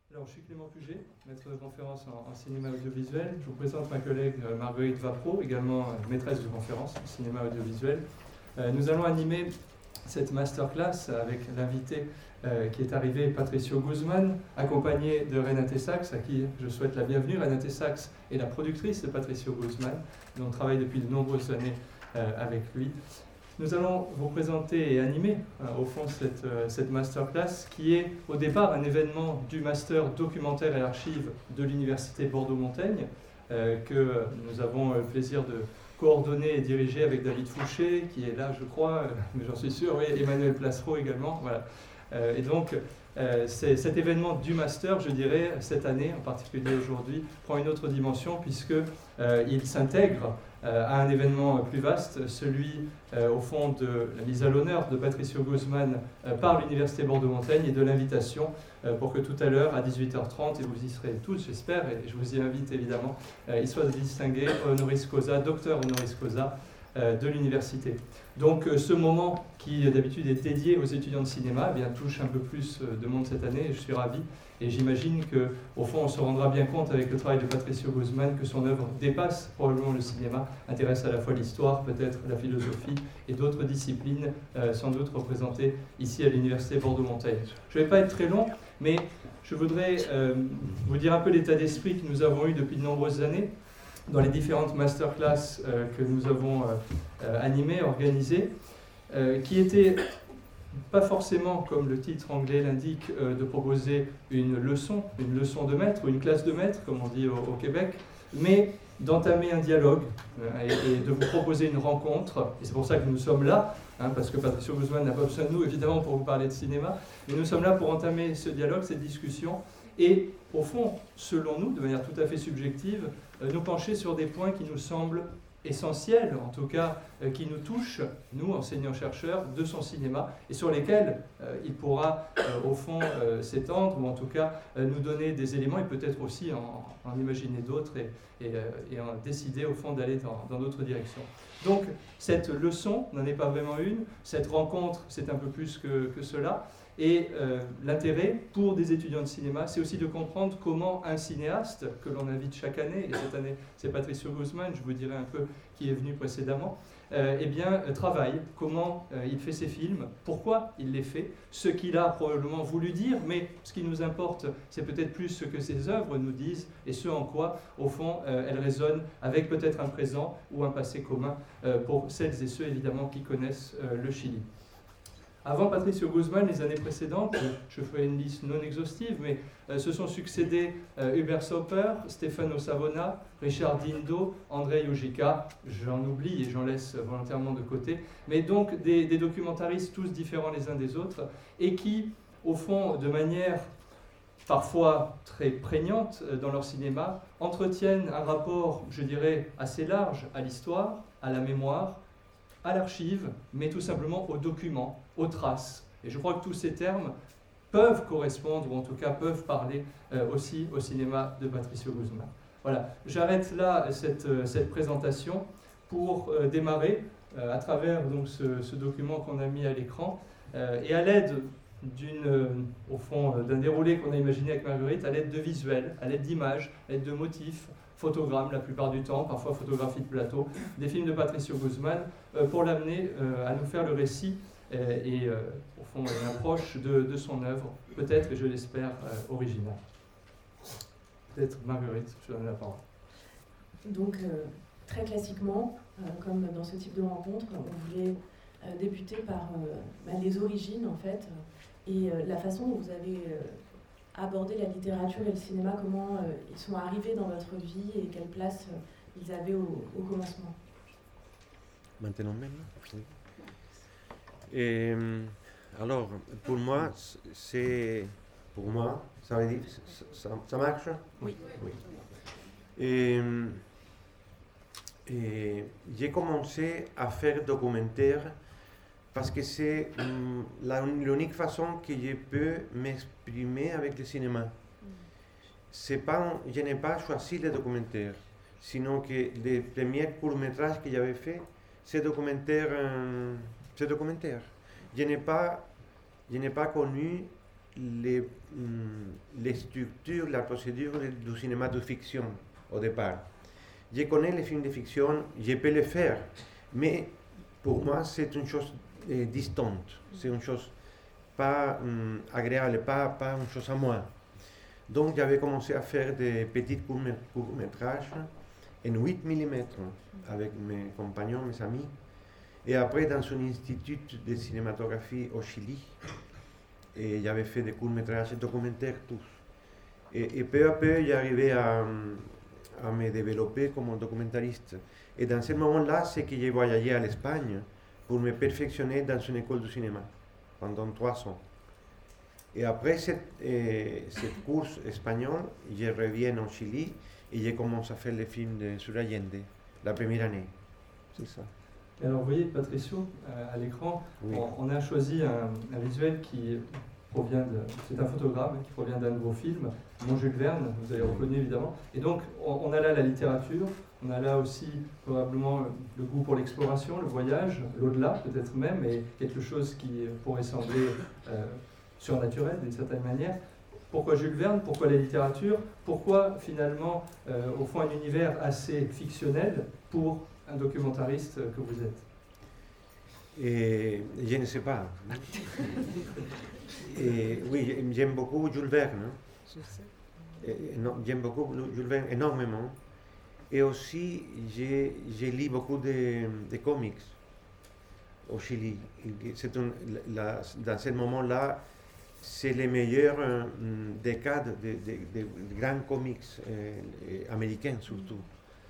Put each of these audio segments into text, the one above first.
Alors, je suis Clément Puget, maître de conférence en cinéma audiovisuel. Je vous présente ma collègue Marguerite Vapro, également maîtresse de conférence en cinéma audiovisuel. Nous allons animer cette masterclass avec l'invité qui est arrivé, Patricio Guzman, accompagné de Renate Sachs, à qui je souhaite la bienvenue. Renate Sachs est la productrice de Patricio Guzman, dont on travaille depuis de nombreuses années avec lui. Nous allons vous présenter et animer au fond cette masterclass qui est au départ un événement du master documentaire et archives de l'Université Bordeaux-Montaigne que nous avons le plaisir de coordonner et diriger avec David Fouché qui est là je crois, mais j'en suis sûr, oui, Emmanuel Placereau également. Voilà. Et donc cet événement du master, je dirais, cette année, en particulier aujourd'hui, prend une autre dimension puisqu'il s'intègre à un événement plus vaste, celui au fond de la mise à l'honneur de Patricio Guzman par l'Université Bordeaux-Montaigne et de l'invitation pour que tout à l'heure, à 18h30, et vous y serez tous, j'espère, et je vous y invite évidemment, il soit distingué honoris causa, docteur honoris causa de l'université. Donc ce moment qui d'habitude est dédié aux étudiants de cinéma, eh bien, touche un peu plus de monde cette année et je suis ravi. Et j'imagine qu'au fond on se rendra bien compte avec le travail de Patricio Guzman que son œuvre dépasse probablement le cinéma, intéresse à la fois l'histoire, peut-être la philosophie et d'autres disciplines sans doute représentées ici à l'Université Bordeaux-Montaigne. Je ne vais pas être très long, mais je voudrais vous dire un peu l'état d'esprit que nous avons eu depuis de nombreuses années dans les différentes masterclass que nous avons animées, organisées, qui étaient pas forcément, comme le titre anglais l'indique, de proposer une leçon de maître ou une classe de maître, comme on dit au Québec, mais d'entamer un dialogue et de vous proposer une rencontre. Et c'est pour ça que nous sommes là, parce que Patricio Guzman n'a pas besoin de nous, évidemment, pour vous parler de cinéma, mais nous sommes là pour entamer ce dialogue, cette discussion, et au fond, selon nous, de manière tout à fait subjective, nous pencher sur des points qui nous semblent essentiels, en tout cas qui nous touchent, nous, enseignants-chercheurs, de son cinéma, et sur lesquels il pourra, au fond, s'étendre, ou en tout cas nous donner des éléments, et peut-être aussi en imaginer d'autres, et en décider, au fond, d'aller dans d'autres directions. Donc, cette leçon n'en est pas vraiment une, cette rencontre, c'est un peu plus que cela, et l'intérêt pour des étudiants de cinéma, c'est aussi de comprendre comment un cinéaste, que l'on invite chaque année, et cette année c'est Patricio Guzman, je vous dirai un peu qui est venu précédemment, travaille, comment il fait ses films, pourquoi il les fait, ce qu'il a probablement voulu dire, mais ce qui nous importe, c'est peut-être plus ce que ses œuvres nous disent, et ce en quoi, au fond, elles résonnent avec peut-être un présent ou un passé commun pour celles et ceux, évidemment, qui connaissent le Chili. Avant Patricio Guzman, les années précédentes, je ferai une liste non exhaustive, mais se sont succédés Hubert Sauper, Stefano Savona, Richard Dindo, Andrei Ujica, j'en oublie et j'en laisse volontairement de côté, mais donc des documentaristes tous différents les uns des autres, et qui, au fond, de manière parfois très prégnante dans leur cinéma, entretiennent un rapport, je dirais, assez large à l'histoire, à la mémoire, à l'archive, mais tout simplement aux documents, aux traces. Et je crois que tous ces termes peuvent correspondre, ou en tout cas peuvent parler aussi au cinéma de Patricio Guzman. Voilà, j'arrête là cette présentation pour démarrer à travers donc, ce document qu'on a mis à l'écran et à l'aide au fond, d'un déroulé qu'on a imaginé avec Marguerite, à l'aide de visuels, à l'aide d'images, à l'aide de motifs, photogrammes la plupart du temps, parfois photographies de plateau, des films de Patricio Guzman, pour l'amener à nous faire le récit et au fond une approche de son œuvre, peut-être, et je l'espère, originale. Peut-être Marguerite, je donne la parole. Donc, très classiquement, comme dans ce type de rencontre, on voulait débuter par les origines, en fait, et la façon dont vous avez abordé la littérature et le cinéma, comment ils sont arrivés dans votre vie et quelle place ils avaient au commencement. Maintenant même. Oui. Et, alors, pour moi, ça veut dire, ça marche? Oui. Et j'ai commencé à faire documentaire parce que c'est l'unique façon que je peux m'exprimer avec le cinéma. Je n'ai pas choisi le documentaire, sinon que les premiers courts-métrages que j'avais fait, c'est documentaire. Je n'ai pas connu les structures, la procédure du cinéma de fiction au départ. Je connais les films de fiction, je peux le faire, mais pour moi c'est une chose distante, c'est une chose pas agréable, pas une chose à moi. Donc j'avais commencé à faire des petits courts-métrages en 8 mm avec mes compagnons, mes amis. Et après, dans un institut de cinématographie au Chili, j'avais fait des courts-métrages documentaires tous. Et peu à peu, j'arrivais à me développer comme documentariste. Et dans ce moment-là, c'est que j'ai voyagé à l'Espagne pour me perfectionner dans une école de cinéma pendant 3 ans. Et après cette course espagnole, je reviens au Chili et je commence à faire les films sur Allende, la première année. C'est ça. Et alors, vous voyez, Patricio, à l'écran, Oui. on a choisi un visuel qui provient c'est un photogramme qui provient d'un de vos films, Mon Jules Verne, vous avez reconnu évidemment. Et donc, on a là la littérature, on a là aussi probablement le goût pour l'exploration, le voyage, l'au-delà peut-être même, et quelque chose qui pourrait sembler surnaturel d'une certaine manière. Pourquoi Jules Verne? Pourquoi la littérature? Pourquoi finalement, au fond, un univers assez fictionnel pour un documentariste que vous êtes? Et je ne sais pas. Et oui, j'aime beaucoup Jules Verne. J'aime beaucoup Jules Verne énormément. Et aussi, je lis beaucoup de comics au Chili. Dans ce moment-là, c'est les meilleurs décades de grands comics américains surtout.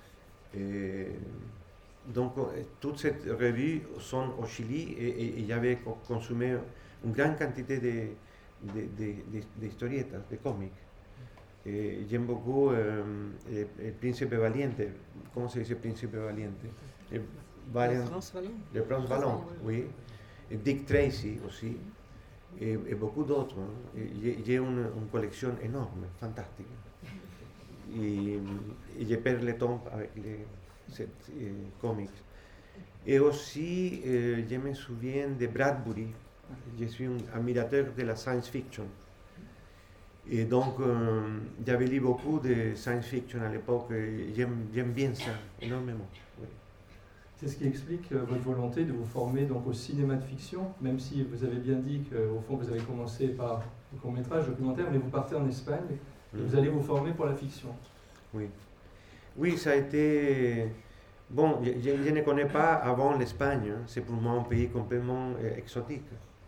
Donc, toutes ces revues sont au Chili et j'avais consommé une grande quantité d'historietas, de comics. J'aime beaucoup el Príncipe Valiente. Comment se dice Príncipe Valiente? Le Prince Valiant, oui. Et Dick Tracy aussi. Et beaucoup d'autres. J'ai une collection énorme, fantastique. Et je perds le temps avec ces comics. Et aussi, je me souviens de Bradbury. Je suis un admirateur de la science fiction. Et donc, j'avais lu beaucoup de science fiction à l'époque. J'aime bien ça, énormément. Oui. C'est ce qui explique votre volonté de vous former donc au cinéma de fiction, même si vous avez bien dit qu'au fond vous avez commencé par le court-métrage documentaire, mais vous partez en Espagne et vous allez vous former pour la fiction. Oui. Oui, ça a été... Bon, je ne connais pas avant l'Espagne, hein. C'est pour moi un pays complètement exotique.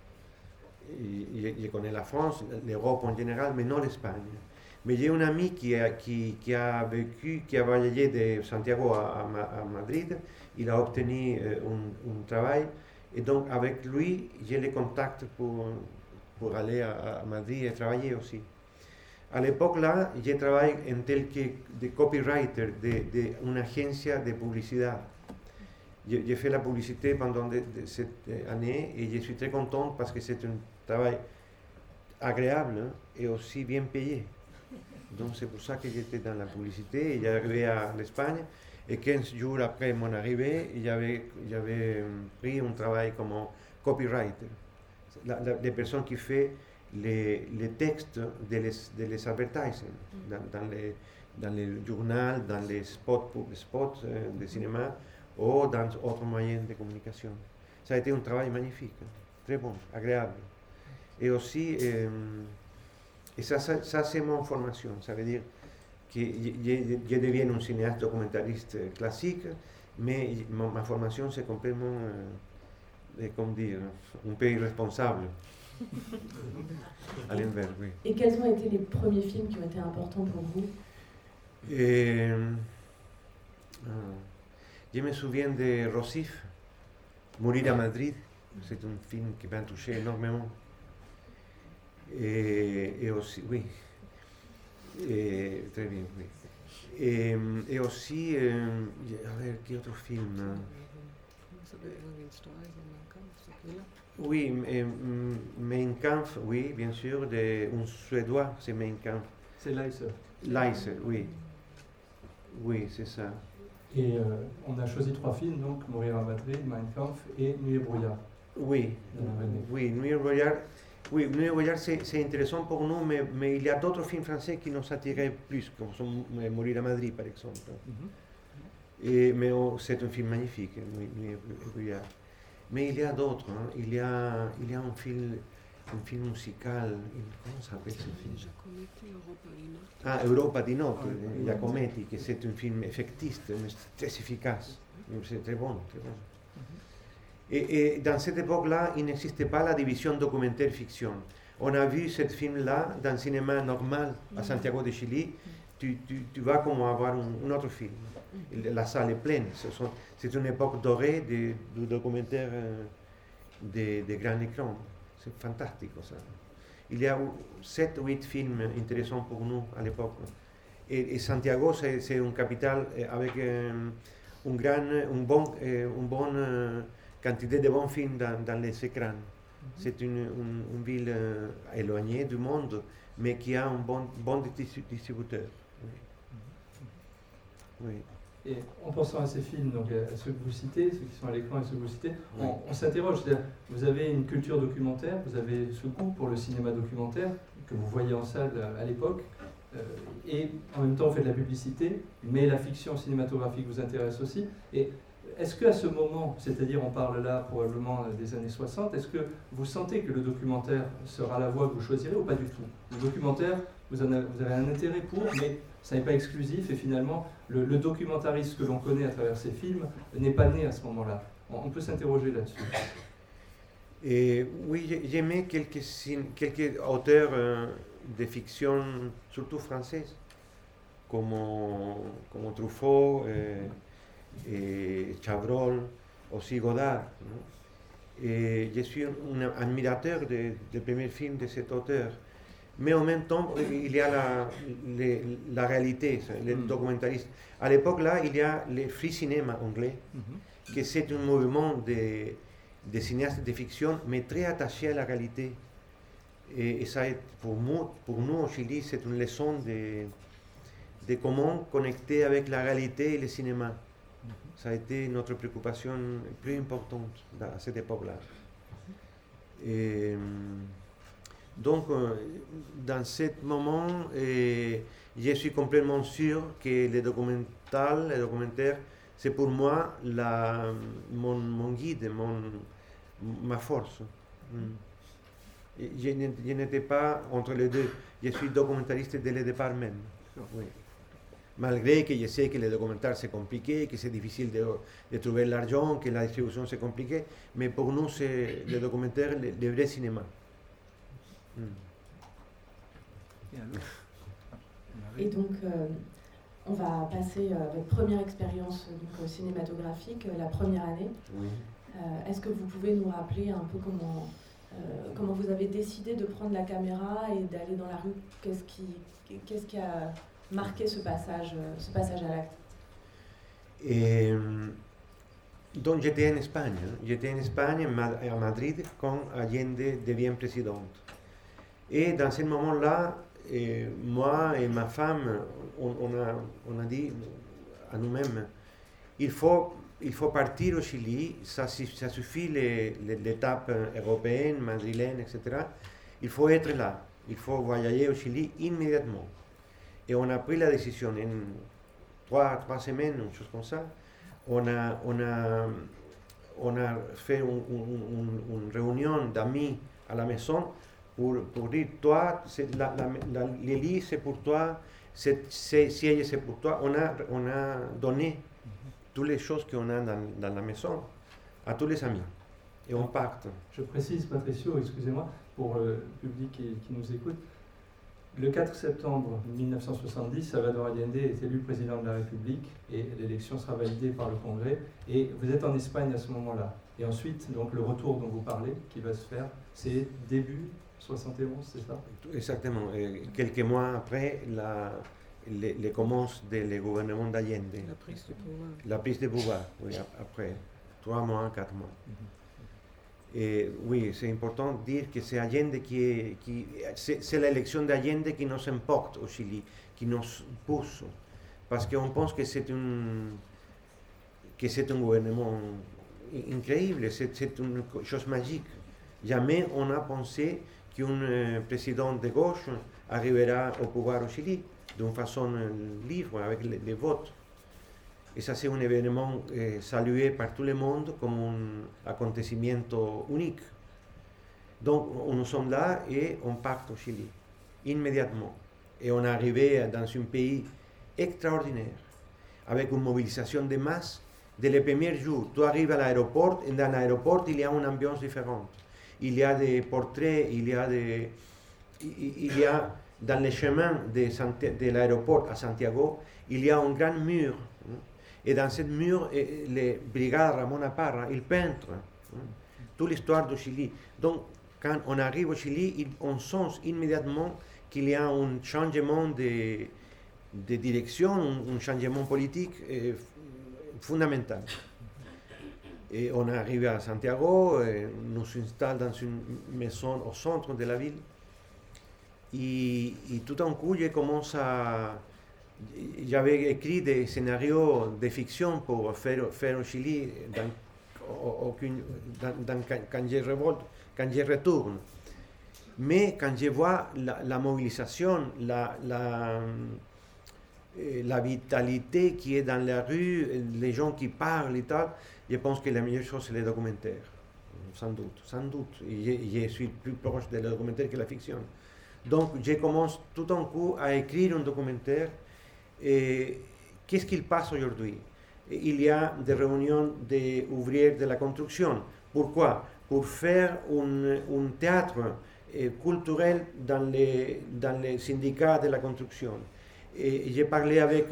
Je connais la France, l'Europe en général, mais non l'Espagne. Mais j'ai un ami qui a voyagé de Santiago à Madrid. Il a obtenu un travail. Et donc, avec lui, j'ai les contacts pour aller à Madrid et travailler aussi. À l'époque, là, j'ai travaillé en tel que de copywriter d'une agence de publicité. J'ai fait la publicité pendant cette année et je suis très content parce que c'est un travail agréable et aussi bien payé. Donc c'est pour ça que j'étais dans la publicité et j'arrivais à l'Espagne et 15 jours après mon arrivée, j'avais pris un travail comme copywriter. Les personnes qui font les textes des advertising dans les journaux, dans les spots de cinéma ou dans d'autres moyens de communication. Ça a été un travail magnifique, très bon, agréable. Et aussi, et ça c'est mon formation, ça veut dire que je deviens un cinéaste documentariste classique, mais ma formation c'est complètement, comment dire, un peu irresponsable. À l'inverse, oui. Et quels ont été les premiers films qui ont été importants pour vous? Je me souviens de Rossif, Mourir à Madrid. C'est un film qui m'a touché énormément. Et aussi, oui. Très bien, oui. Et aussi, a ver, quel autre film? Oui, Mein Kampf, oui, bien sûr, un Suédois, c'est Mein Kampf. C'est Leisser. Leisser, oui. Oui, c'est ça. Et on a choisi 3 films, donc Mourir à Madrid, Mein Kampf et Nuit et brouillard. Oui, oui, Nuit et brouillard. Oui, Nuit au Voyage, c'est intéressant pour nous, mais il y a d'autres films français qui nous attiraient plus, comme sont Mourir à Madrid, par exemple. Mais c'est un film magnifique, Nuit au Voyage. Mais il y a d'autres. Hein. Il y a un film musical. Comment s'appelle ce film? Europa di Notte, Giacometti, que c'est un film effectiste, mais très efficace. C'est très bon, très bon. Et dans cette époque-là, il n'existait pas la division documentaire-fiction. On a vu ce film-là dans le cinéma normal à Santiago de Chili. Tu vas comme avoir un autre film. La salle est pleine. C'est une époque dorée du documentaire de grand écran. C'est fantastique ça. Il y a 7 ou 8 films intéressants pour nous à l'époque. Et Santiago, c'est une capitale avec une bonne quantité de bons films dans les écrans. C'est une ville éloignée du monde, mais qui a un bon distributeur. Oui. Et en pensant à ces films, donc à ceux que vous citez, ceux qui sont à l'écran et ceux que vous citez, on s'interroge. C'est-à-dire, vous avez une culture documentaire, vous avez ce goût pour le cinéma documentaire que vous voyez en salle à l'époque, et en même temps, vous faites de la publicité, mais la fiction cinématographique vous intéresse aussi. Et est-ce qu'à ce moment, c'est-à-dire on parle là probablement des années 60, est-ce que vous sentez que le documentaire sera la voie que vous choisirez ou pas du tout? Le documentaire, vous avez un intérêt pour, mais ça n'est pas exclusif, et finalement, le documentariste que l'on connaît à travers ces films n'est pas né à ce moment-là. On peut s'interroger là-dessus. Et oui, j'aimais quelques auteurs de fiction, surtout françaises, comme Truffaut, et Chabrol, aussi Godard. Et je suis un admirateur des premiers films de cet auteur. Mais en même temps, il y a la réalité, les documentaristes. À l'époque, là, il y a le free cinéma anglais, que c'est un mouvement de cinéastes de fiction, mais très attaché à la réalité. Et ça, pour nous au Chili, c'est une leçon de comment connecter avec la réalité et le cinéma. Ça a été notre préoccupation plus importante à cette époque-là. Et donc, dans ce moment, je suis complètement sûr que le documentaire, c'est pour moi mon guide, ma force. Je n'étais pas entre les deux. Je suis documentariste dès le départ même. Oui. Malgré que je sais que le documentaire c'est compliqué, que c'est difficile de trouver l'argent, que la distribution c'est compliqué, mais pour nous c'est le documentaire, le vrai cinéma. Et donc, on va passer à votre première expérience cinématographique, la première année. Oui. Est-ce que vous pouvez nous rappeler un peu comment vous avez décidé de prendre la caméra et d'aller dans la rue? Qu'est-ce qui a marqué ce passage à l'acte? Donc j'étais en Espagne. J'étais en Espagne, à Madrid, quand Allende devient présidente. Et dans ce moment-là, moi et ma femme, on a dit à nous-mêmes, il faut partir au Chili, ça suffit l'étape européenne, madrilène, etc. Il faut être là, il faut voyager au Chili immédiatement. Et on a pris la décision en 3 semaines, une chose comme ça. On a fait une réunion d'amis à la maison pour dire, toi, les lits c'est pour toi, ces sièges c'est pour toi. On a donné toutes les choses qu'on a dans la maison à tous les amis. Et on part. Je précise, Patricio, excusez-moi, pour le public qui nous écoute. Le 4 septembre 1970, Salvador Allende est élu président de la République et l'élection sera validée par le Congrès. Et vous êtes en Espagne à ce moment-là. Et ensuite, donc, le retour dont vous parlez, qui va se faire, c'est début 71, c'est ça? Exactement. Et quelques mois après, les commences du gouvernement d'Allende. La prise de pouvoir. La prise de pouvoir, oui, après 3 mois, 4 mois. Et oui, c'est important de dire que c'est Allende c'est l'élection d'Allende qui nous importe au Chili, qui nous pousse, parce qu'on pense que c'est un gouvernement incroyable, c'est une chose magique. Jamais on a pensé qu'un président de gauche arrivera au pouvoir au Chili d'une façon libre, avec les votes. Et ça, c'est un événement salué par tout le monde comme un acontecimiento unique. Donc, nous sommes là et on part au Chili, immédiatement. Et on est arrivé dans un pays extraordinaire, avec une mobilisation de masse. Dès le premier jour, tu arrives à l'aéroport, et dans l'aéroport, il y a une ambiance différente. Il y a des portraits, il y a dans le chemin de l'aéroport à Santiago, il y a un grand mur. Et dans ce mur, les brigades Ramon Parra, ils peignent toute l'histoire du Chili. Donc, quand on arrive au Chili, on sent immédiatement qu'il y a un changement de direction, un changement politique fondamental. Et on est arrivé à Santiago, nous installe dans une maison au centre de la ville. Et tout d'un coup, j'avais écrit des scénarios de fiction pour faire au Chili quand je retourne. Mais quand je vois la mobilisation, la vitalité qui est dans la rue, les gens qui parlent et tal, je pense que la meilleure chose c'est les documentaires, sans doute. Je suis plus proche de le documentaire que la fiction. Donc je commence tout d'un coup à écrire un documentaire. Qu'est-ce qu'il passe aujourd'hui? Il y a des réunions d'ouvriers de la construction. Pourquoi? Pour faire un théâtre culturel dans les syndicats de la construction. Et j'ai parlé avec,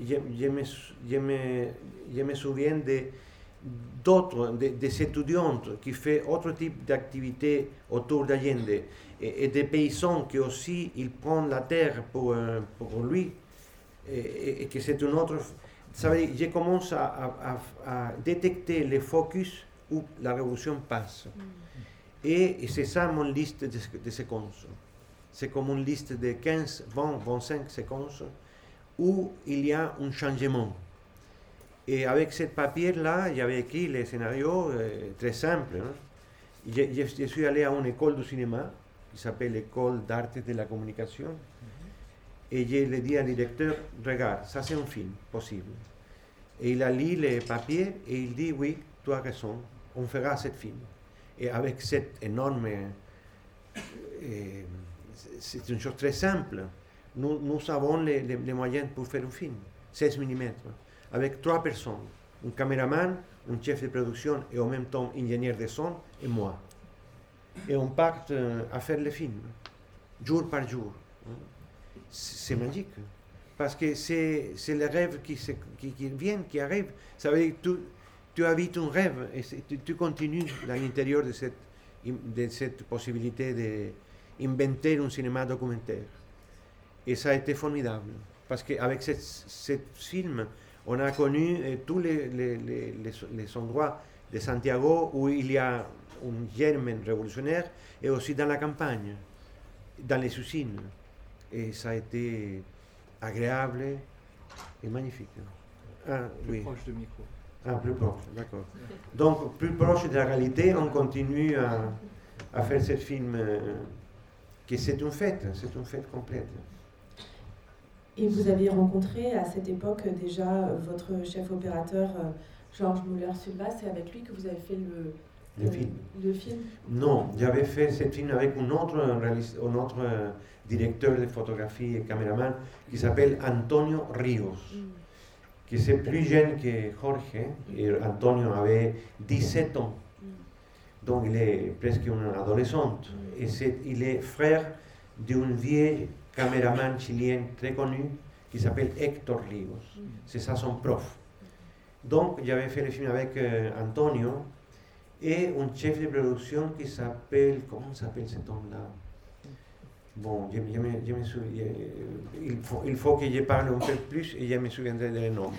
je me souviens d'autres, des étudiants qui font autre type d'activité autour d'Allende, et des paysans qui aussi, ils prennent la terre pour lui, et que c'est une autre... Ça veut dire, je commence à détecter les focus où la révolution passe. Et c'est ça mon liste de séquences. C'est comme une liste de 15, 20, 25 séquences où il y a un changement. Et avec ce papier-là, j'avais écrit les scénarios très simples. Hein. Je suis allé à une école de cinéma qui s'appelle l'École d'art de la communication. Et je lui ai dit au directeur, regarde, ça c'est un film possible. Et il a lu les papiers et il dit, oui, tu as raison, on fera ce film. Et avec cette énorme... c'est une chose très simple. Nous avons les moyens pour faire un film, 16 mm, avec 3 personnes, un caméraman, un chef de production et en même temps ingénieur de son et moi. Et on part à faire le film, jour par jour. C'est magique, parce que c'est le rêve qui vient, qui arrive. Ça veut dire que tu habites un rêve et tu continues à l'intérieur de cette possibilité d'inventer un cinéma documentaire. Et ça a été formidable, parce qu'avec ce film, on a connu tous les endroits de Santiago où il y a un germe révolutionnaire, et aussi dans la campagne, dans les usines. Et ça a été agréable et magnifique. Ah, oui. Plus proche du micro. Ah, plus proche, d'accord. Donc, plus proche de la réalité, on continue à faire ce film, que c'est une fête complète. Et vous aviez rencontré à cette époque déjà votre chef opérateur Georges Müller-Silva, c'est avec lui que vous avez fait le film? Non, j'avais fait ce film avec un autre directeur de photographie et caméraman qui s'appelle Antonio Ríos, qui est plus jeune que Jorge, et Antonio avait 17 ans. Donc il est presque un adolescent. Et il est frère d'un vieux caméraman chilien très connu qui s'appelle Héctor Ríos. C'est ça son prof. Donc j'avais fait le film avec Antonio et un chef de production qui s'appelle... Comment s'appelle cet homme-là? Bon, je me souviens, il faut que je parle un peu plus et je me souviendrai des noms.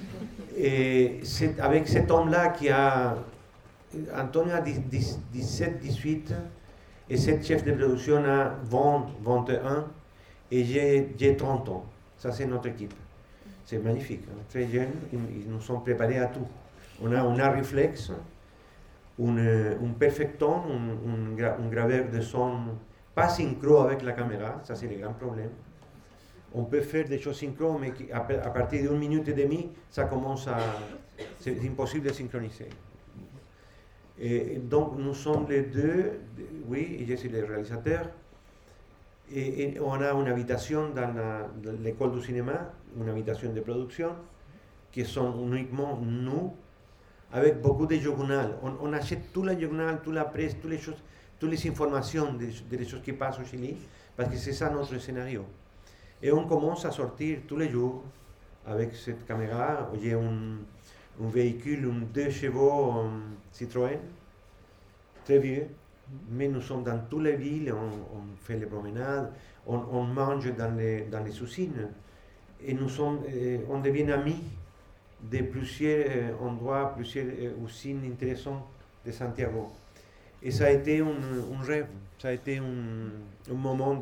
Et c'est avec cet homme-là qui a... Antonio a 17, 18 et cette chef de production a 20, 21 et j'ai 30 ans. Ça, c'est notre équipe. C'est magnifique, hein? Très jeunes, ils nous sont préparés à tout. On a un art réflexe, un perfecton, un graveur de son pas synchro avec la caméra, ça c'est le grand problème. On peut faire des choses synchro, mais à partir d'1 minute et demie, ça commence à... C'est impossible de synchroniser. Et donc nous sommes les deux, oui, et je suis le réalisateur, et on a une habitation dans l'école du cinéma, une habitation de production, qui sont uniquement nous, avec beaucoup de journaux. On achète tout le journal, toute la presse, toutes les informations des choses qui passent au Chili, parce que c'est ça notre scénario. Et on commence à sortir tous les jours avec cette caméra. J'ai un véhicule, un 2 chevaux Citroën, très vieux, mais nous sommes dans toutes les villes, on fait les promenades, on mange dans les usines, et on devient amis de plusieurs endroits, plusieurs usines intéressantes de Santiago. Et ça a été un rêve, ça a été un moment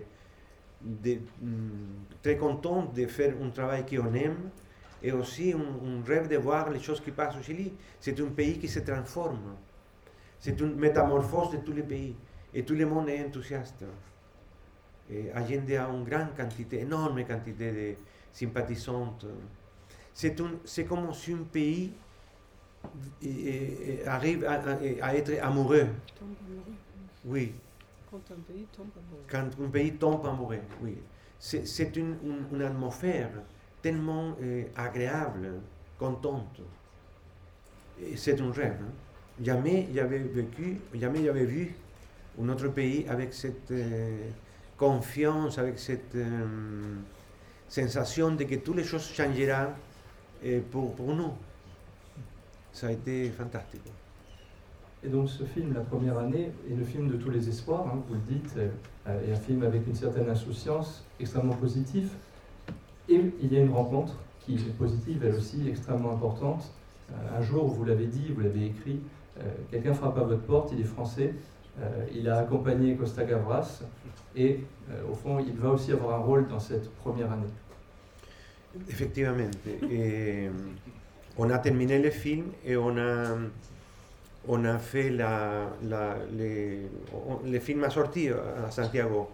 très content de faire un travail qu'on aime, et aussi un rêve de voir les choses qui passent au Chili. C'est un pays qui se transforme, c'est une métamorphose de tous les pays, et tout le monde est enthousiaste. Et Allende a une grande quantité, énorme quantité de sympathisantes. C'est comme si un pays arrive à être amoureux. Oui. Quand un pays tombe amoureux. Quand un pays tombe amoureux, oui. C'est une atmosphère tellement agréable, contente. Et c'est un rêve. Hein. Jamais j'avais vu un autre pays avec cette confiance, avec cette sensation de que toutes les choses changeront pour nous. Ça a été fantastique. Et donc ce film, la première année, est le film de tous les espoirs, hein, vous le dites, est un film avec une certaine insouciance, extrêmement positif. Et il y a une rencontre qui est positive, elle aussi, extrêmement importante. Un jour, vous l'avez dit, vous l'avez écrit, quelqu'un frappe à votre porte, il est français, il a accompagné Costa Gavras, et au fond, il va aussi avoir un rôle dans cette première année. Effectivement. On a terminé le film et on a fait le film a sorti à Santiago.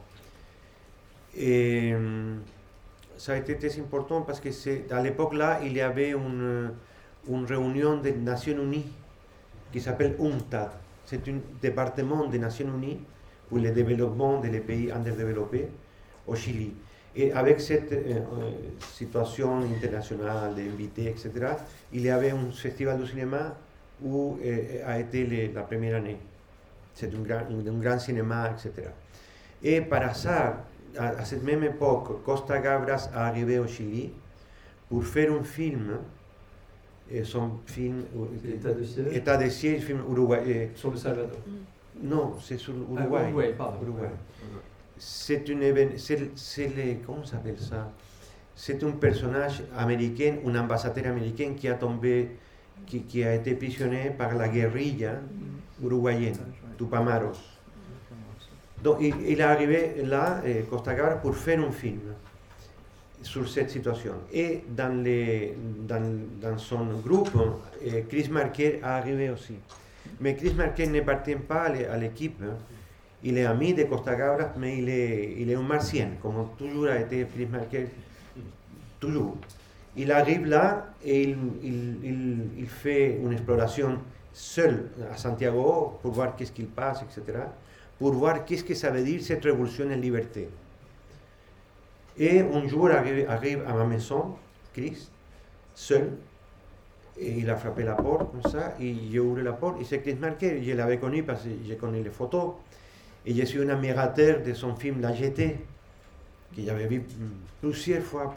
Et ça a été très important parce que à l'époque-là, il y avait une réunion des Nations Unies qui s'appelle UNCTAD. C'est un département des Nations Unies pour le développement des pays underdéveloppés au Chili. Et avec cette situation internationale d'invités, etc., il y avait un festival du cinéma où a été la première année. C'est un grand cinéma, etc. Et par hasard, à cette même époque, Costa Gavras est arrivé au Chili pour faire un film, son film État de siège, film uruguayen. Sur le Salvador. Non, c'est sur l'Uruguay. Uruguay, pardon. Uruguay. C'est comment ça s'appelle ça? C'est un personnage américain, un ambassadeur américain qui a tombé, qui a été prisonnier par la guérilla uruguayenne, Tupamaros. Donc il est arrivé là, Costa Gavras, pour faire un film sur cette situation. Et dans son groupe, Chris Marker est arrivé aussi. Mais Chris Marker n'appartient pas à l'équipe. Il est ami de Costa Gavras, mais il est un martien, comme toujours a été Chris Marker, toujours. Il arrive là et il fait une exploration seul à Santiago pour voir qu'est-ce qu'il passe, etc., pour voir qu'est-ce que ça veut dire cette révolution en liberté. Et un jour arrive à ma maison, Chris, seul, et il a frappé la porte comme ça, et j'ai ouvert la porte, et c'est Chris Marker, je l'avais connu parce que je connais les photos, et je suis un admirateur de son film La Jetée, que j'avais vu plusieurs fois.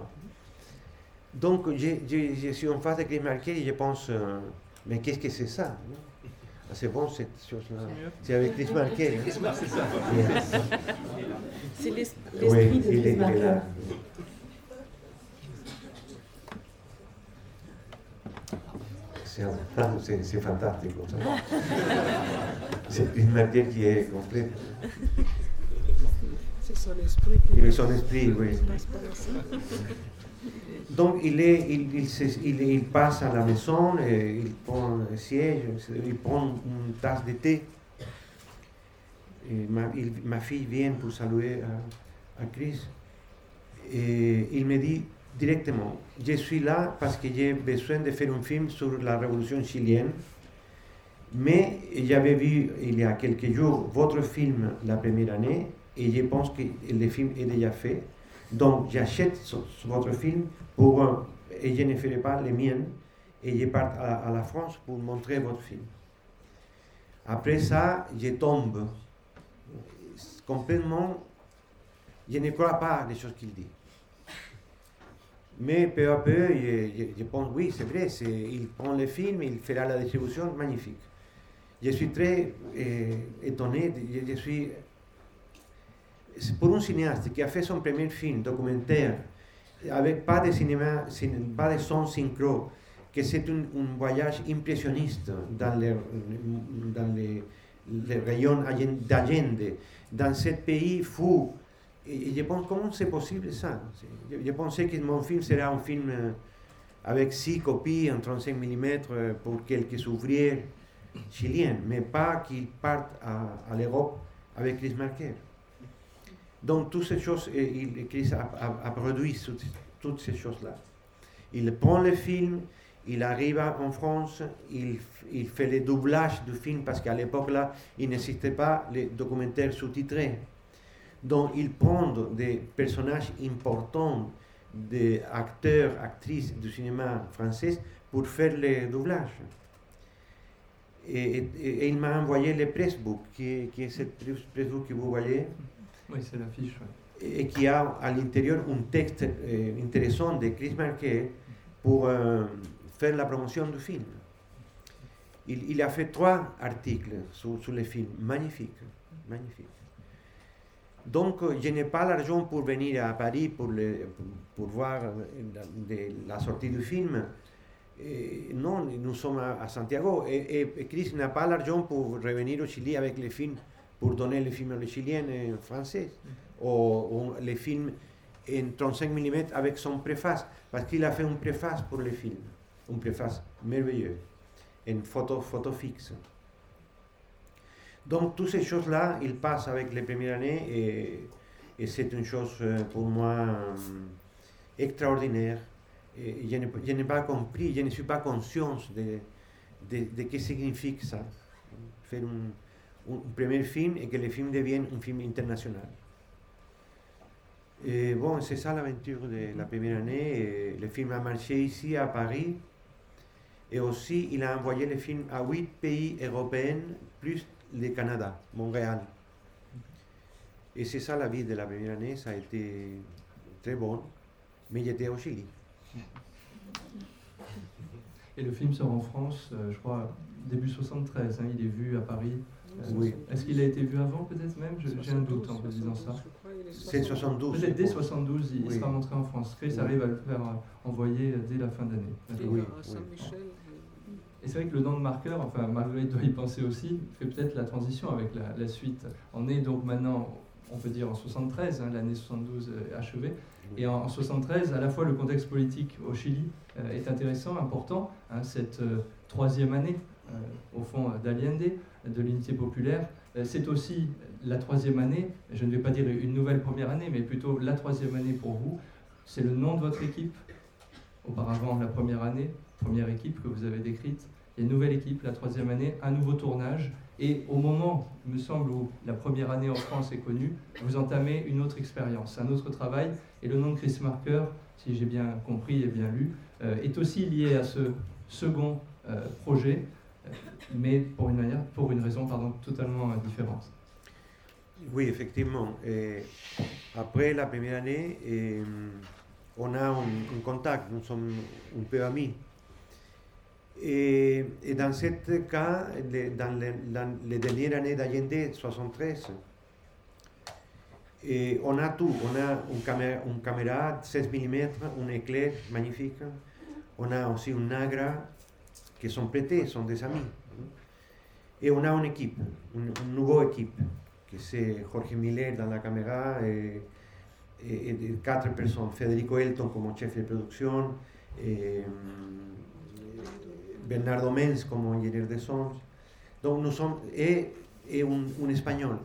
Donc je suis en face de Chris Marker et je pense, mais qu'est-ce que c'est ça, non? C'est bon cette chose-là. C'est avec Chris Marker. C'est ça. C'est l'esprit de Chris Marker. C'est fantastique. C'est Chris Marker qui est complet. C'est son esprit. Il est son esprit, oui. Donc il passe à la maison, il prend un siège, il prend une tasse de thé. ma fille vient pour saluer à Chris. Et il me dit directement, je suis là parce que j'ai besoin de faire un film sur la révolution chilienne, mais j'avais vu il y a quelques jours votre film la première année et je pense que le film est déjà fait. Donc j'achète votre film et je ne ferai pas le mien et je pars à la France pour montrer votre film. Après ça, je tombe complètement, je ne crois pas les choses qu'il dit. Mais peu à peu, je pense, oui, c'est vrai, il prend le film, il fera la distribution, magnifique. Je suis très étonné, pour un cinéaste qui a fait son premier film documentaire, avec pas de cinéma, pas de son synchro, que c'est un voyage impressionniste dans les rayons d'Allende, dans ce pays fou. Et je pense, comment c'est possible ça? Je pensais que mon film sera un film avec 6 copies en 35 mm pour quelques ouvriers chiliens, mais pas qu'ils partent à l'Europe avec Chris Marker. Donc, toutes ces choses, Chris a produit toutes ces choses-là. Il prend le film, il arrive en France, il fait le doublage du film, parce qu'à l'époque-là, il n'existait pas les documentaires sous-titrés. Donc, il prend des personnages importants, des acteurs, actrices du cinéma français pour faire le doublage. Et il m'a envoyé le pressbook, qui est ce pressbook que vous voyez. Oui, c'est l'affiche. Ouais. Et qui a à l'intérieur un texte intéressant de Chris Marker pour faire la promotion du film. Il a fait 3 articles sur le film, magnifique. Donc, je n'ai pas l'argent pour venir à Paris pour voir la sortie du film. Non, nous sommes à Santiago. Et Chris n'a pas l'argent pour revenir au Chili avec le film, pour donner le film aux Chiliens français. Ou les films en 35 mm avec son préface. Parce qu'il a fait une préface pour le film. Une préface merveilleuse. Une photo fixe. Donc, toutes ces choses-là, ils passent avec les premières années et c'est une chose pour moi extraordinaire. Et je n'ai pas compris, je ne suis pas conscient de ce que signifie ça. Faire un premier film et que le film devienne un film international. Et bon, c'est ça l'aventure de la première année. Et le film a marché ici à Paris. Et aussi, il a envoyé le film à 8 pays européens, plus le Canada, Montréal. Et c'est ça la vie de la première année, ça a été très bon, mais j'étais au Chili. Et le film sort en France, je crois, début 73, il est vu à Paris. Oui. Est-ce qu'il a été vu avant peut-être même? J'ai un doute en vous disant ça. C'est 72. Peut-être dès 72, il oui. sera montré en France. Chris arrive à le faire envoyer dès la fin d'année. Oui. Et c'est vrai que le nom de Marker, enfin Marguerite doit y penser aussi, fait peut-être la transition avec la suite. On est donc maintenant, on peut dire en 73, l'année 72 achevée, et en 73, à la fois le contexte politique au Chili est intéressant, important, cette 3e année, au fond, d'Allende, de l'unité populaire. C'est aussi la 3e année, je ne vais pas dire une nouvelle première année, mais plutôt la 3e année pour vous. C'est le nom de votre équipe. Auparavant, la première année, première équipe que vous avez décrite, et une nouvelle équipe, la 3e année, un nouveau tournage. Et au moment, il me semble, où la première année en France est connue, vous entamez une autre expérience, un autre travail. Et le nom de Chris Marker, si j'ai bien compris et bien lu, est aussi lié à ce second projet, mais pour une raison totalement différente. Oui, effectivement. Après la première année, on a un contact, nous sommes un peu amis. Et dans ce cas, dans les dernières années d'Allende, 73, on a tout. On a une caméra 16 mm, un éclair magnifique. On a aussi un Nagra qui sont prêtés, sont des amis. Et on a une équipe, une nouvelle équipe, que c'est Jorge Miller dans la caméra et 4 personnes. Federico Elton comme chef de production, Bernardo Menz comme ingénieur de son. Donc nous sommes, et un espagnol.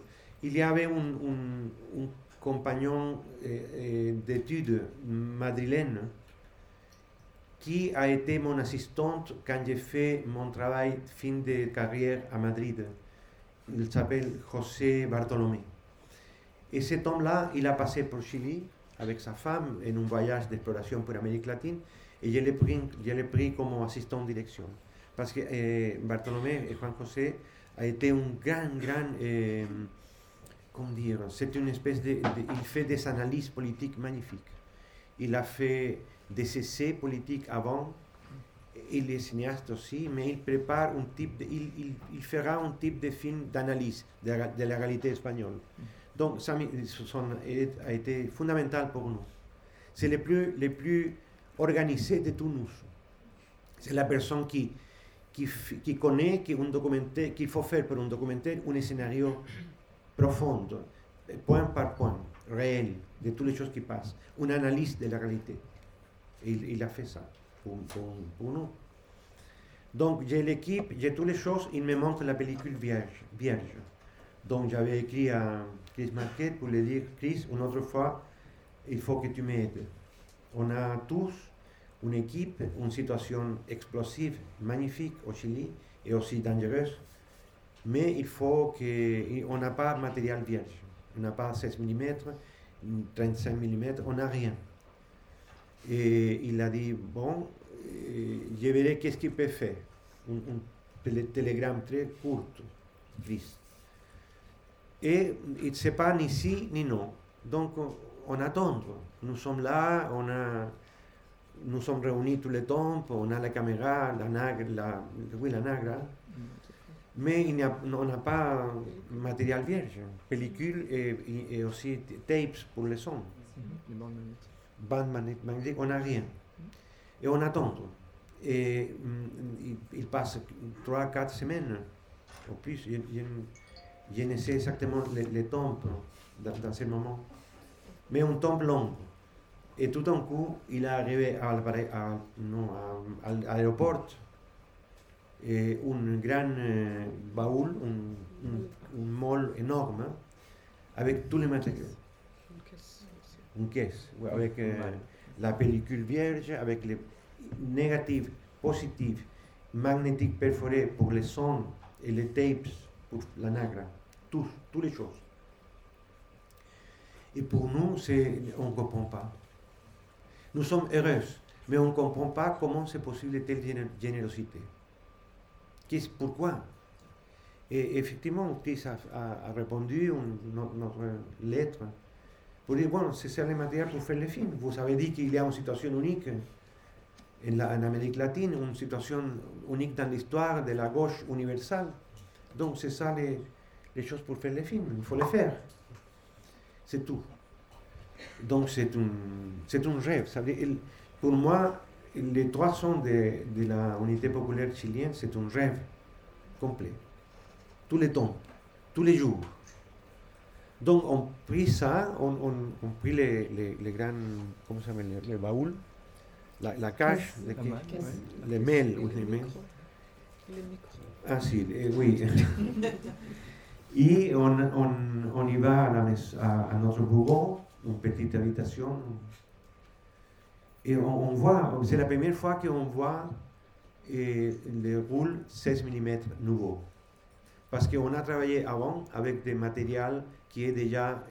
il y avait un compagnon d'études madrilène qui a été mon assistante quand j'ai fait mon travail fin de carrière à Madrid. Il s'appelle José Bartolomé. Et cet homme-là, il a passé pour Chili avec sa femme en un voyage d'exploration pour l'Amérique latine et je l'ai pris comme assistant de direction. Parce que Bartolomé et Juan José a été un grand, comment dire, c'est une espèce il fait des analyses politiques magnifiques. Il a fait des essais politiques avant, il est cinéaste aussi, mais il prépare il fera un type de film d'analyse de la réalité espagnole. Donc ça a été fondamental pour nous. C'est le plus organisé de tous nous. C'est la personne qui connaît qu'il faut faire pour un documentaire un scénario profond, point par point, réel, de toutes les choses qui passent, une analyse de la réalité. Et il a fait ça pour nous. Donc j'ai l'équipe, j'ai toutes les choses, il me montre la pellicule vierge. Donc j'avais écrit à Chris Marquet pour lui dire, Chris, une autre fois, il faut que tu m'aides. On a tous une équipe, une situation explosive, magnifique au Chili et aussi dangereuse, mais il faut on n'a pas de matériel vierge. On n'a pas 16 mm, 35 mm, on n'a rien. Et il a dit, bon, je verrai qu'est-ce qu'il peut faire. Un télégramme très court, Chris. Et il ne sait pas ni si ni non. Donc on attend. Nous sommes là, nous sommes réunis tous les temps, on a la caméra, la Nagra, mais on n'a pas matériel vierge, pellicule et aussi tapes pour les sons. Les Bandes magnétiques, on n'a rien. Et on attend. Et il passe 3-4 semaines, au plus. Je ne sais exactement les temps dans ce moment. Mais un temps long. Et tout d'un coup, il est arrivé à l'aéroport. Et un grand baoul, un molle énorme, avec tous les matériaux. Une caisse, avec la pellicule vierge, avec les négatifs, positifs, magnétiques perforés pour les sons et les tapes pour la Nagra, toutes les choses. Et pour nous, on ne comprend pas. Nous sommes heureux, mais on ne comprend pas comment c'est possible telle générosité. Pourquoi? Et effectivement, Chris a répondu notre lettre pour dire, bon, c'est ça le matériel pour faire le film. Vous avez dit qu'il y a une situation unique en Amérique latine, une situation unique dans l'histoire de la gauche universelle. Donc c'est ça les choses pour faire le film. Il faut le faire. C'est tout. Donc c'est un rêve. Ça veut dire, pour moi, les 3 ans de la unité populaire chilienne, c'est un rêve complet. Tous les temps, tous les jours. Donc on prit ça, on prit les grands, comment ça s'appelle, les baouls, la cache, les mails. Ah si, oui. Et on y va à notre bureau, une petite habitation. Et on voit, c'est la première fois qu'on voit les roules 16 mm nouveaux. Parce qu'on a travaillé avant avec des matériels qui est déjà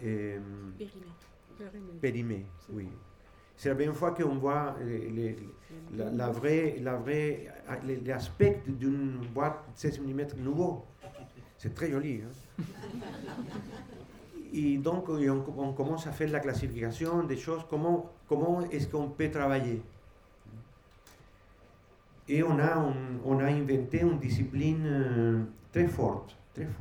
périmé. Oui. C'est la première fois qu'on voit l'aspect d'une boîte 16 mm nouveau. C'est très joli. Hein? Et donc, on commence à faire la classification des choses, comment est-ce qu'on peut travailler. Et on a inventé une discipline très forte.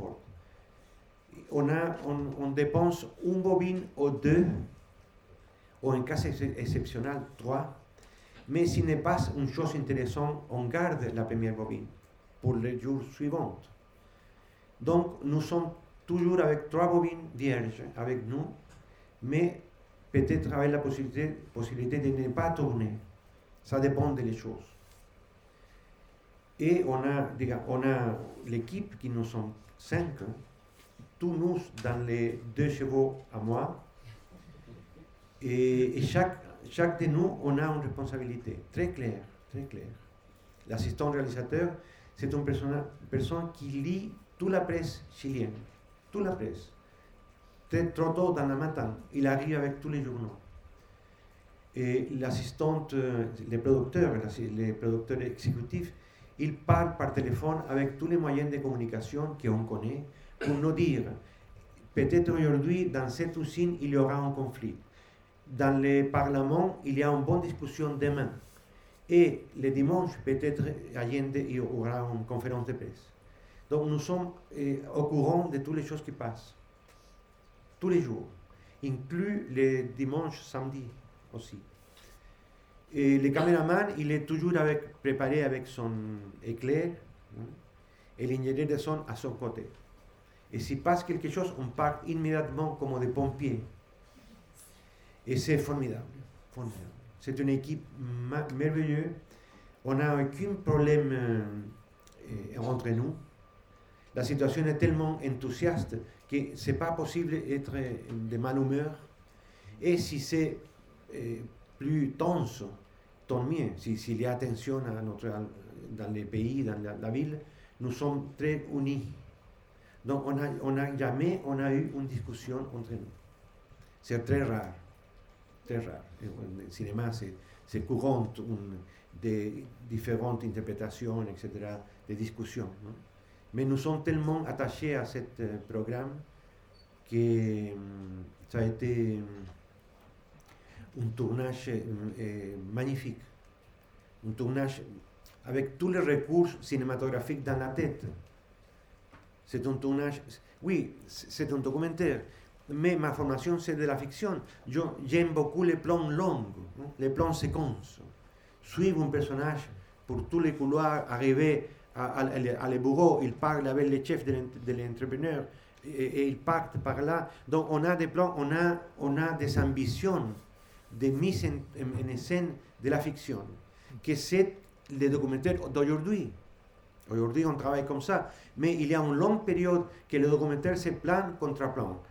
On dépense une bobine ou 2, ou en cas exceptionnel 3, mais s'il n'est pas une chose intéressante, on garde la première bobine pour les jours suivants. Donc nous sommes toujours avec 3 bobines vierges avec nous, mais peut-être avec la possibilité de ne pas tourner. Ça dépend des choses. Et on a l'équipe qui nous sommes 5, tous nous dans les 2 chevaux à moi. Et chaque de nous, on a une responsabilité très claire, très claire. L'assistant réalisateur, c'est une personne qui lit toute la presse chilienne, toute la presse. Trop tôt dans le matin, il arrive avec tous les journaux. Et l'assistante, les producteurs exécutifs, ils parlent par téléphone avec tous les moyens de communication qu'on connaît pour nous dire, peut-être aujourd'hui, dans cette usine, il y aura un conflit. Dans le Parlement, il y a une bonne discussion demain. Et le dimanche, peut-être, Allende, il y aura une conférence de presse. Donc nous sommes au courant de toutes les choses qui passent. Tous les jours. Inclus les dimanches, samedi aussi. Et le caméraman, il est toujours préparé avec son éclair, hein, et l'ingénieur de son à son côté. Et s'il passe quelque chose, on part immédiatement comme des pompiers. Et c'est formidable, formidable. C'est une équipe merveilleuse. On n'a aucun problème entre nous. La situation est tellement enthousiaste que ce n'est pas possible d'être de mal humeur. Et si c'est plus tense, tant mieux. S'il y a tension dans les pays, dans la ville, nous sommes très unis. Donc on n'a jamais eu une discussion entre nous. C'est très rare. Très rare. Le cinéma, c'est courant de différentes interprétations, etc., de discussions. Non? Mais nous sommes tellement attachés à ce programme que ça a été un tournage magnifique. Un tournage avec tous les recours cinématographiques dans la tête. C'est un tournage, oui, c'est un documentaire, mais ma formation c'est de la fiction. J'aime beaucoup les plans longs, hein, les plans séquences. Suivre un personnage pour tous les couloirs, arriver à le bureau, il parle avec le chef de l'entrepreneur et il part par là. Donc on a des plans, on a des ambitions de mise en scène de la fiction, que c'est le documentaire d'aujourd'hui. Aujourd'hui, on travaille comme ça, mais il y a une longue période que le documentaire c'est plan contre plan,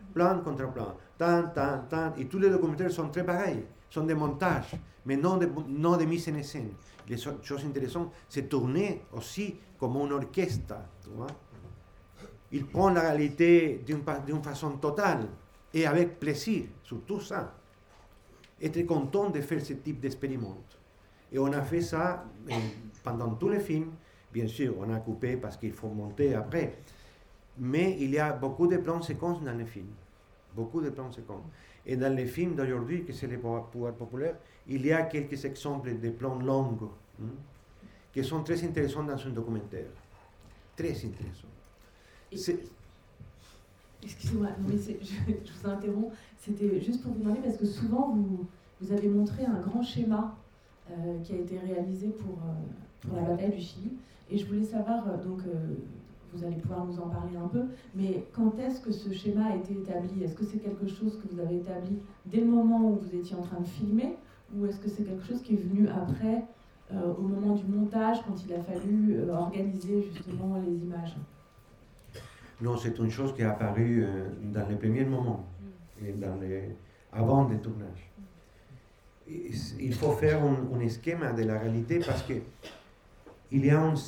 et tous les documentaires sont très pareils, sont des montages, mais non de mise en scène. Les choses intéressantes, c'est tourner aussi comme un orchestre, tu vois. Il prend la réalité d'une façon totale et avec plaisir, surtout ça. Être content de faire ce type d'expériment. Et on a fait ça pendant tous les films. Bien sûr, on a coupé parce qu'il faut monter après. Mais il y a beaucoup de plans séquences dans les films. Beaucoup de plans séquences. Et dans les films d'aujourd'hui, que c'est le pouvoir populaire, il y a quelques exemples de plans longs qui sont très intéressants dans un documentaire. Très intéressants. Excusez-moi, mais je vous interromps. C'était juste pour vous demander, parce que souvent vous avez montré un grand schéma qui a été réalisé pour la bataille du Chili. Et je voulais savoir, vous allez pouvoir nous en parler un peu, mais quand est-ce que ce schéma a été établi? Est-ce que c'est quelque chose que vous avez établi dès le moment où vous étiez en train de filmer, ou est-ce que c'est quelque chose qui est venu après, au moment du montage, quand il a fallu organiser justement les images? Non, c'est une chose qui est apparue dans les premiers moments, et avant le tournage. Il faut faire un schéma de la réalité parce que il y a une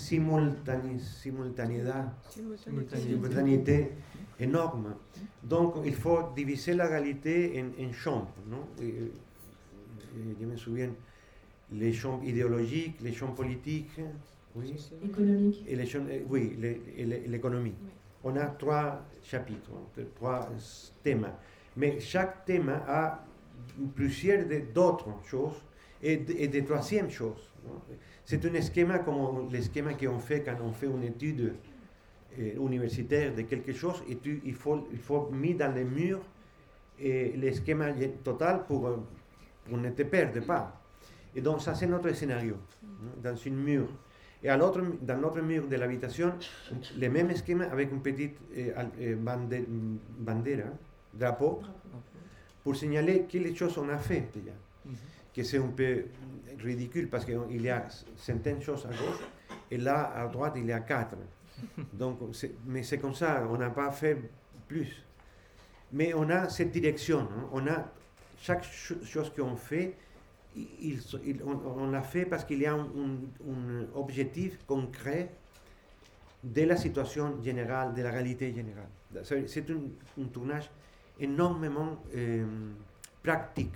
simultanéité énorme. Donc, il faut diviser la réalité en champs. Non? Je me souviens, les champs idéologiques, les champs politiques, oui, économiques. Et les champs, oui, l'économie. Oui. On a 3 chapitres, 3 thèmes. Mais chaque thème a plusieurs d'autres choses et des troisièmes choses. Non? C'est un schéma comme le schéma qu'on fait quand on fait une étude universitaire de quelque chose et il faut mettre dans les murs le schéma total pour ne te perdre pas. Et donc ça c'est notre scénario, dans une mur. Et dans l'autre mur de l'habitation, le même schéma avec une petite bandera, drapeau, pour signaler quelles choses on a fait déjà. Que c'est un peu ridicule parce qu'il y a certaines choses à gauche et là à droite il y a 4. Donc, mais c'est comme ça, on n'a pas fait plus. Mais on a cette direction, hein. On a chaque chose qu'on fait, on l'a fait parce qu'il y a un objectif concret de la situation générale, de la réalité générale. C'est un tournage énormément pratique.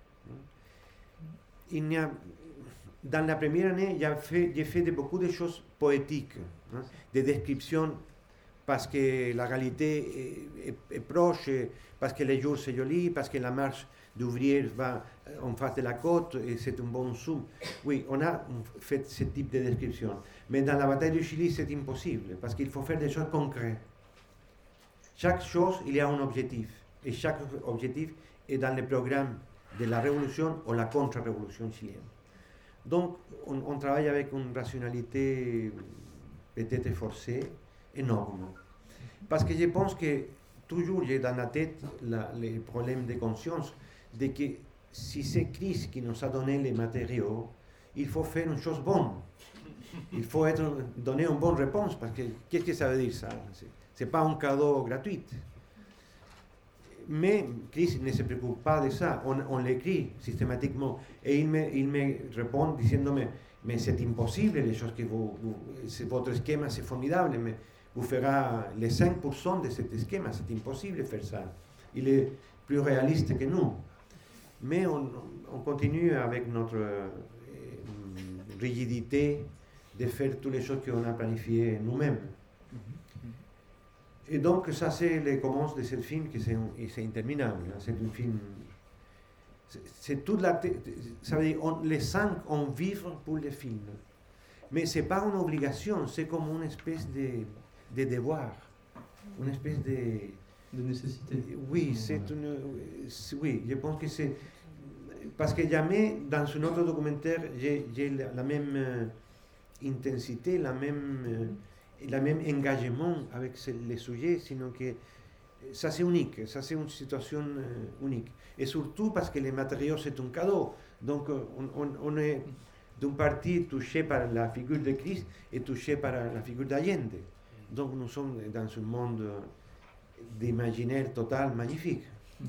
Dans la première année, j'ai fait beaucoup de choses poétiques, hein, des descriptions parce que la réalité est proche, parce que les jours c'est joli, parce que la marche d'ouvriers va en face de la côte et c'est un bon zoom. Oui, on a fait ce type de description. Mais dans la bataille du Chili, c'est impossible parce qu'il faut faire des choses concrètes. Chaque chose, il y a un objectif. Et chaque objectif est dans le programme de la révolution ou la contre-révolution chilienne. Donc, on travaille avec une rationalité peut-être forcée, énorme. Parce que je pense que toujours j'ai dans la tête les problèmes de conscience de que si c'est Christ qui nous a donné les matériaux, il faut faire une chose bonne. Il faut donner une bonne réponse, parce que qu'est-ce que ça veut dire ça? C'est pas un cadeau gratuit. Mais Christ ne se préoccupe pas de ça, on l'écrit systématiquement. Et il me répond disant, mais c'est impossible, les choses que votre schéma c'est formidable, mais vous ferez les 5% de cet schéma, c'est impossible de faire ça. Il est plus réaliste que nous. Mais on continue avec notre rigidité de faire toutes les choses qu'on a planifiées nous-mêmes. Et donc ça c'est le commence de ce film qui c'est interminable. Hein. C'est un film. C'est toute la. Ça veut dire les 5 on vivre pour le film, mais c'est pas une obligation. C'est comme une espèce de devoir, une espèce de nécessité. Oui, oui, je pense que c'est parce que jamais dans un autre documentaire j'ai la même intensité, la même engagement avec les sujets, sinon que ça c'est unique, ça c'est une situation unique. Et surtout parce que les matériaux c'est un cadeau. Donc on est d'une partie touché par la figure de Christ et touché par la figure d'Allende. Donc nous sommes dans un monde d'imaginaire total magnifique.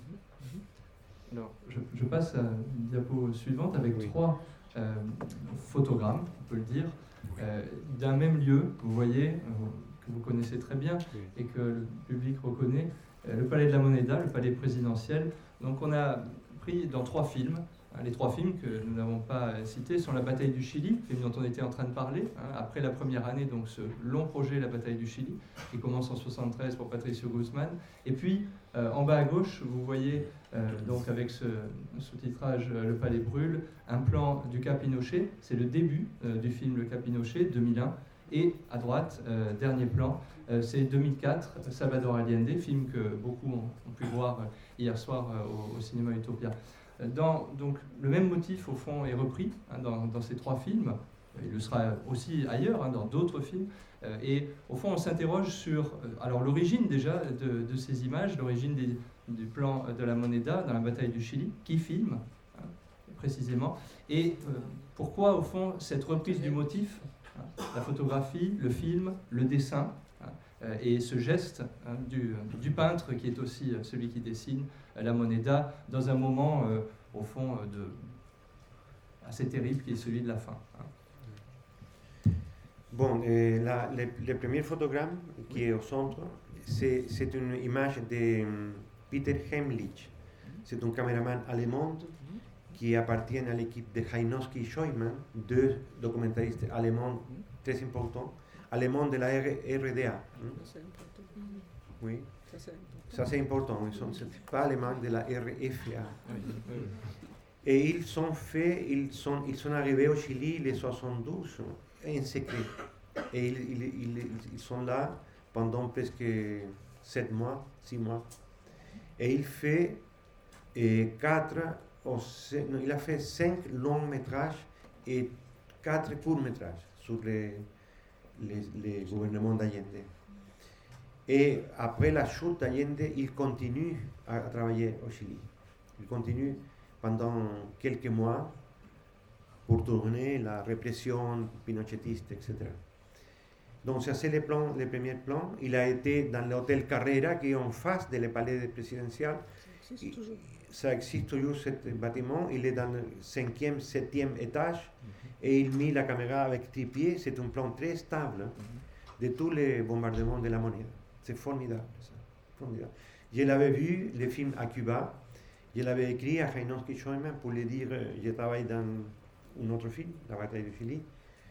Alors, je passe à la diapo suivante avec 3 photogrammes, on peut le dire, d'un même lieu, vous voyez, que vous connaissez très bien et que le public reconnaît, le Palais de la Moneda, le palais présidentiel. Donc on a pris dans 3 films. Les 3 films que nous n'avons pas cités sont La bataille du Chili, film dont on était en train de parler, après la première année, donc ce long projet La bataille du Chili, qui commence en 1973 pour Patricio Guzman. Et puis, en bas à gauche, vous voyez, donc avec ce sous-titrage Le palais brûle, un plan du cas Pinochet, c'est le début du film Le cas Pinochet, 2001. Et à droite, dernier plan, c'est 2004, Salvador Allende, film que beaucoup ont pu voir hier soir au cinéma Utopia. Donc le même motif au fond est repris dans ces 3 films, il le sera aussi ailleurs dans d'autres films, et au fond on s'interroge sur alors l'origine déjà de ces images, l'origine du plan de la Moneda dans la bataille du Chili, qui filme précisément, et pourquoi au fond cette reprise du motif, la photographie, le film, le dessin, et ce geste du peintre qui est aussi celui qui dessine la Moneda dans un moment au fond assez terrible qui est celui de la fin. Bon, le premier photogramme qui est au centre, c'est une image de Peter Hemlich. C'est un caméraman allemand qui appartient à l'équipe de Hajnowski et Scheumann, 2 documentaristes allemands très importants, allemands de la RDA. Oui, ça c'est important. Ils ne sont pas allemands de la RFA. Et ils sont arrivés au Chili les 72 en secret. Et ils sont là pendant presque 7 mois, 6 mois. Et il fait 5 longs métrages et 4 courts métrages sur les gouvernements d'Allende. Et après la chute d'Allende, il continue à travailler au Chili. Il continue pendant quelques mois pour tourner la répression pinochetiste, etc. Donc ça c'est les premiers plans. Il a été dans l'hôtel Carrera qui est en face du palais présidentiel. Ça existe toujours. Ça existe toujours ce bâtiment. Il est dans le 5e, 7e étage et il met la caméra avec trépied. C'est un plan très stable de tous les bombardements de la Moneda. C'est formidable, ça. Formidable. Je l'avais vu, le film à Cuba. Je l'avais écrit à Jainoski Schoeman pour lui dire je travaille dans un autre film, La bataille du Chili.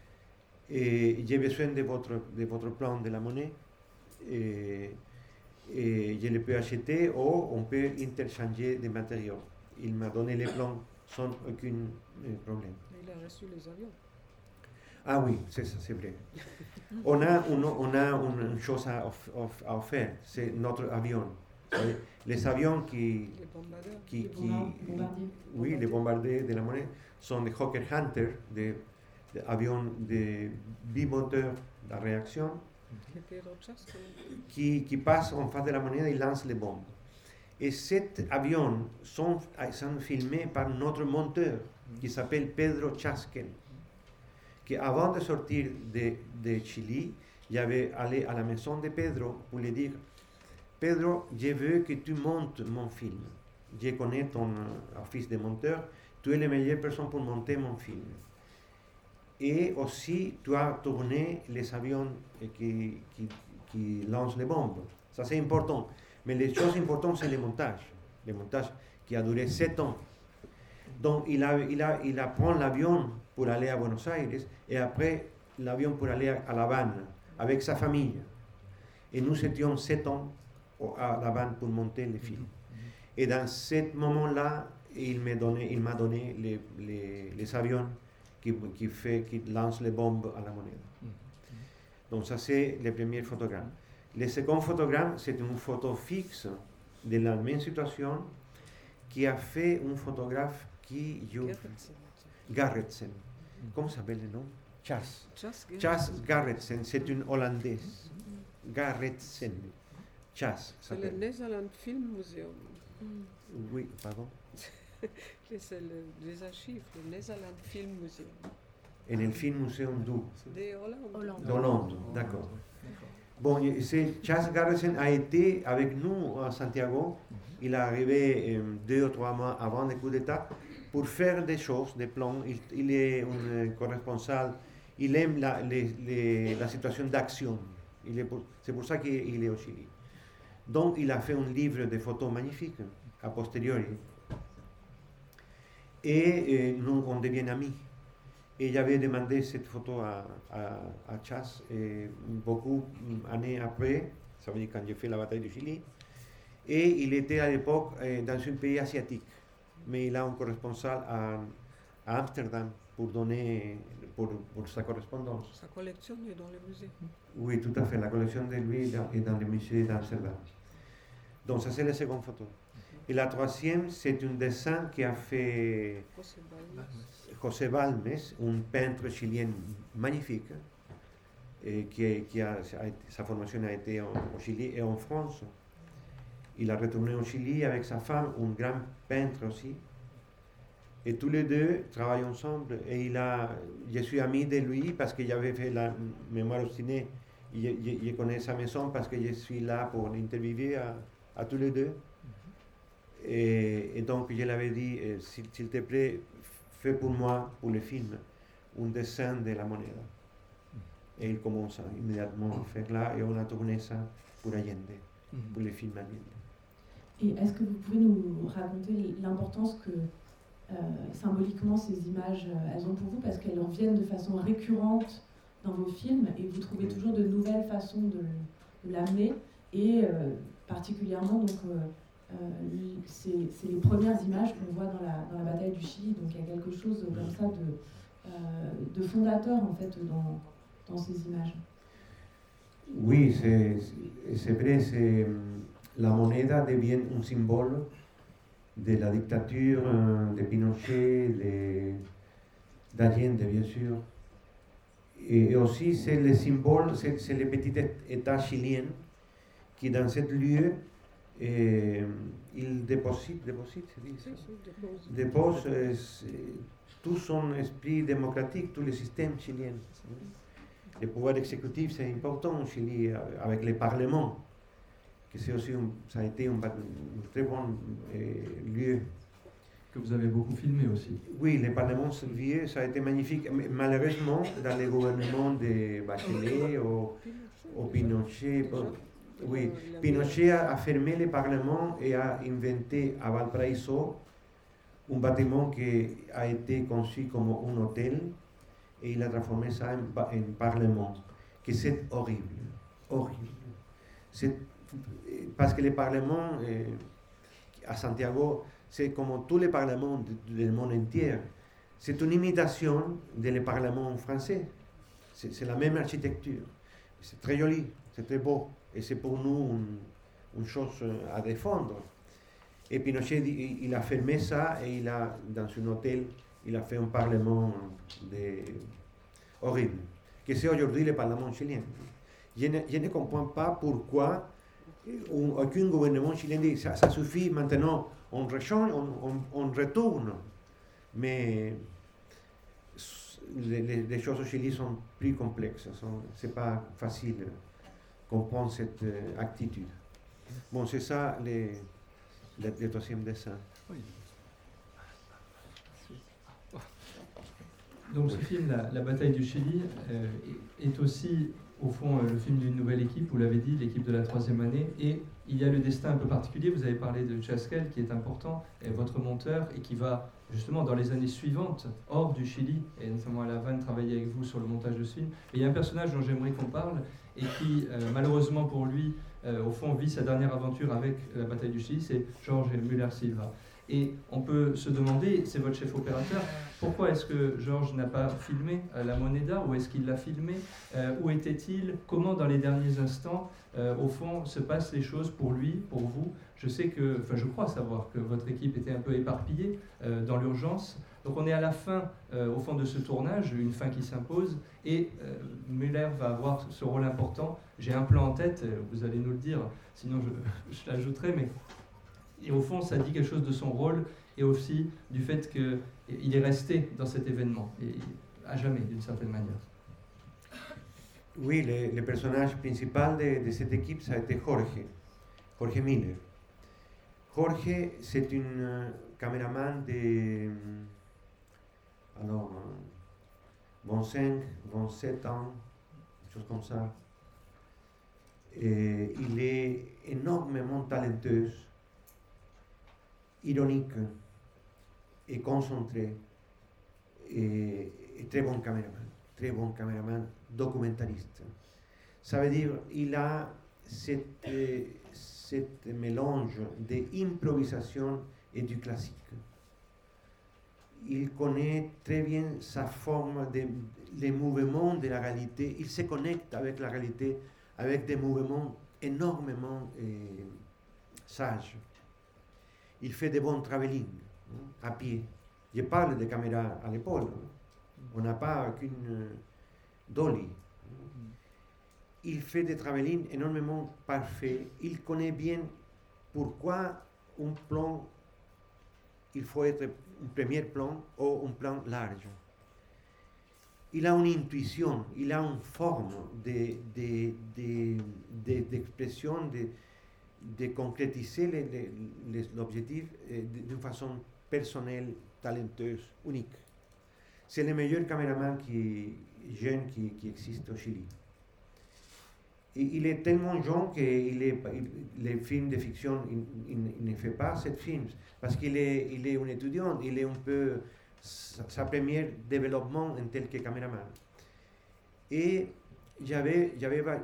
Et j'ai besoin de votre plan de la monnaie. Et je le peux acheter ou on peut interchanger des matériaux. Il m'a donné les plans sans aucun problème. Mais il a reçu les avions. Ah oui, c'est ça, c'est vrai. On a une chose à offrir, c'est notre avion. Les avions Les bombardeurs. oui, les bombardiers de la monnaie sont des Hawker Hunter, des avions de bimoteurs de réaction Les Pedro Chasco. qui passent en face de la monnaie et lancent les bombes. Et cet avion sont filmés par notre monteur qui s'appelle Pedro Chasquen, qui avant de sortir de Chili, j'avais allé à la maison de Pedro pour lui dire Pedro, je veux que tu montes mon film. Je connais ton office de monteur, tu es la meilleure personne pour monter mon film. Et aussi, tu as tourné les avions qui lancent les bombes. Ça, c'est important. Mais les choses importantes, c'est le montage. Le montage qui a duré 7 ans. Donc, il prend l'avion pour aller à Buenos Aires et après, l'avion pour aller à La Habane avec sa famille. Et nous étions 7 ans à La Habane pour monter le film. Et dans ce moment-là, il m'a donné les avions qui lancent les bombes à la monnaie. Donc ça, c'est le premier photogramme. Le second photogramme, c'est une photo fixe de la même situation qui a fait un photographe qui... Garretsen. Comment s'appelle le nom? Chas Garretsen, c'est une Hollandaise. Garretsen. Chas. C'est le Netherlands Film Museum. Oui, pardon. C'est les archives, le Netherlands Film Museum. En el Film Museum d'où? De Hollande. D'Hollande, d'accord. Bon, Chas Garretsen a été avec nous à Santiago. Il est arrivé 2 ou 3 mois avant le coup d'État pour faire des choses, des plans. Il est un corresponsal. Il aime la situation d'action. C'est pour ça qu'il est au Chili. Donc, il a fait un livre de photos magnifiques, a posteriori. Et nous, on devient amis. Et j'avais demandé cette photo à Chas, et beaucoup d'années après, ça veut dire quand j'ai fait la bataille du Chili, et il était à l'époque dans un pays asiatique, mais il a un corresponsal à Amsterdam pour sa correspondance. Sa collection est dans le musée. Oui, tout à fait, la collection de lui est dans le musée d'Amsterdam. Donc ça c'est la seconde photo. Et la troisième, c'est un dessin qu'a fait José Balmes, un peintre chilien magnifique, sa formation a été au Chili et en France. Il a retourné au Chili avec sa femme, un grand peintre aussi. Et tous les deux travaillent ensemble. Et je suis ami de lui parce que j'avais fait la mémoire obstinée. Je connais sa maison parce que je suis là pour l'interviewer à tous les deux. Et donc je l'avais dit, s'il te plaît, fais pour moi, pour le film, un dessin de la monnaie. Et il commence immédiatement à faire là et on a tourné ça pour Allende, pour le film Allende. Et est-ce que vous pouvez nous raconter l'importance que symboliquement ces images elles ont pour vous, parce qu'elles reviennent de façon récurrente dans vos films et vous trouvez toujours de nouvelles façons de l'amener et particulièrement donc c'est les premières images qu'on voit dans la bataille du Chili, donc il y a quelque chose comme ça de fondateur en fait dans ces images. Oui, c'est vrai, la moneda devient un symbole de la dictature de Pinochet, d'Allende bien sûr. Et aussi c'est le symbole, c'est le petit État chilien qui dans ce lieu il dépose tout son esprit démocratique, tout le système chilien. Le pouvoir exécutif, c'est important au Chili, avec les parlements, que c'est aussi ça a été un très bon lieu. Que vous avez beaucoup filmé aussi. Oui, le Parlement vieux, ça a été magnifique. Mais malheureusement, dans les gouvernements de Bachelet ou Pinochet, oui, Pinochet a fermé le Parlement et a inventé à Valparaiso un bâtiment qui a été conçu comme un hôtel et il a transformé ça en Parlement, que c'est horrible, horrible. C'est, parce que le Parlement à Santiago, c'est comme tous les parlements du monde entier. C'est une imitation des parlements français. C'est la même architecture. C'est très joli, c'est très beau. Et c'est pour nous une chose à défendre. Et Pinochet, il a fermé ça et il a, dans un hôtel, il a fait un parlement horrible. Que c'est aujourd'hui le parlement chilien. Je ne comprends pas pourquoi aucun gouvernement chilien dit ça suffit maintenant. On rechange, on retourne. Mais les choses au Chili sont plus complexes. Ce n'est pas facile de comprendre cette attitude. Bon, c'est ça le troisième dessin. Oui. Donc ce film, la bataille du Chili, est aussi, au fond, le film d'une nouvelle équipe, vous l'avez dit, l'équipe de la 3e année, et il y a le destin un peu particulier, vous avez parlé de Chaskel, qui est important, et votre monteur, et qui va, justement, dans les années suivantes, hors du Chili, et notamment à La Havane, travailler avec vous sur le montage de ce film. Et il y a un personnage dont j'aimerais qu'on parle, et qui, malheureusement pour lui, au fond, vit sa dernière aventure avec la bataille du Chili, c'est Jorge Müller-Silva. Et on peut se demander, c'est votre chef opérateur, pourquoi est-ce que Georges n'a pas filmé la Moneda? Où est-ce qu'il l'a filmé? Où était-il? Comment, dans les derniers instants, au fond, se passent les choses pour lui, pour vous? Je sais que, enfin, je crois savoir que votre équipe était un peu éparpillée dans l'urgence. Donc on est à la fin, au fond, de ce tournage, une fin qui s'impose, et Müller va avoir ce rôle important. J'ai un plan en tête, vous allez nous le dire, sinon je l'ajouterai, mais... Et au fond, ça dit quelque chose de son rôle et aussi du fait qu'il est resté dans cet événement, et à jamais, d'une certaine manière. Oui, le personnage principal de cette équipe, ça a été Jorge Miller. Jorge, c'est un caméraman de 25, 27 ans, quelque chose comme ça. Et il est énormément talentueux, ironique et concentré et très bon caméraman, documentariste. Ça veut dire qu'il a cette mélange d'improvisation et du classique. Il connaît très bien sa forme, les mouvements de la réalité. Il se connecte avec la réalité avec des mouvements énormément sages. Il fait des bons travelling à pied. Je parle de caméra à l'épaule. On n'a pas qu'une dolly. Il fait des travelling énormément parfaits. Il connaît bien pourquoi un plan, il faut être un premier plan ou un plan large. Il a une intuition, il a une forme d'expression, de concrétiser l'objectif d'une façon personnelle, talentueuse, unique. C'est le meilleur caméraman jeune qui existe au Chili. Et il est tellement jeune que les films de fiction, il ne fait pas ces films, parce qu'il est un étudiant, il est un peu sa première développement en tel que caméraman. Et j'avais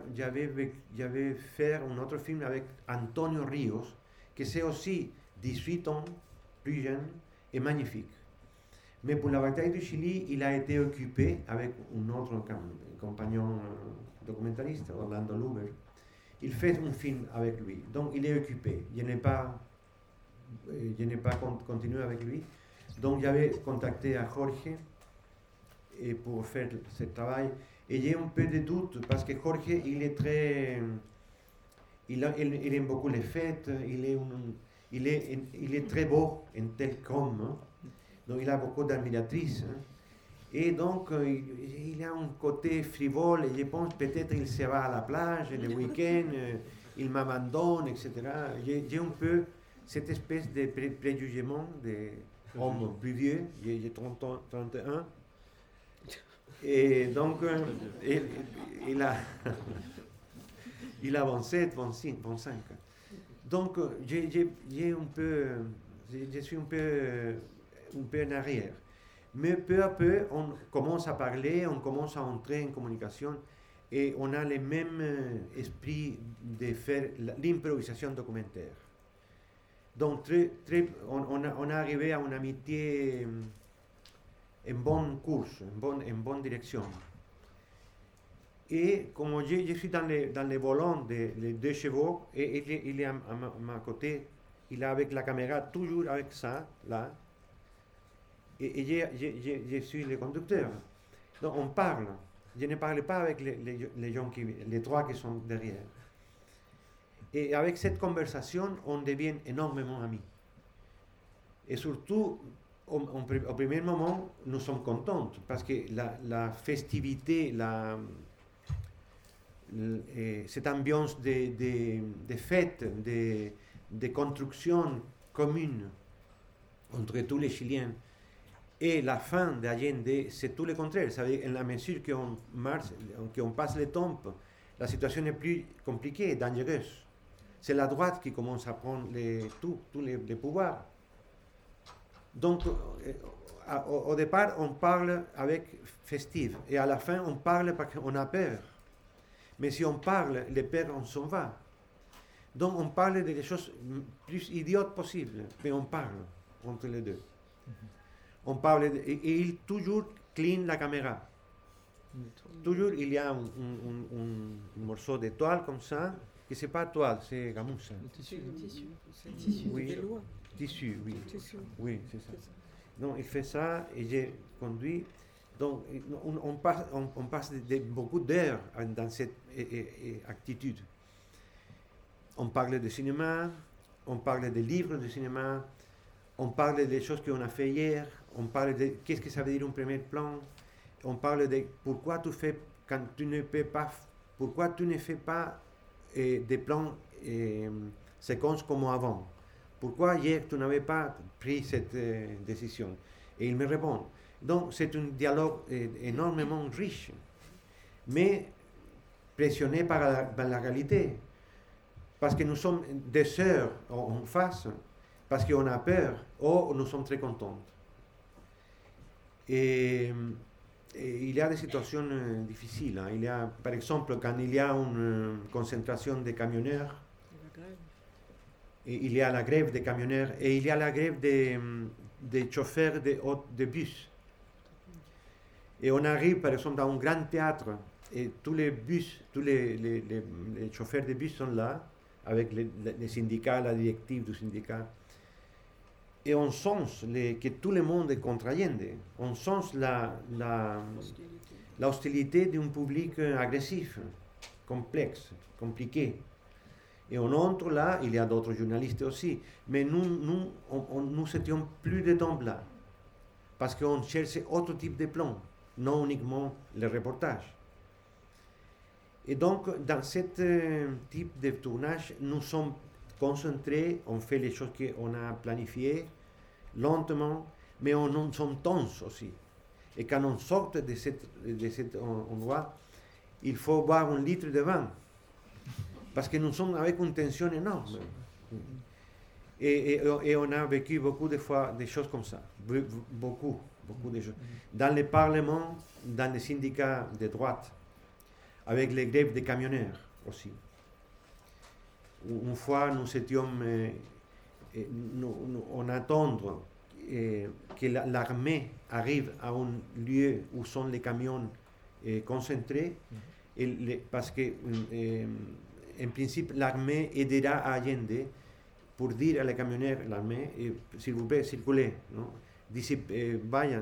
fait un autre film avec Antonio Ríos, que c'est aussi 18 ans, plus jeune et magnifique. Mais pour la bataille du Chili, il a été occupé avec un autre compagnon documentariste, Orlando Luber. Il fait un film avec lui, donc il est occupé. Je n'ai pas continué avec lui. Donc j'avais contacté à Jorge pour faire ce travail. Et j'ai un peu de doute parce que Jorge, il aime beaucoup les fêtes, il est très beau en tel qu'homme, hein. Donc il a beaucoup d'admiratrices. Hein. Et donc, il a un côté frivole, et je pense peut-être il se va à la plage le week-end, il m'abandonne, etc. J'ai un peu cette espèce de préjugement d'homme plus vieux, j'ai 31. Et donc, il a 27, 25. Donc, j'ai un peu, je suis un peu en arrière. Mais peu à peu, on commence à parler, on commence à entrer en communication et on a le même esprit de faire l'improvisation documentaire. Donc, on est arrivé à une amitié en bonne course, en bonne direction. Et comme je suis dans les volants des 2 chevaux, et il est à ma côté, il est avec la caméra, toujours avec ça, là. Et je suis le conducteur. Donc on parle. Je ne parle pas avec les gens les 3 qui sont derrière. Et avec cette conversation, on devient énormément amis. Et surtout, au premier moment, nous sommes contents parce que la festivité, cette ambiance de fête, de construction commune entre tous les Chiliens, et la fin d'Allende, c'est tout le contraire. C'est-à-dire, en la mesure qu'on passe le temps, la situation est plus compliquée, dangereuse. C'est la droite qui commence à prendre tous les pouvoirs. Donc, au départ, on parle avec festif, et à la fin, on parle parce qu'on a peur. Mais si on parle, les peurs, on s'en va. Donc, on parle des choses plus idiotes possibles, mais on parle entre les deux. On parle et il toujours clean la caméra. Toujours il y a un morceau de toile comme ça, que c'est pas toile, c'est gamousse. Tissu. Oui. Tissu, oui. Oui, c'est ça. Donc il fait ça et j'ai conduit. Donc on passe beaucoup d'heures dans cette attitude. On parle de cinéma, on parle des livres de cinéma, on parle des choses qu'on a fait hier, on parle de qu'est-ce que ça veut dire un premier plan, on parle de pourquoi tu fais quand tu ne peux pas, pourquoi tu ne fais pas des plans séquences comme avant, pourquoi hier tu n'avais pas pris cette décision. Et il me répond. Donc c'est un dialogue énormément riche, mais pressionné par la réalité, parce que nous sommes des sœurs en face, parce qu'on a peur, ou nous sommes très contents. Et il y a des situations difficiles. Hein. Il y a, par exemple, quand il y a une concentration de camionneurs, et il y a la grève des camionneurs, et il y a la grève des chauffeurs de bus. Et on arrive, par exemple, dans un grand théâtre, et tous les bus, tous les chauffeurs de bus sont là, avec les syndicats, la directive du syndicat. Et on sent que tout le monde est contre Allende. On sent l'hostilité d'un public agressif, complexe, compliqué. Et on entre là, il y a d'autres journalistes aussi, mais nous étions plus de temps là, parce qu'on cherchait autre type de plan, non uniquement le reportage. Et donc, dans ce type de tournage, nous sommes concentrés, on fait les choses qu'on a planifiées, lentement, mais on sommes tenses aussi. Et quand on sort de cet endroit, il faut boire 1 litre de vin, parce que nous sommes avec une tension énorme. Et on a vécu beaucoup de fois des choses comme ça, beaucoup de choses. Dans les parlements, dans les syndicats de droite, avec les grèves des camionneurs aussi. Une fois, nous étions on attend que l'armée arrive à un lieu où sont les camions concentrés, parce que en principe l'armée aidera à Allende pour dire à les camionneurs, l'armée, s'il vous plaît, circulez, non? Vayan,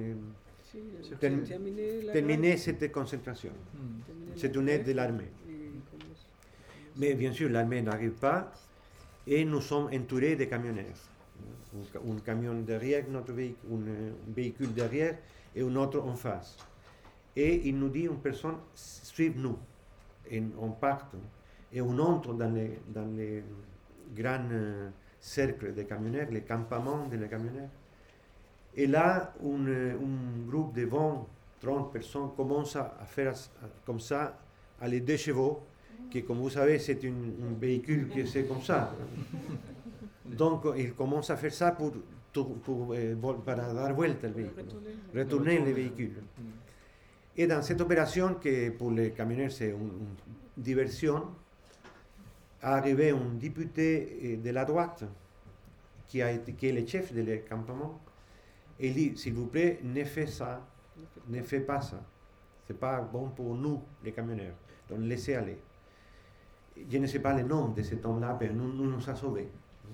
terminer cette concentration. C'est une aide de l'armée. Mais bien sûr, l'armée n'arrive pas et nous sommes entourés de camionneurs. Un camion derrière notre véhicule, un véhicule derrière, et un autre en face. Et il nous dit une personne, suivez-nous. Et on part et on entre dans les grands cercles des camionneurs, les campements des camionneurs. Et là, un groupe de 20, 30 personnes commence à faire comme ça, à les 2 chevaux, qui, comme vous savez, c'est un véhicule qui c'est comme ça. Donc, ils commencent à faire ça pour dar vuelta le véhicule, retourner le véhicule. Et dans cette opération, qui pour les camionneurs c'est une diversion, arrivé un député de la droite, qui est le chef de campement, et il dit, s'il vous plaît, ne faites pas ça. C'est pas bon pour nous, les camionneurs. Donc laissez aller. Je ne sais pas le nom de cet homme-là, mais nous a sauvés.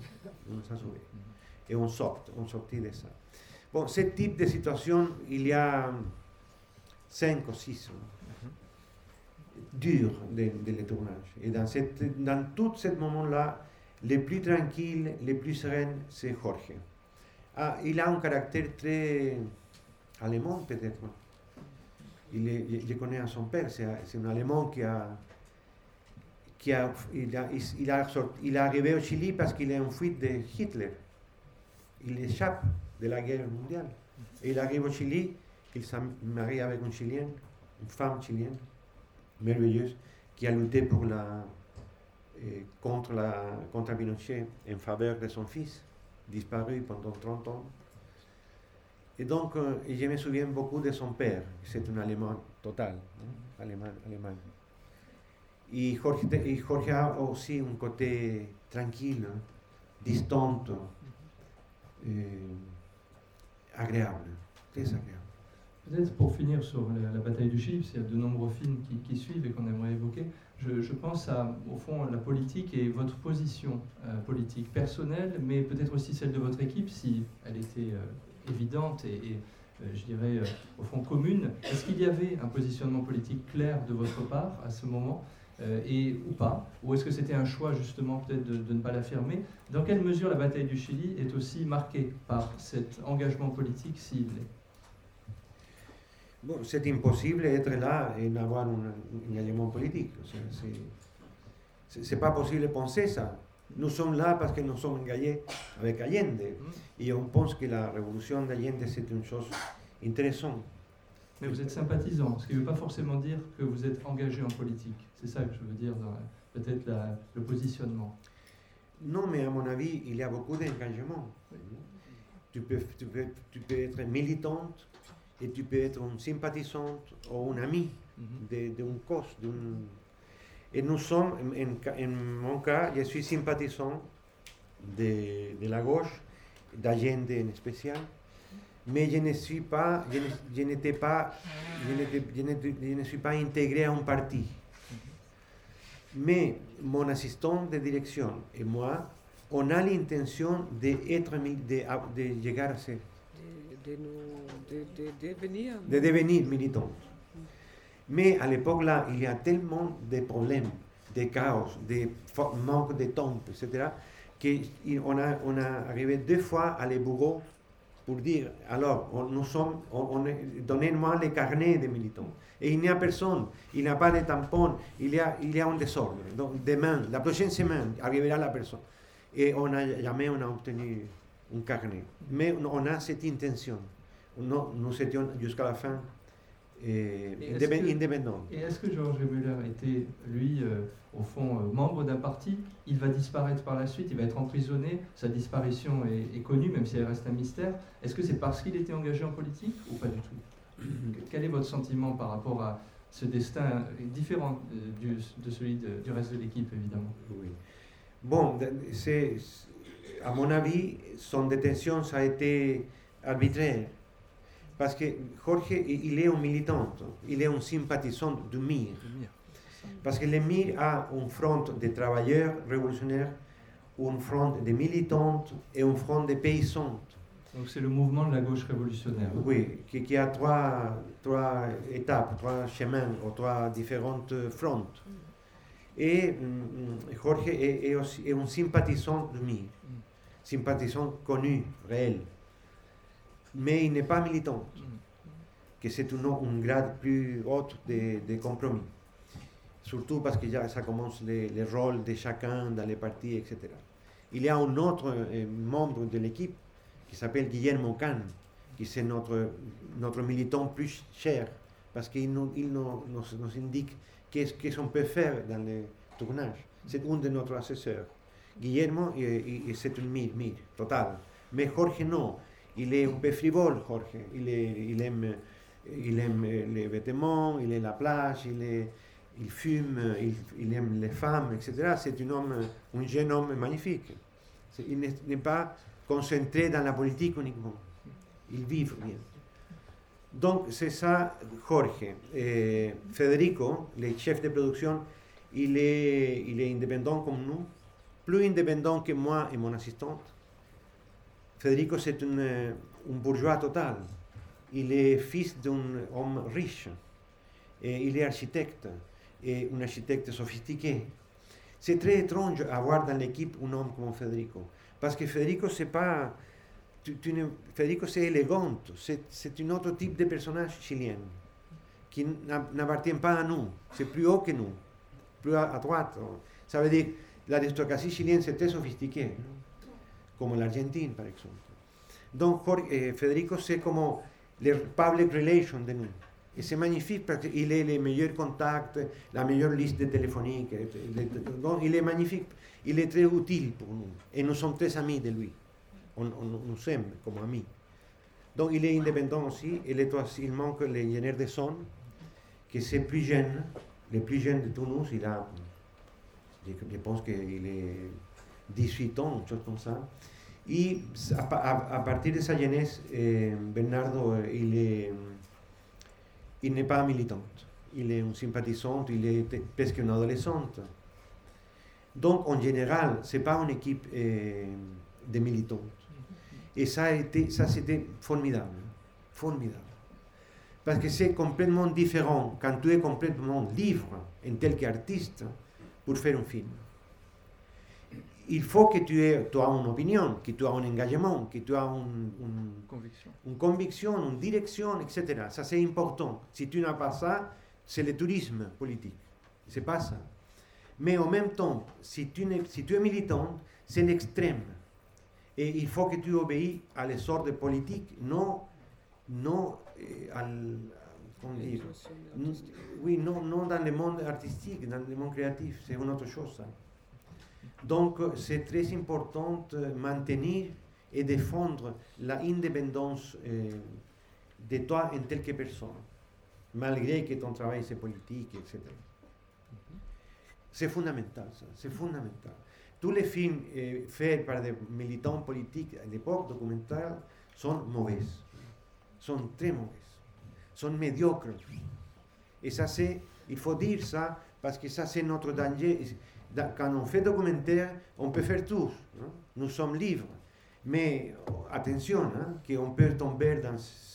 Et on sortit de ça. Bon, ce type de situation, il y a 5 ou 6 durs de tournage. Et dans tout ce moment-là, le plus tranquille, le plus serein, c'est Jorge. Il a un caractère très allemand, peut-être. Je connais son père, c'est un Allemand il est arrivé au Chili parce qu'il est en fuite de Hitler. Il échappe de la guerre mondiale. Et il arrive au Chili, il se marie avec une Chilienne, une femme chilienne, merveilleuse, qui a lutté contre Pinochet en faveur de son fils, disparu pendant 30 ans. Et donc, je me souviens beaucoup de son père, c'est un Allemand total, Allemand. Et Jorge a aussi un côté tranquille, distant, agréable, très agréable. Peut-être pour finir sur la bataille du Chili, parce qu'il y a de nombreux films qui suivent et qu'on aimerait évoquer, je pense à, au fond, la politique et votre position politique personnelle, mais peut-être aussi celle de votre équipe, si elle était évidente et je dirais, au fond, commune. Est-ce qu'il y avait un positionnement politique clair de votre part à ce moment ou pas? Ou est-ce que c'était un choix, justement, peut-être de ne pas l'affirmer? Dans quelle mesure la bataille du Chili est aussi marquée par cet engagement politique ciblé? Bon, c'est impossible d'être là et d'avoir un engagement politique. C'est pas possible de penser ça. Nous sommes là parce que nous sommes engagés avec Allende. Et on pense que la révolution d'Allende, c'est une chose intéressante. Mais vous êtes sympathisant, ce qui ne veut pas forcément dire que vous êtes engagé en politique. C'est ça que je veux dire dans peut-être le positionnement. Non, mais à mon avis, il y a beaucoup d'engagement. Tu peux être militante, et tu peux être une sympathisante ou un ami d'une cause. Et nous sommes, en mon cas, je suis sympathisant de la gauche, d'Allende en spécial, mais je ne suis pas intégré à un parti. Mais mon assistant de direction et moi, on a l'intention de llegar a ser. De devenir militant. Mais à l'époque là, il y a tellement de problèmes, de chaos, de manque de temps, etc., qu'on a arrivé 2 fois à les bureaux pour dire, alors, donnez-moi les carnets des militants. Et il n'y a personne, il n'y a pas de tampon, il y a un désordre. Donc demain, la prochaine semaine, arrivera la personne. Et jamais on a obtenu un carnet. Mais on a cette intention. Nous étions jusqu'à la fin indépendants. Et est-ce que Georges Müller était, lui, au fond, membre d'un parti? Il va disparaître par la suite, il va être emprisonné, sa disparition est connue, même si elle reste un mystère. Est-ce que c'est parce qu'il était engagé en politique ou pas du tout? Quel est votre sentiment par rapport à ce destin différent de celui du reste de l'équipe, évidemment? Oui. Bon, à mon avis, son détention, ça a été arbitraire. Parce que Jorge, il est un militant, il est un sympathisant du MIR. Parce que le MIR a un front de travailleurs révolutionnaires, un front de militants et un front de paysans. Donc c'est le mouvement de la gauche révolutionnaire. Oui, qui a trois étapes, 3 chemins, ou 3 différentes fronts. Et Jorge est aussi un sympathisant du MIR, sympathisant connu, réel. Mais il n'est pas militant. que c'est un grade plus haut de compromis. Surtout parce que ça commence les rôles de chacun dans les partis, etc. Il y a un autre membre de l'équipe qui s'appelle Guillermo Can, qui c'est notre militant plus cher, parce qu'il nous indique qu'est-ce qu'on peut faire dans le tournage. C'est un de nos assesseurs. Guillermo, c'est une mire totale. Mais Jorge non. Il est un peu frivole, Jorge. Il aime les vêtements, il aime la plage, il fume, il aime les femmes, etc. C'est un jeune homme magnifique. Il n'est pas concentré dans la politique uniquement. Il vit bien. Donc, c'est ça, Jorge. Federico, le chef de production, il est indépendant comme nous, plus indépendant que moi et mon assistante. Federico, c'est un bourgeois total. Il est fils d'un homme riche. Et il est architecte, et un architecte sophistiqué. C'est très étrange avoir dans l'équipe un homme comme Federico, parce que Federico, c'est pas... Federico, c'est élégant, c'est un autre type de personnage chilien, qui n'appartient pas à nous, c'est plus haut que nous, plus à droite. Ça veut dire que l'aristocratie chilienne, c'est très sophistiqué, comme l'Argentine, par exemple. Donc, Federico, c'est comme le public relation de nous. Et c'est magnifique parce qu'il a les meilleurs contacts, la meilleure liste téléphonique. Donc, il est magnifique. Il est très utile pour nous. Et nous sommes très amis de lui. On nous aime comme amis. Donc, il est indépendant aussi. Il manque l'ingénieur de son, qui c'est plus jeune, le plus jeune de tous nous. Je pense qu'il est 18 ans, une chose comme ça. Et à partir de sa jeunesse, Bernardo, il n'est pas militant. Il est un sympathisant, il est presque un adolescent. Donc, en général, ce n'est pas une équipe de militants. Et ça, c'était formidable. Formidable. Parce que c'est complètement différent quand tu es complètement libre, en tel qu'artiste, pour faire un film. Il faut que tu aies une opinion, que tu aies un engagement, que tu aies une conviction, une direction, etc. Ça, c'est important. Si tu n'as pas ça, c'est le tourisme politique. C'est pas ça. Mais en même temps, si tu es militant, c'est l'extrême. Et il faut que tu obéis à l'ordre politique, non dans le monde artistique, dans le monde créatif. C'est une autre chose, ça. Donc, c'est très important de maintenir et défendre l'indépendance de toi en tant que personne, malgré que ton travail c'est politique, etc. C'est fondamental, ça, c'est fondamental. Tous les films faits par des militants politiques à l'époque documentale sont mauvais, sont très mauvais, sont médiocres. Et ça, il faut dire ça, parce que ça, c'est notre danger. Quand on fait documentaire, on peut faire tout. Hein? Nous sommes libres. Mais attention, hein, qu'on peut tomber dans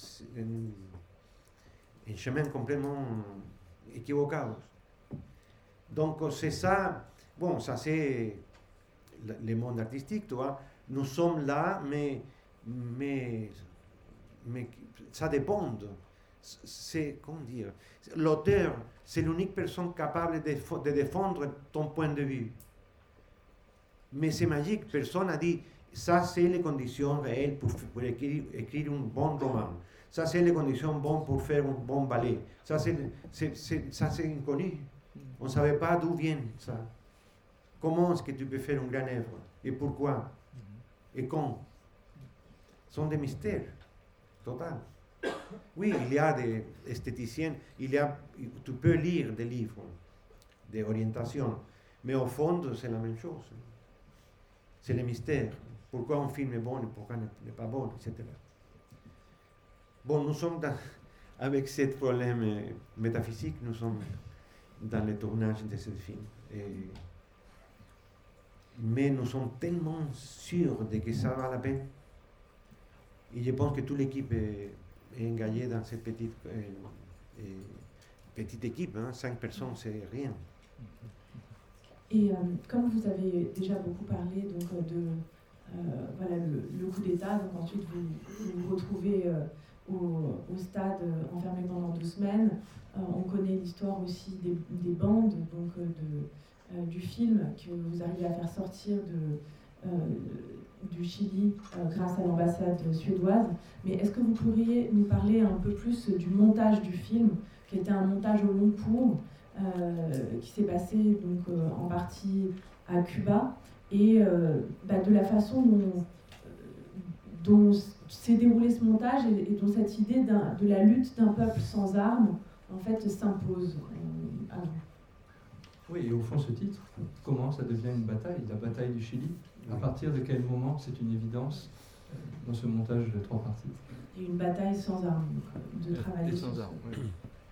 un chemin complètement équivoqué. Donc, c'est ça. Bon, ça, c'est le monde artistique, tu vois. Nous sommes là, mais ça dépend. C'est, comment dire, l'auteur, c'est l'unique personne capable de défendre ton point de vue. Mais c'est magique, personne n'a dit, ça c'est les conditions réelles pour écrire un bon roman. Ça c'est les conditions bonnes pour faire un bon ballet. Ça c'est inconnu. On ne savait pas d'où vient ça. Comment est-ce que tu peux faire une grande œuvre? Et pourquoi? Et quand? Ce sont des mystères, total. Oui, il y a des esthéticiens, tu peux lire des livres d'orientation, mais au fond, c'est la même chose. C'est le mystère. Pourquoi un film est bon et pourquoi il n'est pas bon, etc. Bon, nous sommes avec ce problème métaphysique, nous sommes dans le tournage de ce film. Mais nous sommes tellement sûrs de que ça va la peine. Et je pense que toute l'équipe est engagée dans cette petite équipe. 5 personnes, c'est rien. Et comme vous avez déjà beaucoup parlé donc, de le coup d'État, donc ensuite vous vous retrouvez au stade enfermé pendant 2 semaines. On connaît l'histoire aussi des bandes donc, du film que vous arrivez à faire sortir du Chili grâce à l'ambassade suédoise. Mais est-ce que vous pourriez nous parler un peu plus du montage du film, qui était un montage au long cours, qui s'est passé donc, en partie à Cuba, et de la façon dont s'est déroulé ce montage et dont cette idée de la lutte d'un peuple sans armes en fait s'impose à vous. Oui, et au fond, ce titre, comment ça devient une bataille, la bataille du Chili? À partir de quel moment c'est une évidence dans ce montage de 3 parties? Et une bataille sans armes, de travailler sans armes, oui.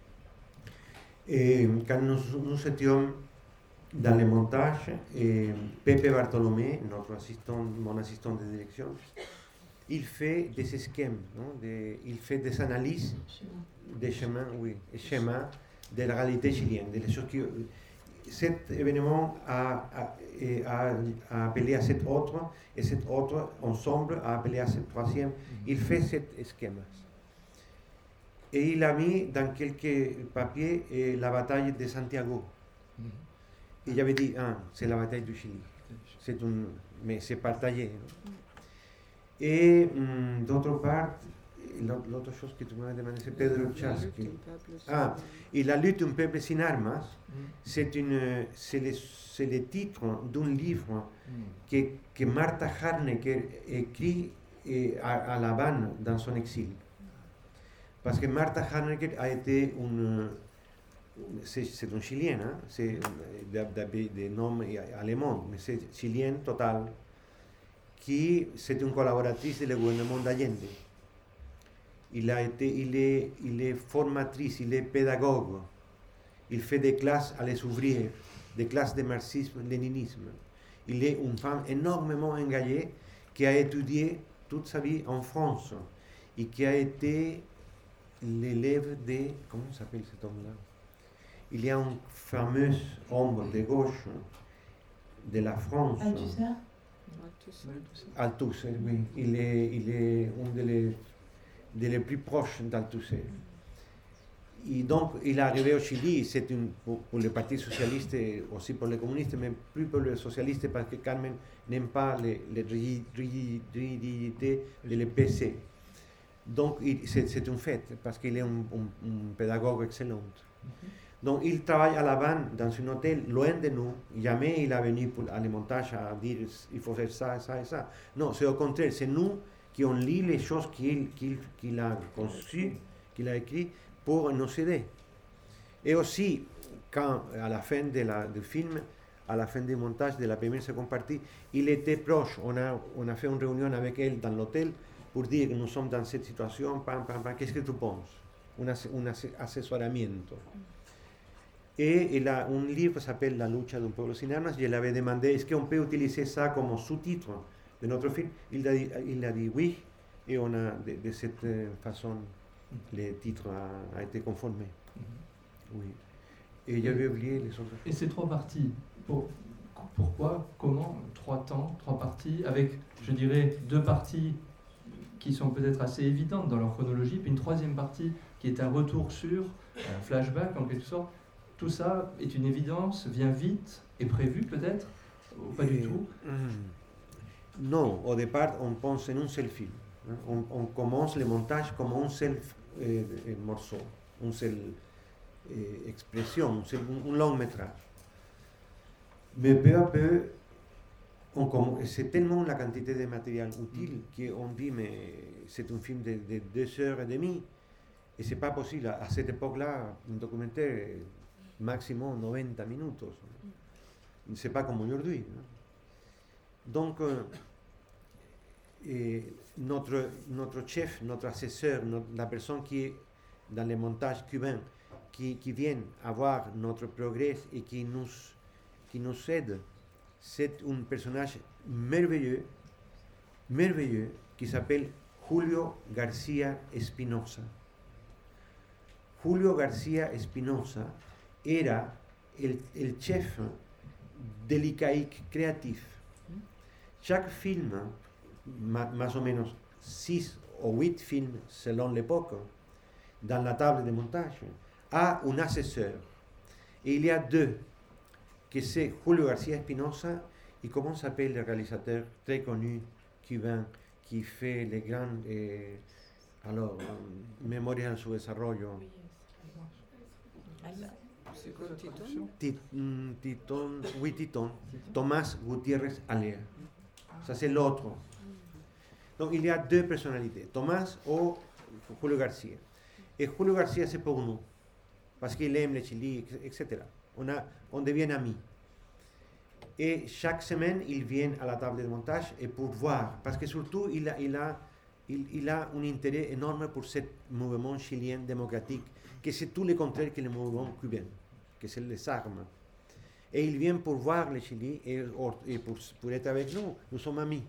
Et quand nous étions dans le montage, Pepe Bartolomé, mon assistant de direction, il fait des schèmes, il fait des analyses des schémas, de la réalité chilienne, des choses qui... Cet événement a appelé à cet autre, et cet autre, ensemble, a appelé à cette troisième. Il fait ces schémas. Et il a mis dans quelques papiers la bataille de Santiago. Et j'avais dit, c'est la bataille du Chili. Mais c'est partagé. Et d'autre part, l'autre chose que tu m'as demandé, c'est Pedro Chas. Et la lutte d'un peuple sans armes, c'est le titre d'un livre que Martha Harnecker écrit à La Havane dans son exil. Parce que Martha Harnecker a été c'est une chilienne, c'est de nom allemand, mais c'est chilienne totale, qui c'est une collaboratrice du gouvernement d'Allende. Il est formatrice, il est pédagogue, il fait des classes à les ouvriers, des classes de marxisme-léninisme. Il est une femme énormément engagée qui a étudié toute sa vie en France et qui a été l'élève de... Comment s'appelle cet homme-là? Il y a un fameux homme de gauche de la France. Althusser, oui. Il est un des plus proches d'Althusser. Et donc, il est arrivé au Chili, c'est pour le Parti socialiste et aussi pour les communistes, mais plus pour les socialistes parce que Carmen n'aime pas les rigidités de l'EPC. Donc, c'est un fait, parce qu'il est un pédagogue excellent. Donc, il travaille à La Havane, dans un hôtel, loin de nous. Jamais il est venu à le montage à dire il faut faire ça, ça et ça. Non, c'est au contraire, c'est nous qui on lit les choses qu'il a conçues, qu'il a écrites pour nous aider. Et aussi, quand, à la fin du film, à la fin du montage de la première et seconde partie, il était proche. On a fait une réunion avec elle dans l'hôtel pour dire que nous sommes dans cette situation, qu'est-ce que tu penses? Un assessoramiento. Et il a un livre qui s'appelle La lucha d'un pueblo sin armas. Je lui avais demandé, est-ce qu'on peut utiliser ça comme sous-titre de notre film? Il a dit oui, et on a de cette façon, le titre a été conformé. Oui. Et j'avais oublié les autres. Et ces 3 parties, pourquoi, comment, 3 temps, 3 parties, avec, je dirais, 2 parties qui sont peut-être assez évidentes dans leur chronologie, puis une 3e partie qui est un retour sur, un flashback en quelque sorte. Tout ça est une évidence, vient vite, est prévu peut-être, ou pas du tout? Non, au départ, on pense en un seul film. On commence le montage comme un seul morceau, une seule expression, un long métrage. Mais peu à peu, c'est tellement la quantité de matériel utile qu'on dit, mais c'est un film de 2h30, et c'est pas possible. À cette époque-là, un documentaire, maximum 90 minutes. C'est pas comme aujourd'hui. Donc, notre chef, notre assesseur, la personne qui est dans le montage cubain, qui vient à voir notre progrès et qui nous aide, c'est un personnage merveilleux, qui s'appelle Julio García Espinosa. Julio García Espinosa era el chef de l'ICAIC créatif. Chaque film, más o menos 6 ou 8 films selon l'époque dans la table de montage, a un assesseur. Et il y a 2, que c'est Julio García Espinosa et comment s'appelle le réalisateur très connu cubain qui fait les grandes Memorias en su desarrollo. C'est quoi, Titon? Titon. Tomás Gutiérrez Alea. Ça c'est l'autre. Donc il y a 2 personnalités, Tomás ou Julio García. Et Julio García c'est pour nous, parce qu'il aime le Chili, etc. On devient amis. Et chaque semaine, il vient à la table de montage et pour voir, parce que surtout, il a un intérêt énorme pour ce mouvement chilien démocratique, que c'est tout le contraire que le mouvement cubain, que c'est les armes. Et il vient pour voir le Chili et pour être avec nous. Nous sommes amis.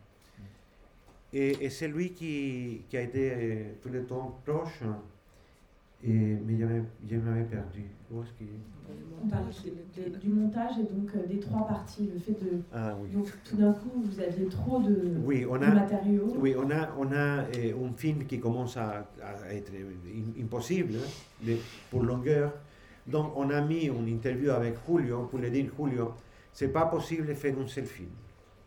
Et c'est lui qui a été tout le temps proche. Mais je m'avais perdu. Où est-ce qu'il... On parle du montage et donc des 3 parties. Le fait de... Oui. Donc tout d'un coup, vous aviez trop de matériaux. Oui, on a un film qui commence à être impossible pour longueur. Donc on a mis une interview avec Julio pour lui dire, Julio, c'est pas possible de faire un seul film.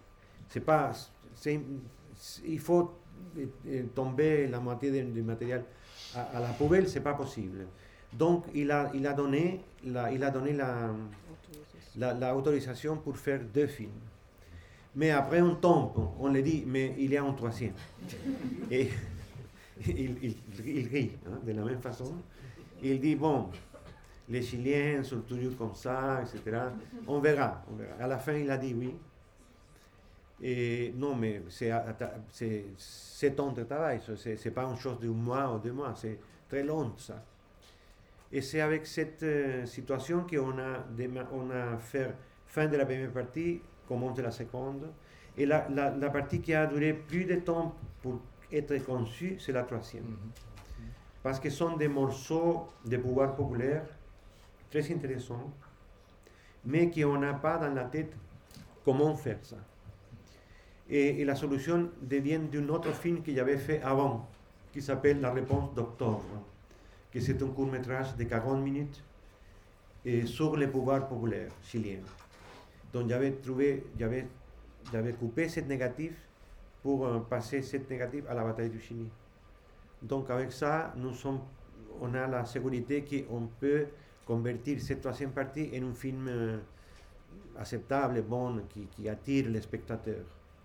Il faut tomber la moitié du matériel à la poubelle, c'est pas possible. Donc il a donné l'autorisation pour faire 2 films. Mais après on tombe, on lui dit, mais il y a un 3e. Et il rit de la même façon. Il dit, bon, les Chiliens sont toujours comme ça, etc. On verra. À la fin, il a dit oui. Et non, mais c'est 7 ans de travail, c'est pas une chose d'1 mois ou 2 mois, c'est très long ça. Et c'est avec cette situation qu'on a fait fin de la première partie, commence la seconde. Et la partie qui a duré plus de temps pour être conçue, c'est la 3e. Parce que ce sont des morceaux de pouvoir populaire très intéressants, mais qu'on n'a pas dans la tête comment faire ça. Et la solution devient d'un autre film que j'avais fait avant, qui s'appelle La réponse d'octobre, que c'est un court-métrage de 40 minutes sur le pouvoir populaire chilien. Donc j'avais coupé cette négative pour passer cette négative à la bataille du Chili. Donc avec ça, on a la sécurité qu'on peut convertir cette 3e partie en un film acceptable, bon, qui attire les spectateurs.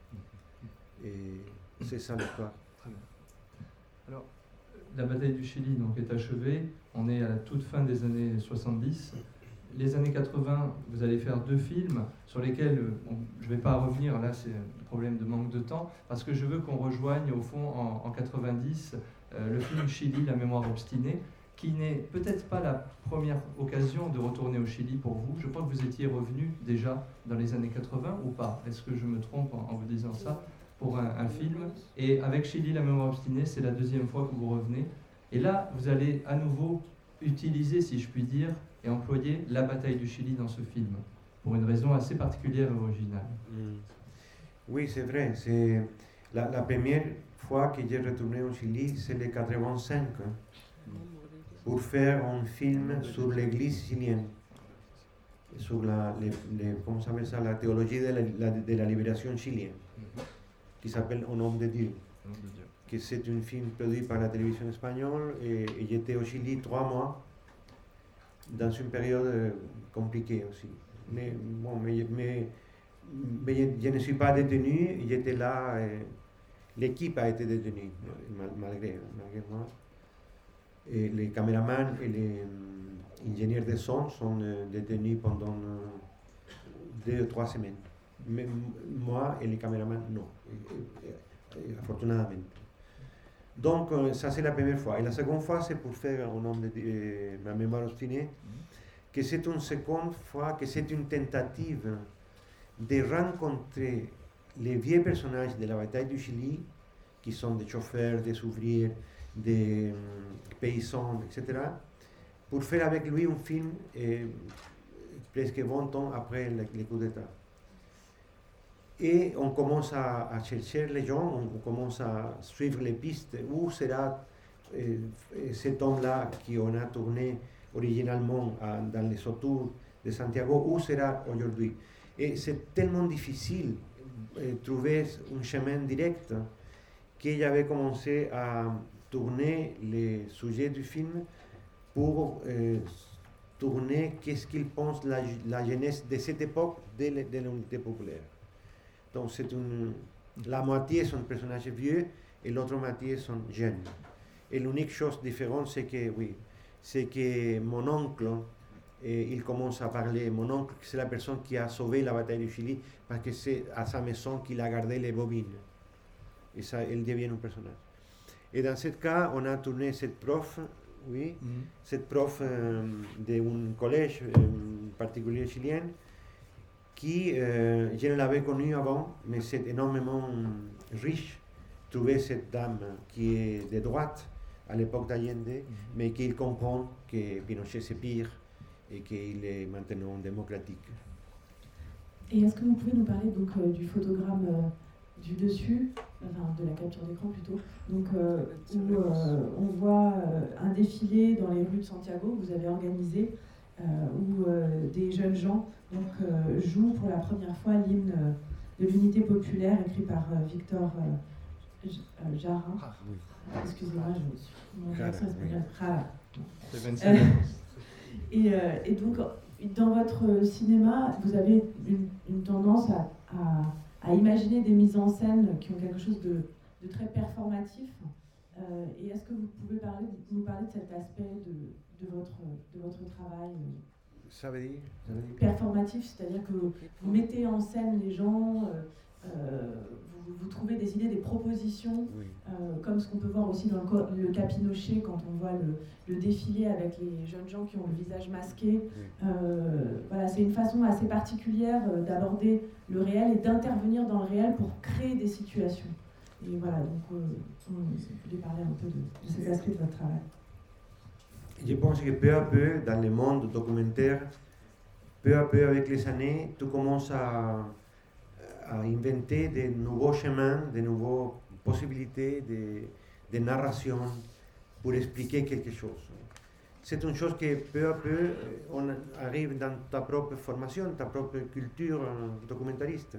Et c'est ça l'histoire. Très bien. Alors, la bataille du Chili donc, est achevée. On est à la toute fin des années 70. Les années 80, vous allez faire 2 films sur lesquels je ne vais pas revenir. Là, c'est un problème de manque de temps. Parce que je veux qu'on rejoigne, au fond, en 90, le film Chili, La mémoire obstinée, qui n'est peut-être pas la première occasion de retourner au Chili pour vous. Je crois que vous étiez revenu déjà dans les années 80 ou pas. Est-ce que je me trompe en vous disant ça ? Pour un film, et avec Chili, La mémoire obstinée, c'est la 2e fois que vous revenez. Et là, vous allez à nouveau utiliser, si je puis dire, et employer la bataille du Chili dans ce film, pour une raison assez particulière et originale. Oui, c'est vrai. C'est la première fois que j'ai retourné au Chili, c'est le 85, pour faire un film sur l'église chilienne, sur comment s'appelle ça, la théologie de la libération chilienne, qui s'appelle Au nom de Dieu, que c'est un film produit par la télévision espagnole, et j'étais au Chili 3 mois, dans une période compliquée aussi. Mais je ne suis pas détenu, j'étais là, l'équipe a été détenue, malgré moi. Et les caméramans et les ingénieurs de son sont détenus pendant 2 ou 3 semaines. Mais moi et les caméramans, non, afortunadamente. Donc, ça c'est la première fois. Et la seconde fois, c'est pour faire au nom de Ma mémoire obstinée, que c'est une seconde fois, que c'est une tentative de rencontrer les vieux personnages de la bataille du Chili, qui sont des chauffeurs, des ouvriers, des paysans, etc., pour faire avec lui un film presque 20 ans après le coup d'État. Et on commence à chercher les gens, on commence à suivre les pistes. Où sera cet homme-là qu'on a tourné originalement dans les autours de Santiago, où sera aujourd'hui? Et c'est tellement difficile de trouver un chemin direct que j'avais commencé à tourner les sujets du film pour tourner qu'est-ce qu'il pense la jeunesse de cette époque de l'unité populaire. Donc la moitié sont personnages vieux et l'autre moitié sont jeunes. Et l'unique chose différente, c'est que mon oncle, il commence à parler. Mon oncle, c'est la personne qui a sauvé la bataille du Chili parce que c'est à sa maison qu'il a gardé les bobines. Et ça, il devient un personnage. Et dans ce cas, on a tourné cette prof, cette prof d'un collège particulier chilien, qui, je ne l'avais connue avant, mais c'est énormément riche. Trouver cette dame qui est de droite à l'époque d'Allende, mais qui comprend que Pinochet c'est pire et qu'il est maintenant démocratique. Et est-ce que vous pouvez nous parler donc, du photogramme du dessus, enfin de la capture d'écran plutôt, donc, où on voit un défilé dans les rues de Santiago que vous avez organisé, où des jeunes gens donc, jouent pour la première fois l'hymne de l'unité populaire écrit par Victor Jara. Excusez-moi, mon accent espagnol. Jara. Et donc, dans votre cinéma, vous avez une tendance à imaginer des mises en scène qui ont quelque chose de très performatif. Et est-ce que vous pouvez nous parler de cet aspect de votre travail Ça veut dire performatif, c'est-à-dire que vous mettez en scène les gens, vous trouvez des idées, des propositions, comme ce qu'on peut voir aussi dans le cas Pinochet, quand on voit le défilé avec les jeunes gens qui ont le visage masqué. Voilà, c'est une façon assez particulière d'aborder le réel et d'intervenir dans le réel pour créer des situations. Et voilà, donc vous voulez parler un peu de ces aspects de votre travail. Je pense que peu à peu, dans le monde documentaire, peu à peu avec les années, tu commences à inventer de nouveaux chemins, de nouvelles possibilités de narration pour expliquer quelque chose. C'est une chose que peu à peu, on arrive dans ta propre formation, ta propre culture documentariste.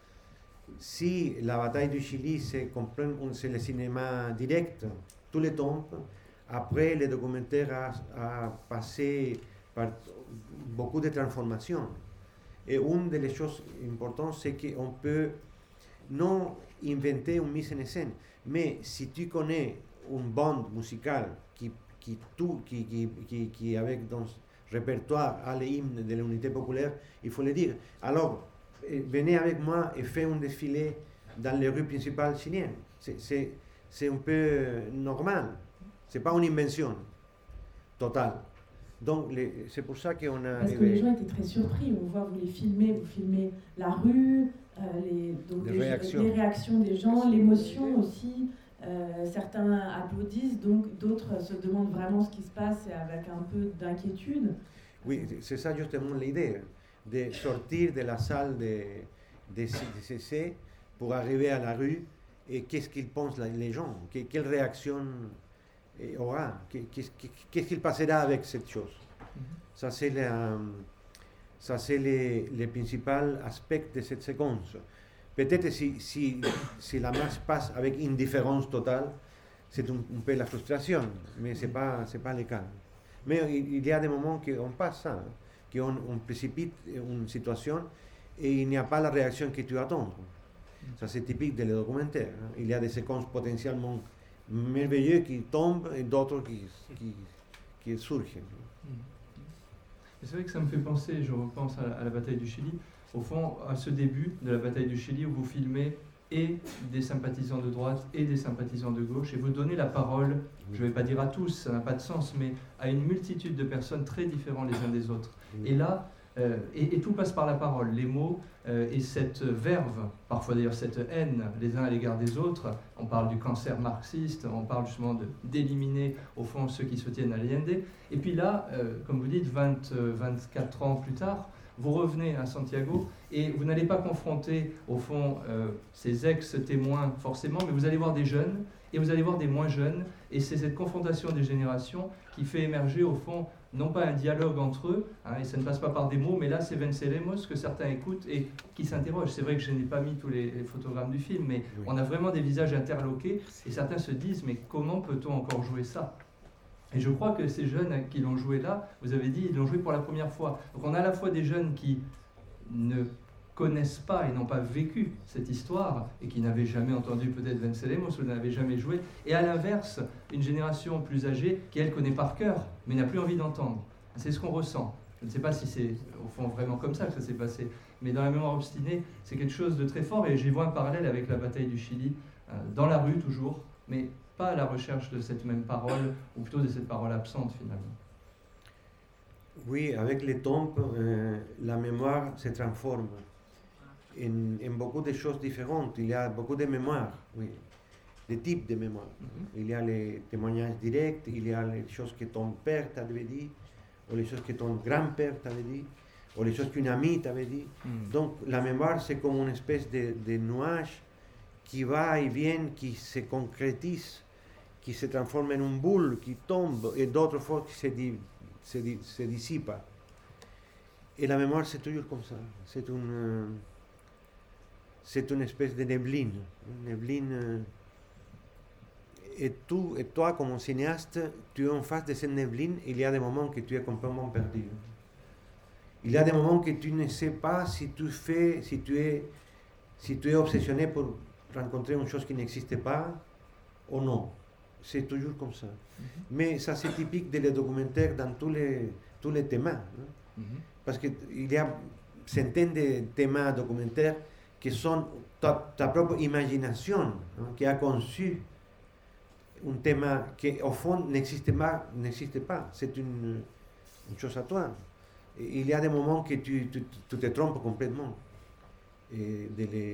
Si la bataille du Chili, c'est le cinéma direct, tout le temps, après le documentaire a passé par beaucoup de transformations. Et une des choses importantes, c'est qu'on peut non inventer une mise en scène, mais si tu connais une bande musicale qui avec dans le répertoire a les hymnes de l'unité populaire, il faut le dire. Alors, venez avec moi et faites un défilé dans les rues principales chiliennes. C'est un peu normal. Ce n'est pas une invention totale. Donc, c'est pour ça qu'on a... Parce que les gens étaient très surpris. On voit, vous filmez la rue, les réactions des gens, l'émotion aussi. Certains applaudissent, donc d'autres se demandent vraiment ce qui se passe avec un peu d'inquiétude. Oui, c'est ça justement l'idée, de sortir de la salle de CC pour arriver à la rue et qu'est-ce qu'ils pensent les gens, quelle réaction aura, qu'est-ce qu'il passera avec cette chose. Ça c'est le principal aspect de cette séquence. Peut-être si la masse passe avec indifférence totale, c'est un peu la frustration, mais ce n'est pas le cas. Mais il y a des moments qu'on passe ça, qu'on précipite une situation et il n'y a pas la réaction que tu attends. Ça c'est typique des documentaires. Il y a des séquences potentiellement merveilleuses qui tombent et d'autres qui surgent. C'est vrai que ça me fait penser, je repense à la bataille du Chili, au fond, à ce début de la bataille du Chili où vous filmez et des sympathisants de droite et des sympathisants de gauche et vous donnez la parole, je ne vais pas dire à tous, ça n'a pas de sens, mais à une multitude de personnes très différentes les uns des autres. Et là, et tout passe par la parole, les mots et cette verve, parfois d'ailleurs cette haine les uns à l'égard des autres. On parle du cancer marxiste, on parle justement d'éliminer au fond ceux qui soutiennent Allende. Et puis là, comme vous dites, 24 ans plus tard, vous revenez à Santiago et vous n'allez pas confronter, au fond, ces ex-témoins forcément, mais vous allez voir des jeunes et vous allez voir des moins jeunes. Et c'est cette confrontation des générations qui fait émerger, au fond, non pas un dialogue entre eux, et ça ne passe pas par des mots, mais là c'est Venceremos que certains écoutent et qui s'interrogent. C'est vrai que je n'ai pas mis tous les photogrammes du film, mais Oui. on a vraiment des visages interloqués et certains se disent mais comment peut-on encore jouer ça? Et je crois que ces jeunes qui l'ont joué là, vous avez dit, ils l'ont joué pour la première fois. Donc on a à la fois des jeunes qui ne connaissent pas et n'ont pas vécu cette histoire et qui n'avaient jamais entendu peut-être Venceremos ou n'avaient jamais joué, et à l'inverse, une génération plus âgée qui elle connaît par cœur mais n'a plus envie d'entendre. C'est ce qu'on ressent. Je ne sais pas si c'est au fond vraiment comme ça que ça s'est passé, mais dans la mémoire obstinée, c'est quelque chose de très fort et j'y vois un parallèle avec la bataille du Chili, dans la rue toujours, mais pas à la recherche de cette même parole, ou plutôt de cette parole absente finalement. Oui, avec les temps, la mémoire se transforme en beaucoup de choses différentes. Il y a beaucoup de mémoires, oui, des types de mémoires. Il y a les témoignages directs, il y a les choses que ton père t'avait dit, ou les choses que ton grand-père t'avait dit, ou les choses qu'une amie t'avait dit. Donc la mémoire, c'est comme une espèce de nuage qui va et vient, qui se concrétise, qui se transforme en une boule, qui tombe, et d'autres fois qui se dissipe. Et la mémoire, c'est toujours comme ça. C'est une espèce de néblin. Une néblin. Et toi, comme cinéaste, tu es en face de cette néblin. Il y a des moments que tu es complètement perdu. Il y a des moments que tu ne sais pas si tu es obsessionné pour rencontrer une chose qui n'existe pas ou non. C'est toujours comme ça. Mais ça, c'est typique des documentaires dans tous les thèmes. Hein? Parce qu'il y a centaines de thèmes documentaires qui sont ta propre imagination, hein, qui a conçu un thème qui, au fond, n'existe pas. C'est une chose à toi. Et il y a des moments que tu te trompes complètement. Et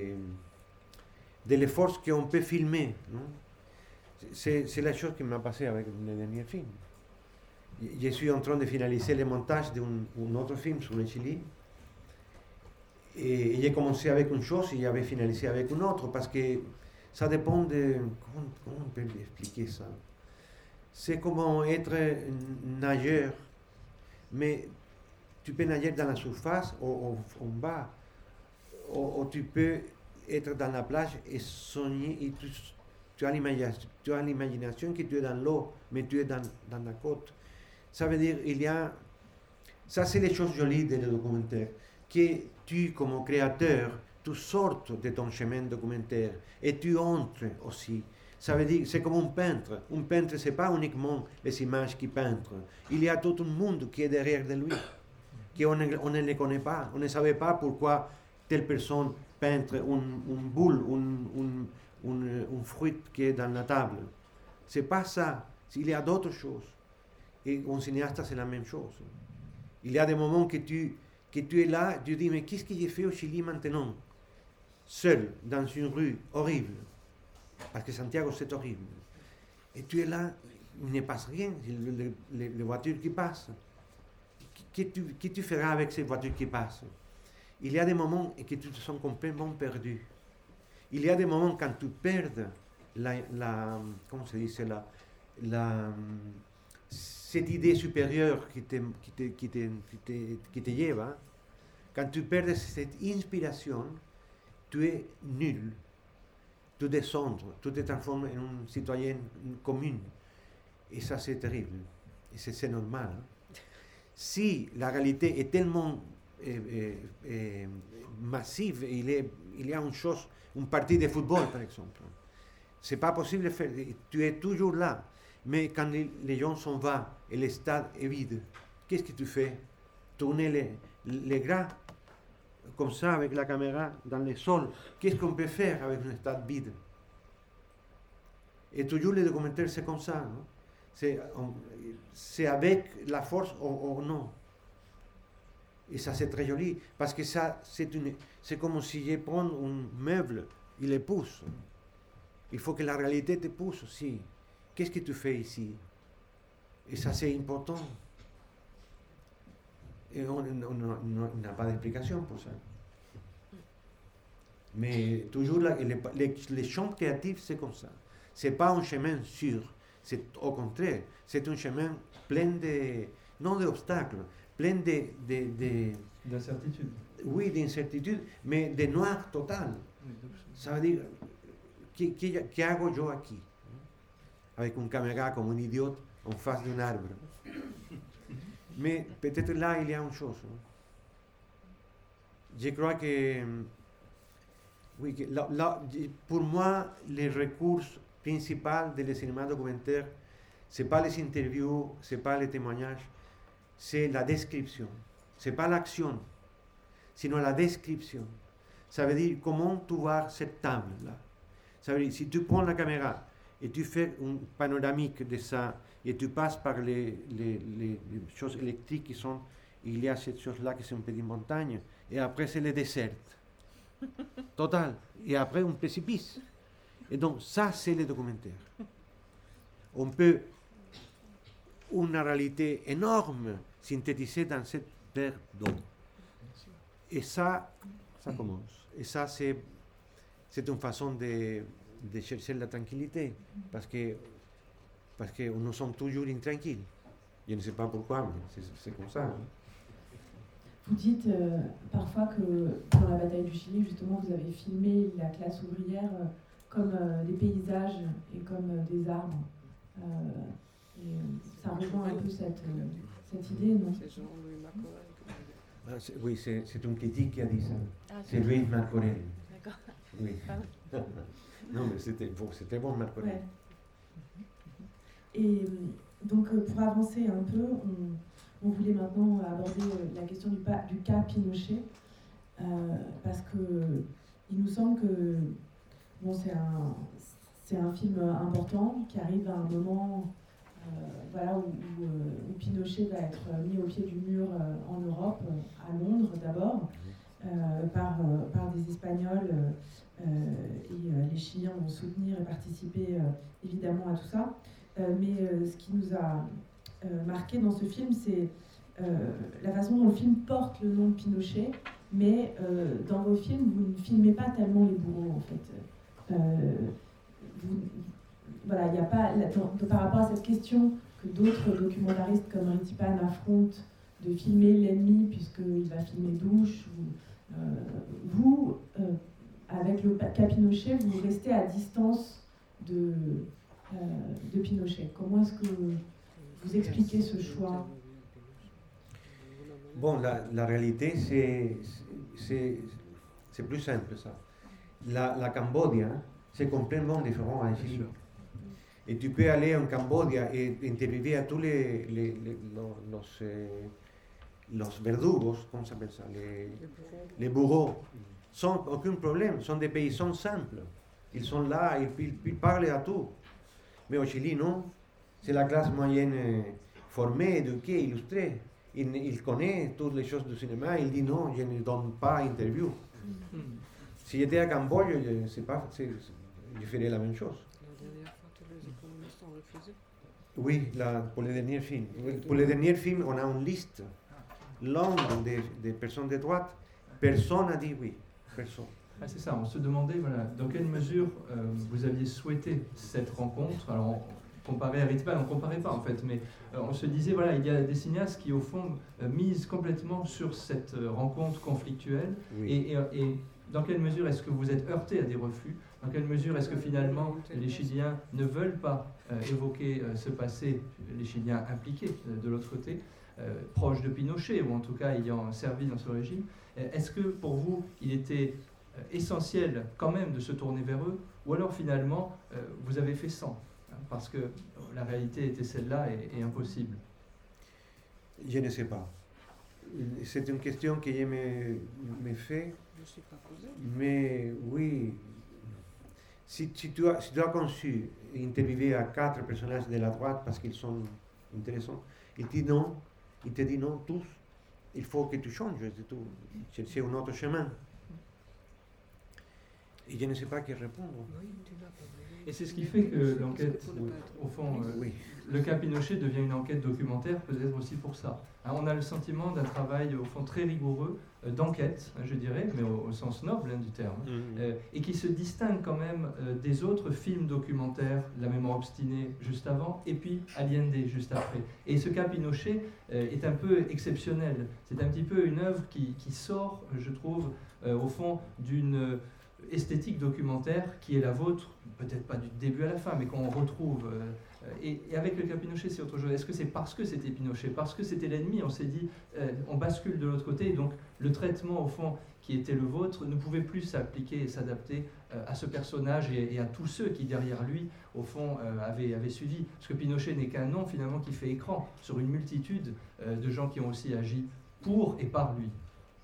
de les forces qu'on peut filmer. Non? C'est la chose qui m'a passé avec le dernier film. Je suis en train de finaliser le montage d'un autre film sur le Chili. Et j'ai commencé avec une chose et j'avais finalisé avec une autre parce que ça dépend de... Comment on peut expliquer ça? C'est comme être nageur, mais tu peux nager dans la surface ou en bas, ou tu peux être dans la plage et soigner, et tu as l'imagination que tu es dans l'eau, mais tu es dans la côte. Ça veut dire, ça c'est les choses jolies des documentaires, que tu, comme créateur, tu sortes de ton chemin documentaire et tu entres aussi. Ça veut dire, c'est comme un peintre. Un peintre, ce n'est pas uniquement les images qu'il peint. Il y a tout un monde qui est derrière de lui, qu'on ne le connaît pas. On ne savait pas pourquoi telle personne peint une boule, un fruit qui est dans la table. Ce n'est pas ça. Il y a d'autres choses. Et un cinéaste, c'est la même chose. Il y a des moments que tu es là, tu dis, mais qu'est-ce que j'ai fait au Chili maintenant? Seul, dans une rue horrible. Parce que Santiago, c'est horrible. Et tu es là, il ne passe rien, les voitures qui passent. Qu'est-ce que tu feras avec ces voitures qui passent? Il y a des moments que tu te sens complètement perdu. Il y a des moments quand tu perds comment se dit, cette idée supérieure qui te lleva. Quand tu perds cette inspiration, tu es nul. Tu descends, tu te transformes en un citoyen commun. Et ça, c'est terrible. Et c'est normal. Hein? Si la réalité est tellement massive, il y a une chose, une partie de football, par exemple. C'est pas possible de faire. Tu es toujours là. Mais quand les gens s'en vont et le stade est vide, qu'est-ce que tu fais? Tourner les bras comme ça avec la caméra dans le sol. Qu'est-ce qu'on peut faire avec un stade vide? Et toujours les documentaires, c'est comme ça. Non? C'est avec la force ou non. Et ça, c'est très joli. Parce que ça, c'est comme si je prends un meuble, il le pousse. Il faut que la réalité te pousse aussi. Qu'est-ce que tu fais ici? Et ça, c'est important. Et on n'a pas d'explication pour ça. Mais toujours, les champs créatifs, c'est comme ça. Ce n'est pas un chemin sûr. C'est au contraire, c'est un chemin plein de, non d'obstacles, plein d'incertitude. Oui, d'incertitude, mais de noir total. Oui, Ça veut dire, ¿qué hago yo aquí? Avec une caméra comme un idiote en face d'un arbre. Mais peut-être là, il y a une chose. Je crois que, oui, pour moi, le recours principal du cinéma documentaire, ce n'est pas les interviews, ce n'est pas les témoignages, c'est la description. Ce n'est pas l'action, sinon la description. Ça veut dire comment tu vois cette table-là. Ça veut dire, si tu prends la caméra et tu fais une panoramique de ça, et tu passes par les choses électriques qui sont, il y a cette chose-là qui c'est une petite montagne, et après c'est le désert. Total. Et après un précipice. Et donc ça c'est le documentaire. On peut une réalité énorme synthétiser dans cette terre d'eau. Et ça commence. Et ça c'est une façon de chercher la tranquillité. Parce que nous sommes toujours intranquilles. Je ne sais pas pourquoi, mais c'est comme ça. Hein. Vous dites parfois que dans la bataille du Chili, justement, vous avez filmé la classe ouvrière comme des paysages et comme des arbres. Et ça rejoint un peu cette idée, non? C'est Jean-Louis Macorel. Oui, c'est une critique qui a dit ça. Ah, c'est Louis Macorel. D'accord. Oui. Non, mais c'était bon, Macorel. Ouais. Et donc, pour avancer un peu, on voulait maintenant aborder la question du cas Pinochet, parce que il nous semble que bon, c'est un film important qui arrive à un moment voilà, où Pinochet va être mis au pied du mur en Europe, à Londres d'abord, par des Espagnols, et les Chiliens vont soutenir et participer évidemment à tout ça. Mais ce qui nous a marqué dans ce film, c'est la façon dont le film porte le nom de Pinochet, mais dans vos films, vous ne filmez pas tellement les bourreaux, en fait. Voilà, il n'y a pas, par rapport à cette question que d'autres documentaristes comme Ritipan affrontent, de filmer l'ennemi puisqu'il va filmer Douche, vous, avec le cas Pinochet, vous restez à distance de Pinochet. Comment est-ce que vous expliquez ce choix? Bon, la réalité, c'est plus simple, ça. La Cambodge, c'est complètement différent en Chili. Et tu peux aller en Cambodge et interviewer à tous los verdugos, comment ça s'appelle ça, les bourreaux, sans aucun problème, sont des paysans simples. Ils sont là, ils parlent à tout. Mais au Chili, non. C'est la classe moyenne formée, éduquée, illustrée. Il connaît toutes les choses du cinéma. Il dit non, je ne donne pas d'interview. Si j'étais à Cambodge, je ferais la même chose. La dernière fois, tous les économistes ont refusé. Oui, pour les derniers films. Pour les derniers films, on a une liste longue de personnes de droite. Personne n'a dit oui. Personne. Ah, c'est ça, on se demandait voilà, dans quelle mesure vous aviez souhaité cette rencontre. Alors, comparé à Ritipan, on ne comparait pas en fait, mais on se disait, voilà, il y a des cinéastes qui au fond misent complètement sur cette rencontre conflictuelle. Oui. Et dans quelle mesure est-ce que vous êtes heurté à des refus? Dans quelle mesure est-ce que finalement les Chiliens ne veulent pas évoquer ce passé, les Chiliens impliqués de l'autre côté, proches de Pinochet, ou en tout cas ayant servi dans ce régime? Est-ce que pour vous, il était essentiel quand même de se tourner vers eux, ou alors finalement vous avez fait sans, parce que la réalité était celle-là et impossible? Je ne sais pas. C'est une question que je me fais. Je ne suis pas posée. Mais oui, si tu as conçu interviewer à 4 personnages de la droite parce qu'ils sont intéressants, il te dit non, tous. Il faut que tu changes, chercher un autre chemin. Et je ne sais pas qué répondre. Oui, tu n'as pas oublié. Et c'est ce qui fait que l'enquête, Parce que pour ne pas être- au fond, Oui. le cas Pinochet devient une enquête documentaire, peut-être aussi pour ça. Hein, on a le sentiment d'un travail, au fond, très rigoureux, d'enquête, je dirais, mais au sens noble du terme, et qui se distingue quand même des autres films documentaires, La mémoire obstinée juste avant, et puis Allende juste après. Et ce cas Pinochet est un peu exceptionnel. C'est un petit peu une œuvre qui sort, je trouve, au fond, d'une esthétique documentaire qui est la vôtre, peut-être pas du début à la fin, mais qu'on retrouve. Et avec le cas Pinochet, c'est autre chose. Est-ce que c'est parce que c'était Pinochet, parce que c'était l'ennemi, on s'est dit, on bascule de l'autre côté, et donc le traitement, au fond, qui était le vôtre, ne pouvait plus s'appliquer et s'adapter à ce personnage et à tous ceux qui, derrière lui, au fond, avaient suivi. Parce que Pinochet n'est qu'un nom, finalement, qui fait écran sur une multitude de gens qui ont aussi agi pour et par lui.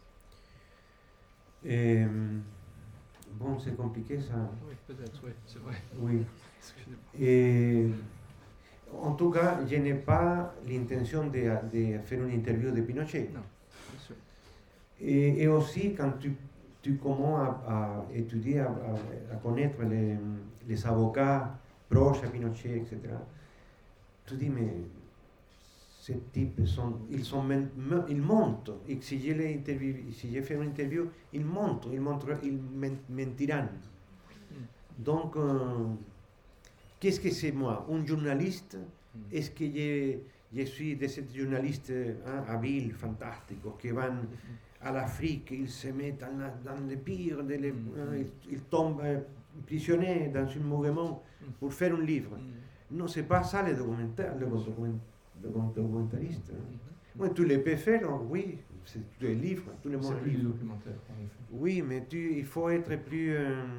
Et, bon, c'est compliqué ça. Oui, peut-être, oui, c'est vrai. Oui. Excusez-moi. Et, en tout cas, je n'ai pas l'intention de faire une interview de Pinochet. Non, bien sûr. Et aussi, quand tu commences à étudier, à connaître les avocats proches à Pinochet, etc., tu dis, mais ces types, ils mentent. Et si je fais une interview, ils mentent, ils mentiront. Donc, qu'est-ce que c'est moi? Un journaliste? Est-ce que je suis de ces journalistes habiles, fantastiques, qui vont à l'Afrique, ils se mettent dans le pire, ils tombent prisonniers dans un mouvement pour faire un livre? Non, c'est pas ça le documentariste. Ouais, tu le peux faire, oui, c'est des livres, tout le monde C'est plus du livre. documentaire, en effet. Oui, mais il faut être plus.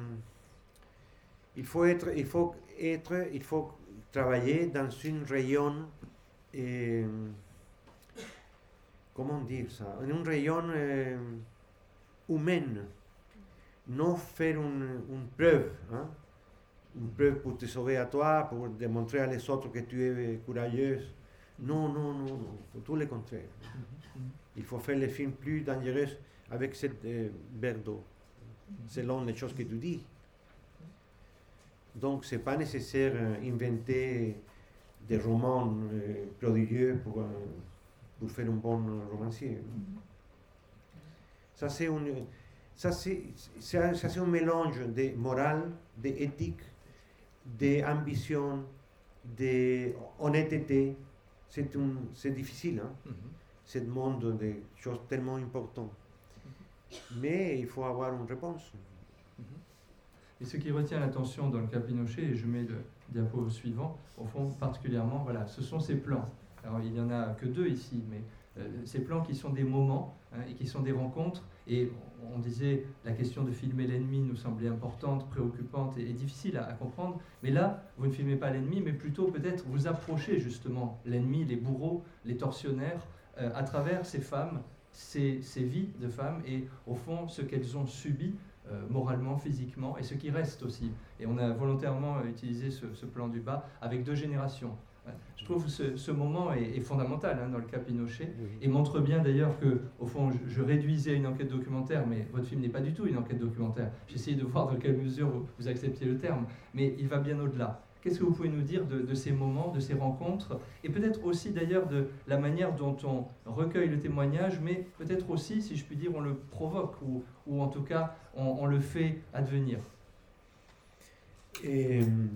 Il faut travailler dans une rayon. Comment dire ça? Un rayon humain. Non faire une preuve. Hein? Une preuve pour te sauver à toi, pour démontrer à les autres que tu es courageuse. Non. Tout le contraire. Il faut faire les films plus dangereux avec cette verre d'eau, selon les choses que tu dis. Donc, ce n'est pas nécessaire d'inventer des romans prodigieux pour faire un bon romancier. Ça, c'est un mélange de morale, d'éthique, d'ambition, d'honnêteté. C'est difficile, hein? Ce monde de choses tellement importantes. Mais il faut avoir une réponse. Et ce qui retient l'attention dans le cas Pinochet, et je mets le diapo suivant, au fond particulièrement, voilà, ce sont ces plans. Alors il n'y en a que 2 ici, mais ces plans qui sont des moments et qui sont des rencontres. Et on disait, la question de filmer l'ennemi nous semblait importante, préoccupante et difficile à comprendre. Mais là, vous ne filmez pas l'ennemi, mais plutôt peut-être vous approchez justement l'ennemi, les bourreaux, les tortionnaires, à travers ces femmes, ces vies de femmes et au fond ce qu'elles ont subi moralement, physiquement et ce qui reste aussi. Et on a volontairement utilisé ce plan du bas avec 2 générations. Je trouve que ce moment est fondamental dans le cas Pinochet et montre bien d'ailleurs que, au fond, je réduisais à une enquête documentaire, mais votre film n'est pas du tout une enquête documentaire. J'essayais de voir dans quelle mesure vous acceptiez le terme, mais il va bien au-delà. Qu'est-ce que vous pouvez nous dire de ces moments, de ces rencontres, et peut-être aussi d'ailleurs de la manière dont on recueille le témoignage, mais peut-être aussi, si je puis dire, on le provoque, ou en tout cas, on le fait advenir. Une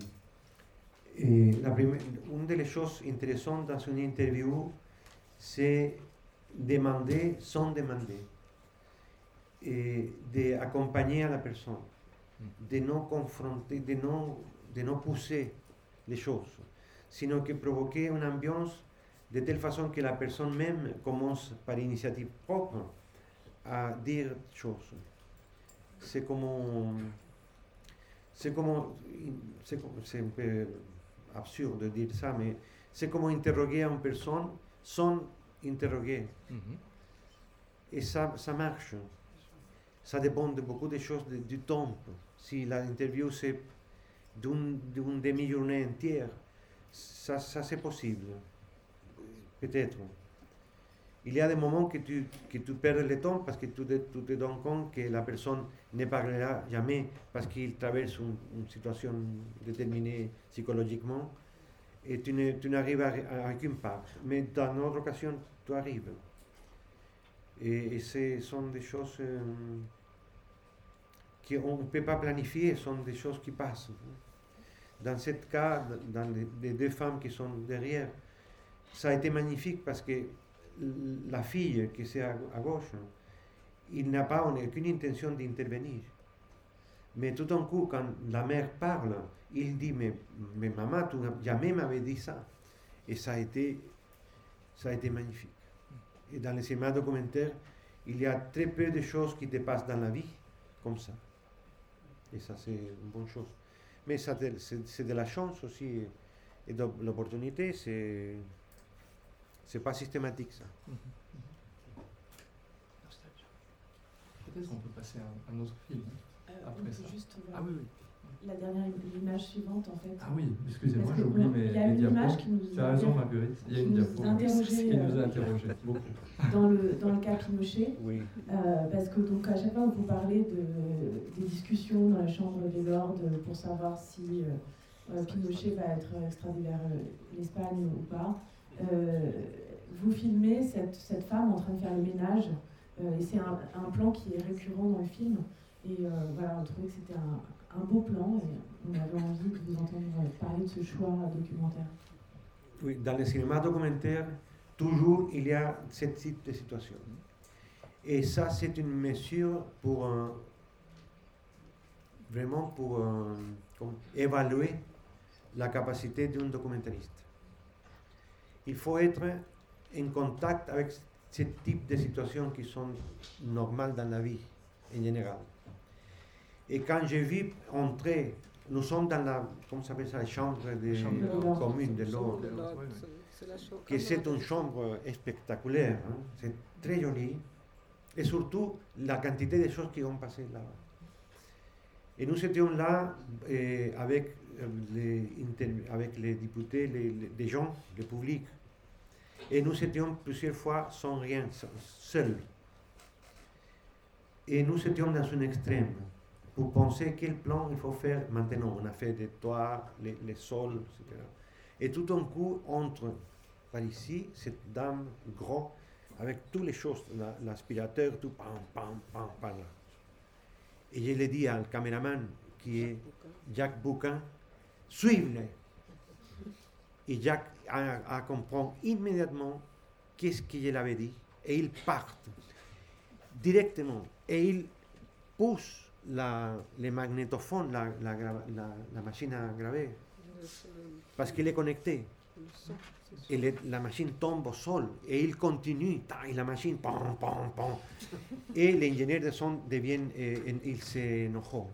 des choses intéressantes dans une interview, c'est demander sans demander, et d'accompagner la personne, de ne confronter, de ne pousser les choses, sinon que provoquer une ambiance de telle façon que la personne même commence par initiative propre à dire des choses. C'est un peu absurde de dire ça, mais c'est comme interroger une personne sans interroger. Et ça marche. Ça dépend de beaucoup de choses du temps. Si l'interview c'est d'une demi-journée entière, ça c'est possible, peut-être. Il y a des moments que tu perds le temps parce que tu te rends compte que la personne ne parlera jamais parce qu'il traverse une situation déterminée psychologiquement et tu n'arrives à aucune part. Mais dans notre occasion, tu arrives. Et ce sont des choses qu'on ne peut pas planifier, ce sont des choses qui passent. Dans ce cas, dans les deux femmes qui sont derrière, ça a été magnifique parce que la fille qui est à gauche, il n'a pas aucune intention d'intervenir. Mais tout d'un coup, quand la mère parle, il dit mais maman, tu n'as jamais m'avais dit ça. Et ça a été magnifique. Et dans les cinémas documentaires, il y a très peu de choses qui te passent dans la vie comme ça. Et ça, c'est une bonne chose. Mais ça, c'est de la chance aussi et de l'opportunité. C'est pas systématique, ça. Peut-être qu'on peut passer à un autre film après ça. Juste Ah oui, oui. la dernière image suivante, en fait. Ah oui, excusez-moi, Parce que j'oublie il y a mes une image diapos. qui nous Tu as raison, Marguerite, il y a une diapo qui nous a interrogés beaucoup. Dans le cas Pinochet, Oui. parce que donc à chaque fois que vous parlez des discussions dans la Chambre des Lords pour savoir si Pinochet va être extradé vers l'Espagne ou pas, vous filmez cette femme en train de faire le ménage, et c'est un plan qui est récurrent dans le film. Et voilà, on trouvait que c'était un beau plan et on avait envie de vous entendre parler de ce choix documentaire. Oui, dans le cinéma documentaire, toujours il y a ce type de situation. Et ça, c'est une mesure pour vraiment pour évaluer la capacité d'un documentariste. Il faut être en contact avec ce type de situations qui sont normales dans la vie en général. Et quand j'ai vu entrer, nous sommes dans la, comment s'appelle ça, la chambre de commune de l'ordre, que c'est une chambre spectaculaire, hein? C'est très joli, et surtout la quantité de choses qui ont passé là-bas. Et nous étions là avec les députés, les gens, le public, et nous étions plusieurs fois sans rien, seuls. Et nous étions dans un extrême pour penser quel plan il faut faire maintenant. On a fait des toits, les sols, etc. Et tout d'un coup, entre par ici, cette dame gros, avec toutes les choses, l'aspirateur, tout, pam, pam, pam, par là. Et je l'ai dit au caméraman, qui est Jacques Boucan, suivez-le. Et Jacques a compris immédiatement qu'est-ce que je l'avais dit. Et il part directement. Et il pousse le magnétophone, la machine à graver, parce qu'il est connecté. Et la machine tombe au sol et il continue, et la machine, pam, pam, pam. Et l'ingénieur de son devient, il s'enojó,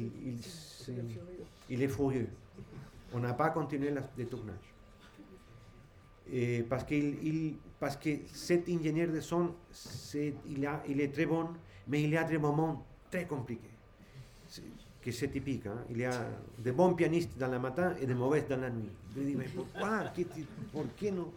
il est furieux. On n'a pas continué le tournage. Et parce que cet ingénieur de son, il est très bon, mais il y a des moments très compliqués. Que c'est typique, hein? Il y a de bons pianistes dans le matin et de mauvais dans la nuit. Je dis, mais pourquoi? Pourquoi non?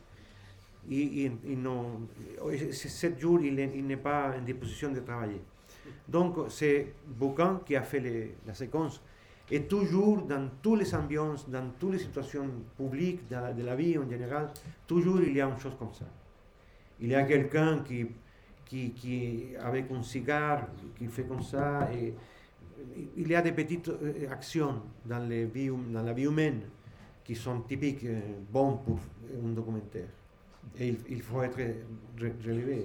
Ce 7 jours, il n'est pas en disposition de travailler. Donc, c'est Boucan qui a fait la séquence. Et toujours, dans toutes les ambiances, dans toutes les situations publiques de la vie en général, toujours il y a une chose comme ça. Il y a quelqu'un qui avec un cigare, qui fait comme ça, et il y a des petites actions dans la vie humaine qui sont typiques, bonnes pour un documentaire. Et il faut être relevé.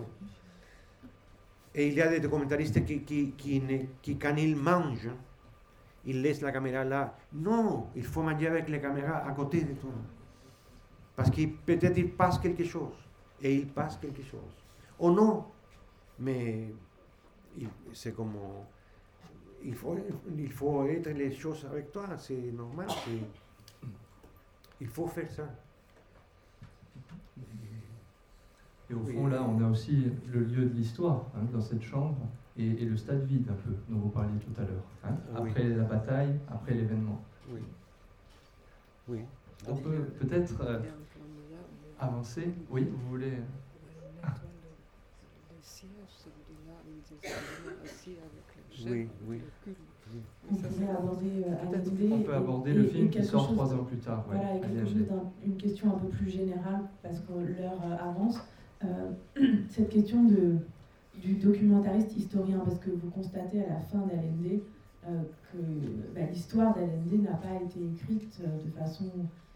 Et il y a des documentaristes qui quand ils mangent, ils laissent la caméra là. Non, il faut manger avec la caméra à côté de toi. Parce que peut-être il passe quelque chose. Et il passe quelque chose. Ou non, mais c'est comme... Il faut être les choses avec toi, c'est normal. Il faut faire ça. Et au fond, là, on a aussi le lieu de l'histoire, hein, dans cette chambre, et le stade vide un peu, dont vous parliez tout à l'heure. Hein, après la bataille, après l'événement. Oui. Oui. On peut peut-être avancer. Oui, vous voulez... assis avec le chef, Oui, oui. le cul. On pourrait aborder Allende On peut aborder le film qui quelque sort chose 3 ans plus tard. Voilà, et quelque chose une question un peu plus générale, parce que l'heure avance. Cette question du documentariste historien, parce que vous constatez à la fin d'Allende que l'histoire d'Allende n'a pas été écrite de façon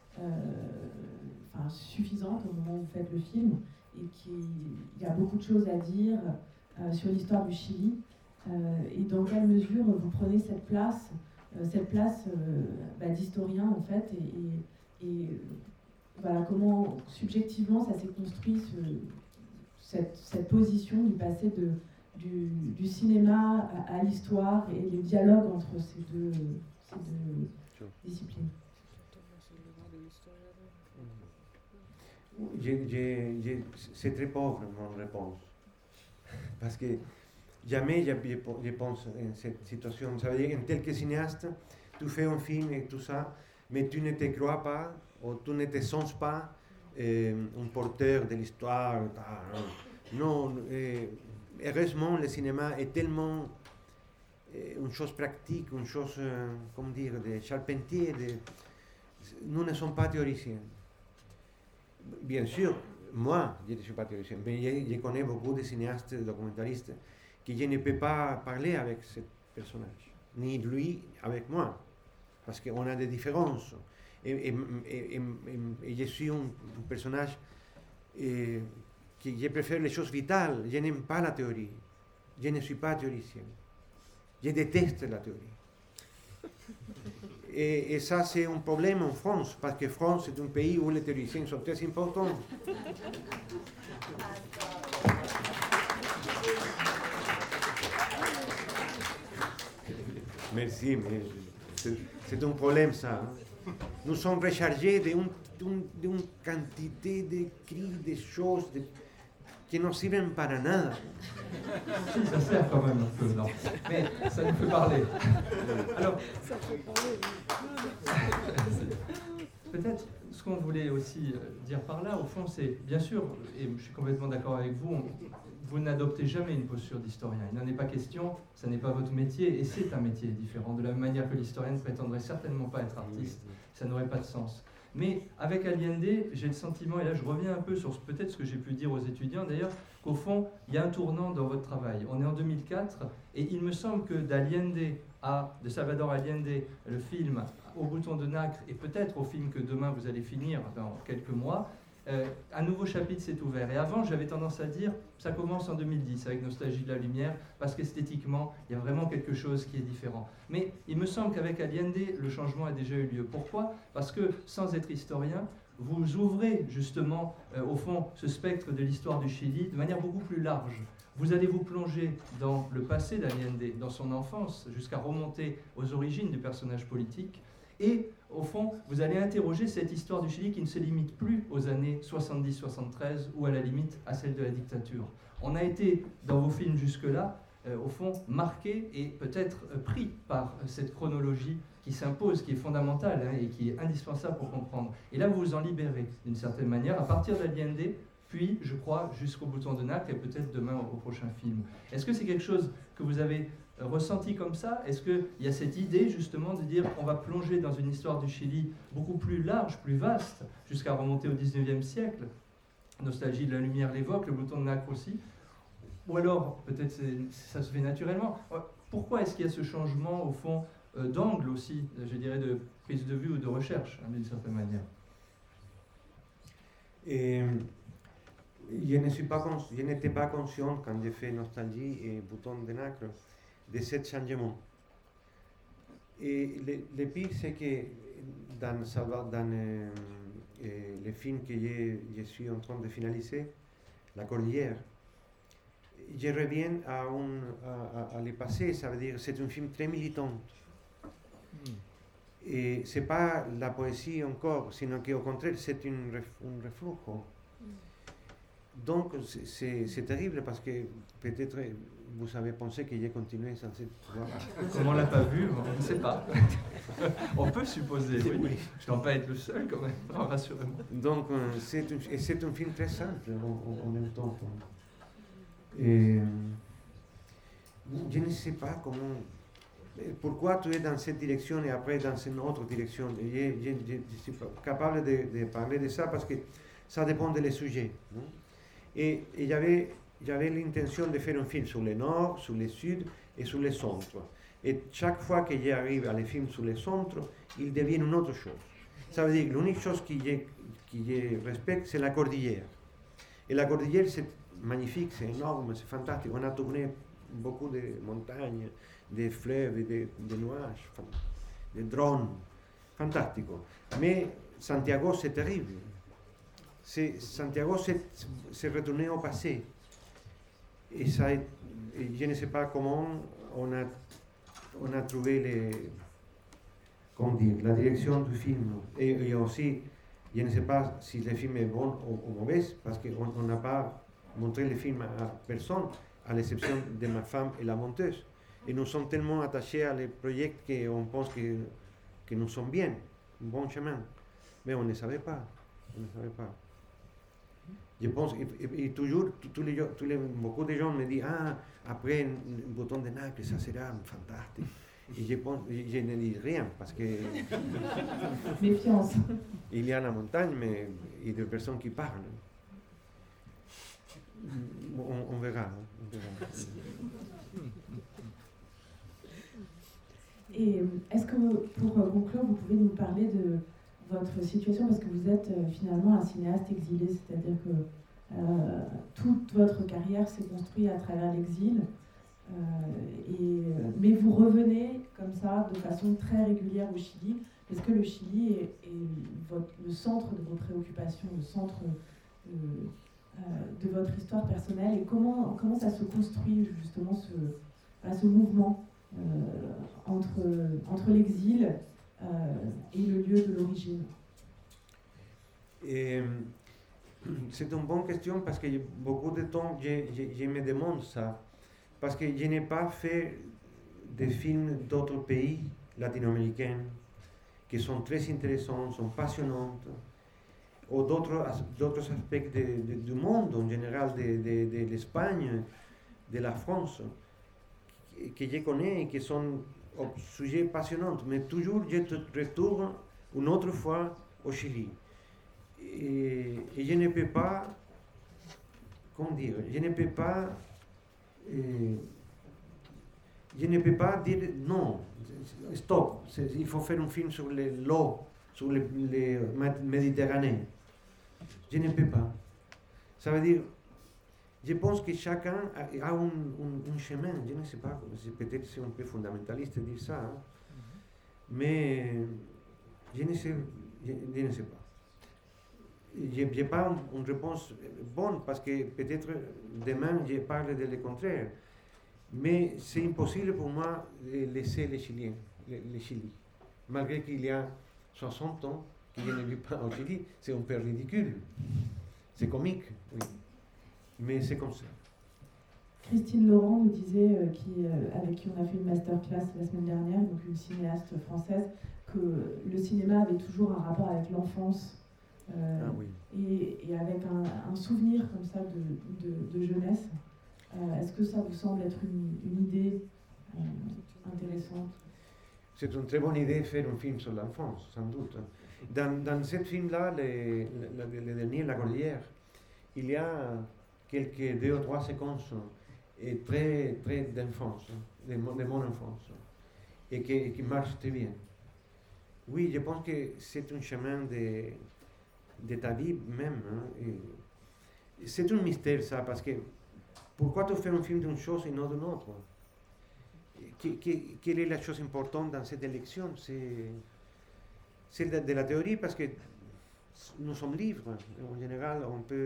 suffisante au moment où vous faites le film, et qu'il y a beaucoup de choses à dire sur l'histoire du Chili. Et dans quelle mesure vous prenez cette place d'historien en fait, et voilà, comment subjectivement ça s'est construit cette position du passé du cinéma à l'histoire et les dialogues entre ces deux disciplines. C'est très pauvre mon réponse, parce que jamais je pense en cette situation. Ça veut dire, en tel que cinéaste, tu fais un film et tout ça, mais tu ne te crois pas, ou tu ne te sens pas un porteur de l'histoire. Non, heureusement, le cinéma est tellement une chose pratique, une chose, comment dire, de charpentier. Nous ne sommes pas théoriciens. Bien sûr, moi, je ne suis pas théoricien, mais je connais beaucoup de cinéastes, de documentaristes, que je ne peux pas parler avec ce personnage, ni lui avec moi, parce qu'on a des différences. Et je suis un personnage que je préfère les choses vitales, je n'aime pas la théorie, je ne suis pas théoricien, je déteste la théorie. Et ça, c'est un problème en France, parce que France est un pays où les théoriciens sont très importants. Merci, mais c'est un problème, ça. Nous sommes rechargés d'une quantité d'écrits, de choses qui ne servent para nada. Ça sert quand même un peu, non. Mais ça nous fait parler. Alors, peut-être ce qu'on voulait aussi dire par là, au fond, c'est, bien sûr, et je suis complètement d'accord avec vous, vous n'adoptez jamais une posture d'historien. Il n'en est pas question, ça n'est pas votre métier, et c'est un métier différent. De la même manière que l'historien ne prétendrait certainement pas être artiste, ça n'aurait pas de sens. Mais avec Allende, j'ai le sentiment, et là je reviens un peu sur peut-être ce que j'ai pu dire aux étudiants d'ailleurs, qu'au fond, il y a un tournant dans votre travail. On est en 2004, et il me semble que de Salvador Allende, le film Au bouton de nacre, et peut-être au film que demain vous allez finir dans quelques mois, un nouveau chapitre s'est ouvert. Et avant, j'avais tendance à dire, ça commence en 2010 avec Nostalgie de la lumière, parce qu'esthétiquement, il y a vraiment quelque chose qui est différent. Mais il me semble qu'avec Allende, le changement a déjà eu lieu. Pourquoi ? Parce que, sans être historien, vous ouvrez justement, au fond, ce spectre de l'histoire du Chili de manière beaucoup plus large. Vous allez vous plonger dans le passé d'Allende, dans son enfance, jusqu'à remonter aux origines du personnage politique. Et, au fond, vous allez interroger cette histoire du Chili qui ne se limite plus aux années 70-73 ou à la limite à celle de la dictature. On a été, dans vos films jusque-là, au fond, marqué et peut-être pris par cette chronologie qui s'impose, qui est fondamentale et qui est indispensable pour comprendre. Et là, vous vous en libérez, d'une certaine manière, à partir d'Allende, puis, je crois, jusqu'au bouton de nacre et peut-être demain au prochain film. Est-ce que c'est quelque chose que vous avez ressenti comme ça? Est-ce qu'il y a cette idée justement de dire qu'on va plonger dans une histoire du Chili beaucoup plus large, plus vaste, jusqu'à remonter au 19e siècle? Nostalgie de la lumière l'évoque, le bouton de nacre aussi. Ou alors, peut-être ça se fait naturellement. Pourquoi est-ce qu'il y a ce changement, au fond, d'angle aussi, je dirais, de prise de vue ou de recherche, d'une certaine manière? Je n'étais pas conscient quand j'ai fait Nostalgie et Bouton de nacre de ce changement. Et le pire, c'est que dans le film que je suis en train de finaliser, La Cordillère, je reviens à le passé, ça veut dire c'est un film très militant. Et ce n'est pas la poésie encore, sinon qu'au contraire, c'est un reflujo. Donc, c'est terrible parce que peut-être vous avez pensé que j'ai continué sans cette voix. Comme on ne l'a pas vu, on ne sait pas. On peut supposer, oui. Je ne dois pas être le seul quand même, rassurez-moi. Donc, c'est un film très simple en même temps. Et je ne sais pas comment, pourquoi tu es dans cette direction et après dans une autre direction. Je suis pas capable de parler de ça parce que ça dépend des sujets. Non? Et j'avais l'intention de faire un film sur le nord, sur le sud et sur le centre. Et chaque fois que j'arrive à les films sur le centre, ils deviennent une autre chose. Ça veut dire que l'unique chose que je respecte, c'est la cordillère. Et la cordillère, c'est magnifique, c'est énorme, c'est fantastique. On a tourné beaucoup de montagnes, des fleuves, des nuages, des drones, fantastico. Mais Santiago, c'est terrible. Santiago, c'est retourné au passé. Et ça, je ne sais pas comment on a trouvé la direction du film. Et aussi, je ne sais pas si le film est bon ou mauvais, parce qu'on n'a pas montré le film à personne, à l'exception de ma femme et la monteuse. Et nous sommes tellement attachés à les projets qu'on pense que nous sommes bien, un bon chemin. Mais on ne savait pas. On ne savait pas. Je pense, et toujours, beaucoup de gens me disent, après un bouton de Naples, ça sera fantastique. Et je ne dis rien, parce que... Méfiance. Il y a la montagne, mais il y a des personnes qui parlent. On verra. Et est-ce que, pour conclure, vous pouvez nous parler de votre situation, parce que vous êtes finalement un cinéaste exilé, c'est-à-dire que toute votre carrière s'est construite à travers l'exil, mais vous revenez comme ça de façon très régulière au Chili. Est-ce que le Chili est le centre de vos préoccupations, le centre de votre histoire personnelle, et comment ça se construit justement ce mouvement entre l'exil et le lieu de l'origine? C'est une bonne question parce que beaucoup de temps je me demande ça. Parce que je n'ai pas fait de films d'autres pays latino-américains qui sont très intéressants, sont passionnants, ou d'autres aspects du monde en général, de l'Espagne, de la France, que je connais et qui sont sujets passionnants. Mais toujours, je retourne une autre fois au Chili. Et je ne peux pas, je ne peux pas dire non, stop, il faut faire un film sur l'eau, sur le Méditerranée. Je ne peux pas. Ça veut dire, je pense que chacun a un chemin, je ne sais pas, peut-être c'est un peu fondamentaliste de dire ça, hein? Mais je ne sais pas. Je n'ai pas une réponse bonne parce que peut-être demain je parle de le contraire. Mais c'est impossible pour moi de laisser les Chiliens, le Chili. Malgré qu'il y a 60 ans que je ne vis pas au Chili, c'est un peu ridicule. C'est comique, oui. Mais c'est comme ça. Christine Laurent nous disait, avec qui on a fait une masterclass la semaine dernière, donc une cinéaste française, que le cinéma avait toujours un rapport avec l'enfance. Oui. Et avec un souvenir comme ça de jeunesse. Est-ce que ça vous semble être une idée intéressante? C'est une très bonne idée de faire un film sur l'enfance, sans doute. Dans ce film-là, le dernier, La Cordillère, il y a quelques 2 ou 3 séquences très, très d'enfance, de mon enfance, et qui marchent très bien. Oui, je pense que c'est un chemin de ta vie même. Hein, c'est un mystère ça, parce que pourquoi tu fais un film d'une chose et non d'une autre? Quelle est la chose importante dans cette élection? C'est de la théorie, parce que nous sommes libres. En général, on peut...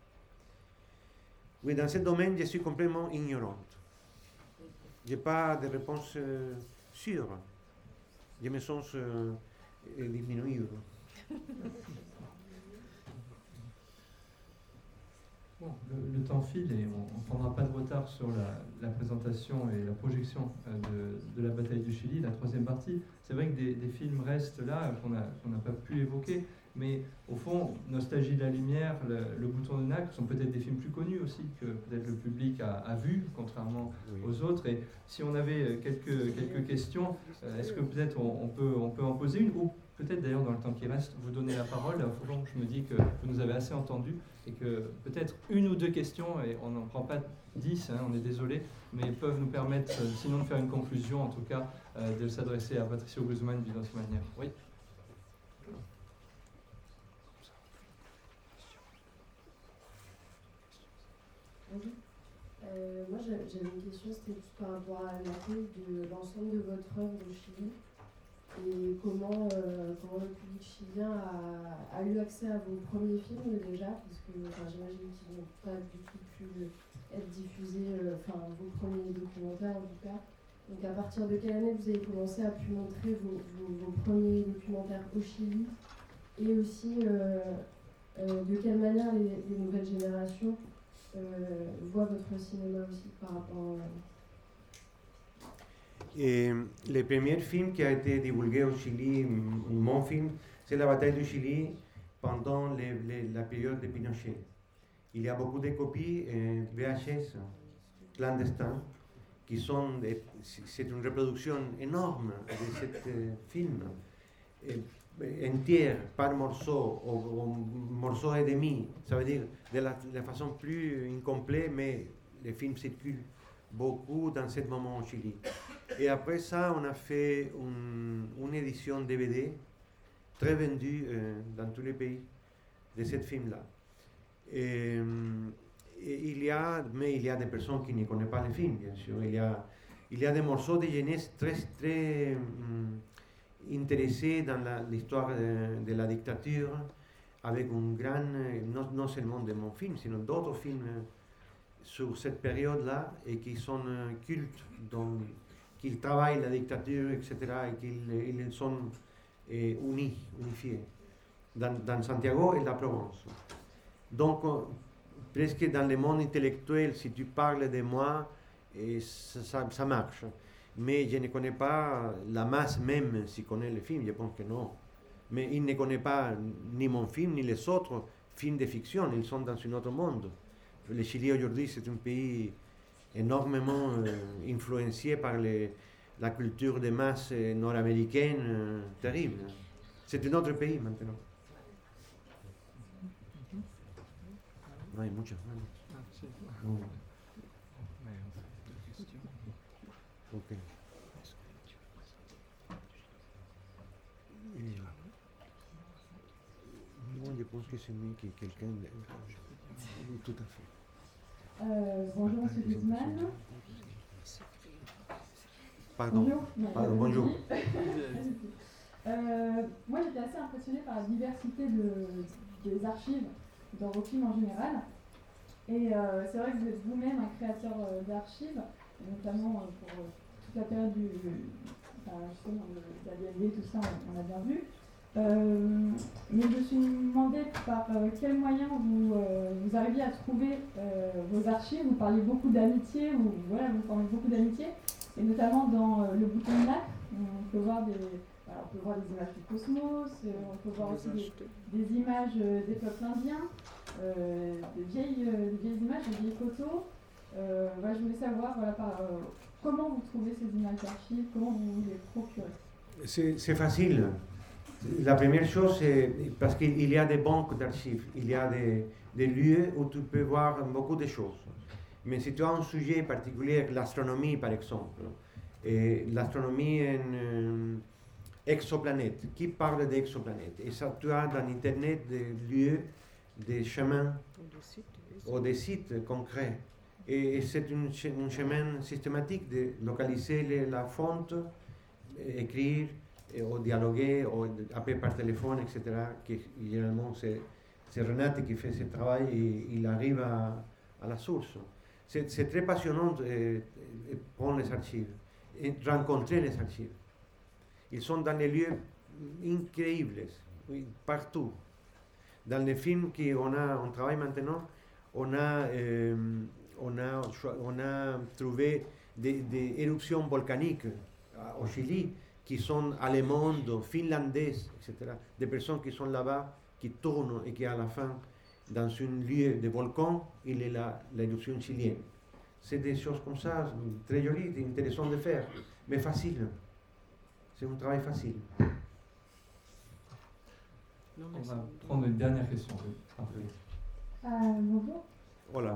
Oui, dans ce domaine, je suis complètement ignorante. Je n'ai pas de réponse sûre. Je me sens diminué. Bon, le temps file et on ne prendra pas de retard sur la présentation et la projection de la bataille du Chili, la troisième partie. C'est vrai que des films restent là qu'on n'a pas pu évoquer, mais au fond, Nostalgie de la lumière, le Bouton de Nacre sont peut-être des films plus connus aussi que peut-être le public a vu, contrairement aux autres. Et si on avait quelques questions, est-ce que peut-être on peut en poser une, ou peut-être d'ailleurs dans le temps qui reste, vous donner la parole. Au fond, je me dis que vous nous avez assez entendus et que peut-être une ou deux questions, et on n'en prend pas 10, hein, on est désolé, mais peuvent nous permettre, sinon de faire une conclusion, en tout cas, de s'adresser à Patricio Guzmán d'une autre manière. Oui. Bonjour. Moi, j'avais une question, c'était plus par rapport à l'accueil de l'ensemble de votre œuvre au Chili et comment le public chilien a eu accès à vos premiers films déjà, parce que j'imagine qu'ils n'ont pas du tout pu être diffusés, vos premiers documentaires en tout cas. Donc à partir de quelle année vous avez commencé à pu montrer vos premiers documentaires au Chili, et aussi de quelle manière les nouvelles générations voient votre cinéma aussi par rapport Et le premier film qui a été divulgué au Chili, mon film, c'est la bataille du Chili pendant la période de Pinochet. Il y a beaucoup de copies VHS clandestines qui sont, c'est une reproduction énorme de ce film, entière, par morceau, ou morceau et demi, ça veut dire de la façon plus incomplète, mais le film circule beaucoup dans ce moment au Chili. Et après ça, on a fait une édition DVD très vendue dans tous les pays de ce film-là. Et il y a des personnes qui ne connaissent pas le film, bien sûr. Il y a des morceaux de jeunesse très, très intéressés dans l'histoire de la dictature, avec un grand, non seulement de mon film, sinon d'autres films sur cette période-là, et qui sont cultes, donc qu'ils travaillent la dictature, etc., et qu'ils sont unifiés dans Santiago et la Provence. Donc, presque dans le monde intellectuel, si tu parles de moi, ça marche. Mais je ne connais pas la masse même, si connaît le film, je pense que non. Mais ils ne connaissent pas ni mon film, ni les autres films de fiction, ils sont dans un autre monde. Le Chili aujourd'hui, c'est un pays énormément influencé par la culture de masse nord-américaine terrible. C'est un autre pays maintenant. No hay muchas manos. Ok. Non, je pense que c'est mieux que quelqu'un. Tout à fait. Bonjour Monsieur Guzmán. Pardon. Bonjour. Pardon, bonjour. Moi j'étais assez impressionnée par la diversité des archives dans vos films en général. Et c'est vrai que vous êtes vous-même un créateur d'archives, notamment pour toute la période de la BND, tout ça, on a bien vu. Mais je me suis demandé par quels moyens vous arriviez à trouver vos archives. Vous parliez beaucoup d'amitié, vous parlez beaucoup d'amitié, et notamment dans Le Bouton de Nacre, on peut voir des images du cosmos, on peut voir aussi des images des peuples indiens, des vieilles images, des vieilles photos. Je voulais savoir comment vous trouvez ces images d'archives, comment vous les procurez. C'est facile. La première chose, c'est parce qu'il y a des banques d'archives, il y a des lieux où tu peux voir beaucoup de choses. Mais si tu as un sujet particulier, l'astronomie par exemple, et l'astronomie en exoplanètes, qui parle d'exoplanètes? Et ça, tu as dans Internet des lieux, des chemins ou des sites concrets. Et c'est un chemin systématique de localiser la fonte, écrire, ou dialoguer, ou appeler par téléphone, etc. Que généralement c'est Renate qui fait ce travail et il arrive à la source. C'est très passionnant de prendre les archives et rencontrer les archives. Ils sont dans les lieux incroyables, partout. Dans les films qu'on travaille maintenant, on a trouvé des éruptions volcaniques au Chili qui sont allemandes, finlandaises, etc. Des personnes qui sont là-bas, qui tournent et qui à la fin, dans un lieu de volcan, il est l'éruption chilienne. C'est des choses comme ça, très jolies, intéressantes de faire, mais facile. C'est un travail facile. Non, On va prendre une dernière question. Après. Bonjour. Voilà.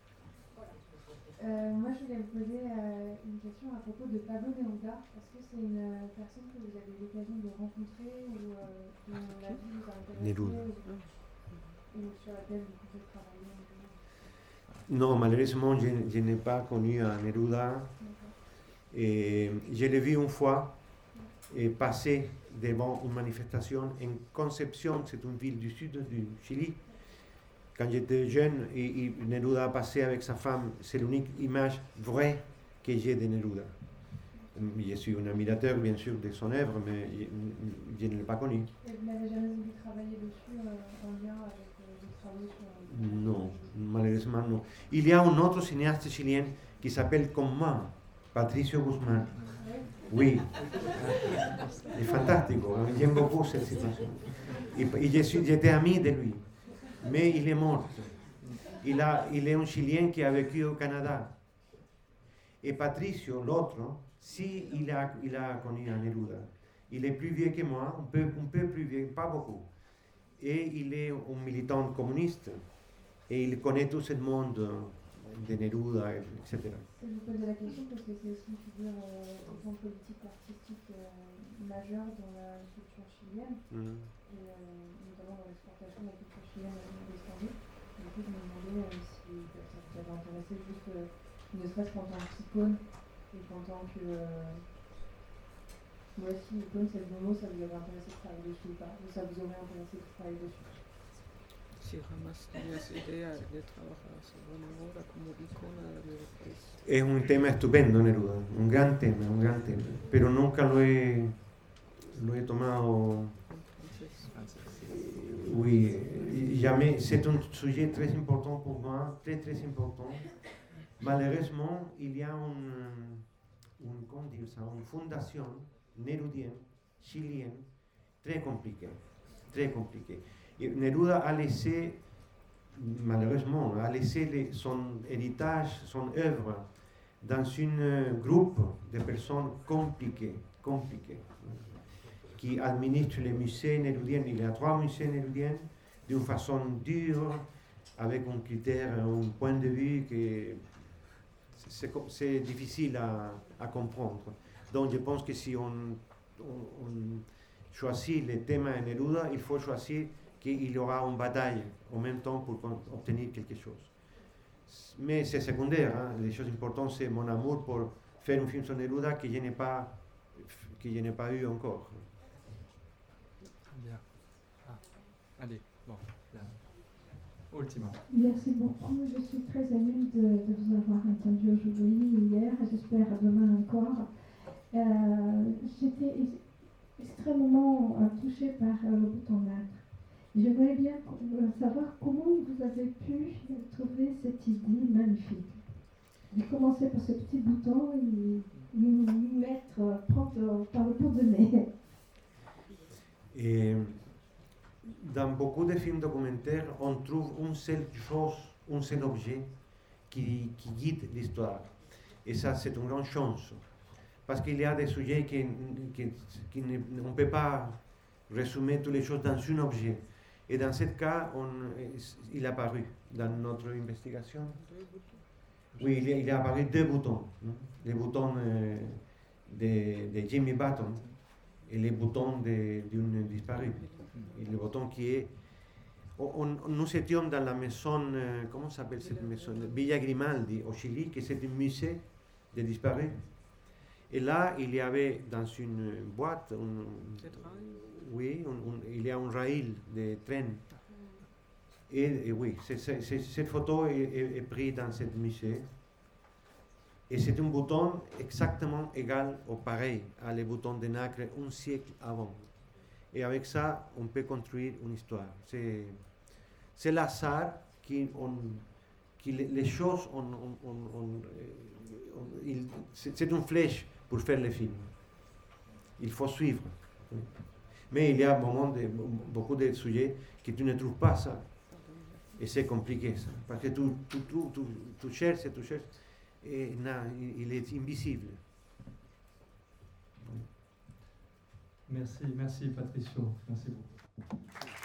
Moi, je voulais vous poser une question à propos de Pablo Neruda. Est-ce que c'est une personne que vous avez eu l'occasion de rencontrer ou dont la vie vous a intéressé Neruda. ou sur laquelle vous pouvez travailler? Non, malheureusement, je n'ai pas connu un Neruda. Et je l'ai vu une fois passer devant une manifestation en Concepción, c'est une ville du sud du Chili. Quand j'étais jeune, Neruda passait avec sa femme. C'est l'unique image vraie que j'ai de Neruda. Je suis un admirateur, bien sûr, de son œuvre, mais je ne l'ai pas connu. Et vous n'avez jamais voulu travailler dessus en lien avec des travaux sur... Non, malheureusement non. Il y a un autre cinéaste chilien qui s'appelle comme moi, Patricio Guzmán. Oui, c'est fantastique. J'aime beaucoup cette situation. Et j'étais ami de lui. Mais il est mort. Il est un Chilien qui a vécu au Canada. Et Patricio, l'autre, si il a connu un Neruda. Il est plus vieux que moi, un peu plus vieux, pas beaucoup. Et il est un militant communiste. Et il connaît tout ce monde de Neruda, etc. Je vous pose la question parce que c'est aussi une figure autant politique artistique majeure dans la culture chilienne. Et notamment dans l'exportation de la culture chilienne à l'étranger. Du coup, je me demandais si ça vous avait intéressé juste, ne serait-ce qu'en tant qu'icône et qu'en tant que... moi aussi, icône, c'est le mot, ça vous avait intéressé de travailler dessus ou pas? Ou ça vous aurait intéressé de travailler dessus? Si jamás tenías idea de trabajar sobre Neruda como icona de mi país. Es un tema estupendo, Neruda, un gran tema, pero nunca lo he tomado. Oui, jamais. C'est un sujet très important pour moi, très important. Malheureusement, il y a comment dire ça, une fondation nérudienne, chilienne, très compliquée. Et Neruda a laissé, malheureusement, son héritage, son œuvre dans un groupe de personnes compliquées, qui administrent les musées nérudiens. Il y a 3 musées nérudiens d'une façon dure, avec un critère, un point de vue que c'est difficile à comprendre. Donc je pense que si on choisit le thème de Neruda, il faut choisir qu'il y aura une bataille en même temps pour obtenir quelque chose. Mais c'est secondaire, hein. Les choses importantes, c'est mon amour pour faire un film sur Neruda que je n'ai pas eu encore. Bien. Allez, bon, là. Ultima. Merci beaucoup. Je suis très émue de vous avoir entendu aujourd'hui, hier, et j'espère demain encore. J'étais extrêmement touchée par le bouton d'âtre. J'aimerais bien savoir comment vous avez pu trouver cette idée magnifique. De commencer par ce petit bouton et prendre par le bout de nez. Et dans beaucoup de films documentaires, on trouve une seule chose, un seul objet qui guide l'histoire. Et ça, c'est une grande chance. Parce qu'il y a des sujets on ne peut pas résumer toutes les choses dans un objet. Et dans ce cas, il est apparu dans notre investigation. Oui, il est apparu 2 boutons. Les boutons de Jimmy Button et les boutons d'une disparue. Et le bouton qui est... Nous étions dans la maison, comment s'appelle cette maison? Villa Grimaldi, au Chili, qui c'est un musée de disparus. Et là, il y avait dans une boîte, il y a un rail de train. Et oui, cette photo est prise dans ce musée. Et c'est un bouton exactement égal au pareil, à les boutons de nacre un siècle avant. Et avec ça, on peut construire une histoire. C'est l'hasard que les choses, c'est une flèche pour faire le film. Il faut suivre. Mais il y a beaucoup de sujets que tu ne trouves pas ça. Et c'est compliqué ça. Parce que tu cherches, et non, il est invisible. Merci Patricio. Merci beaucoup.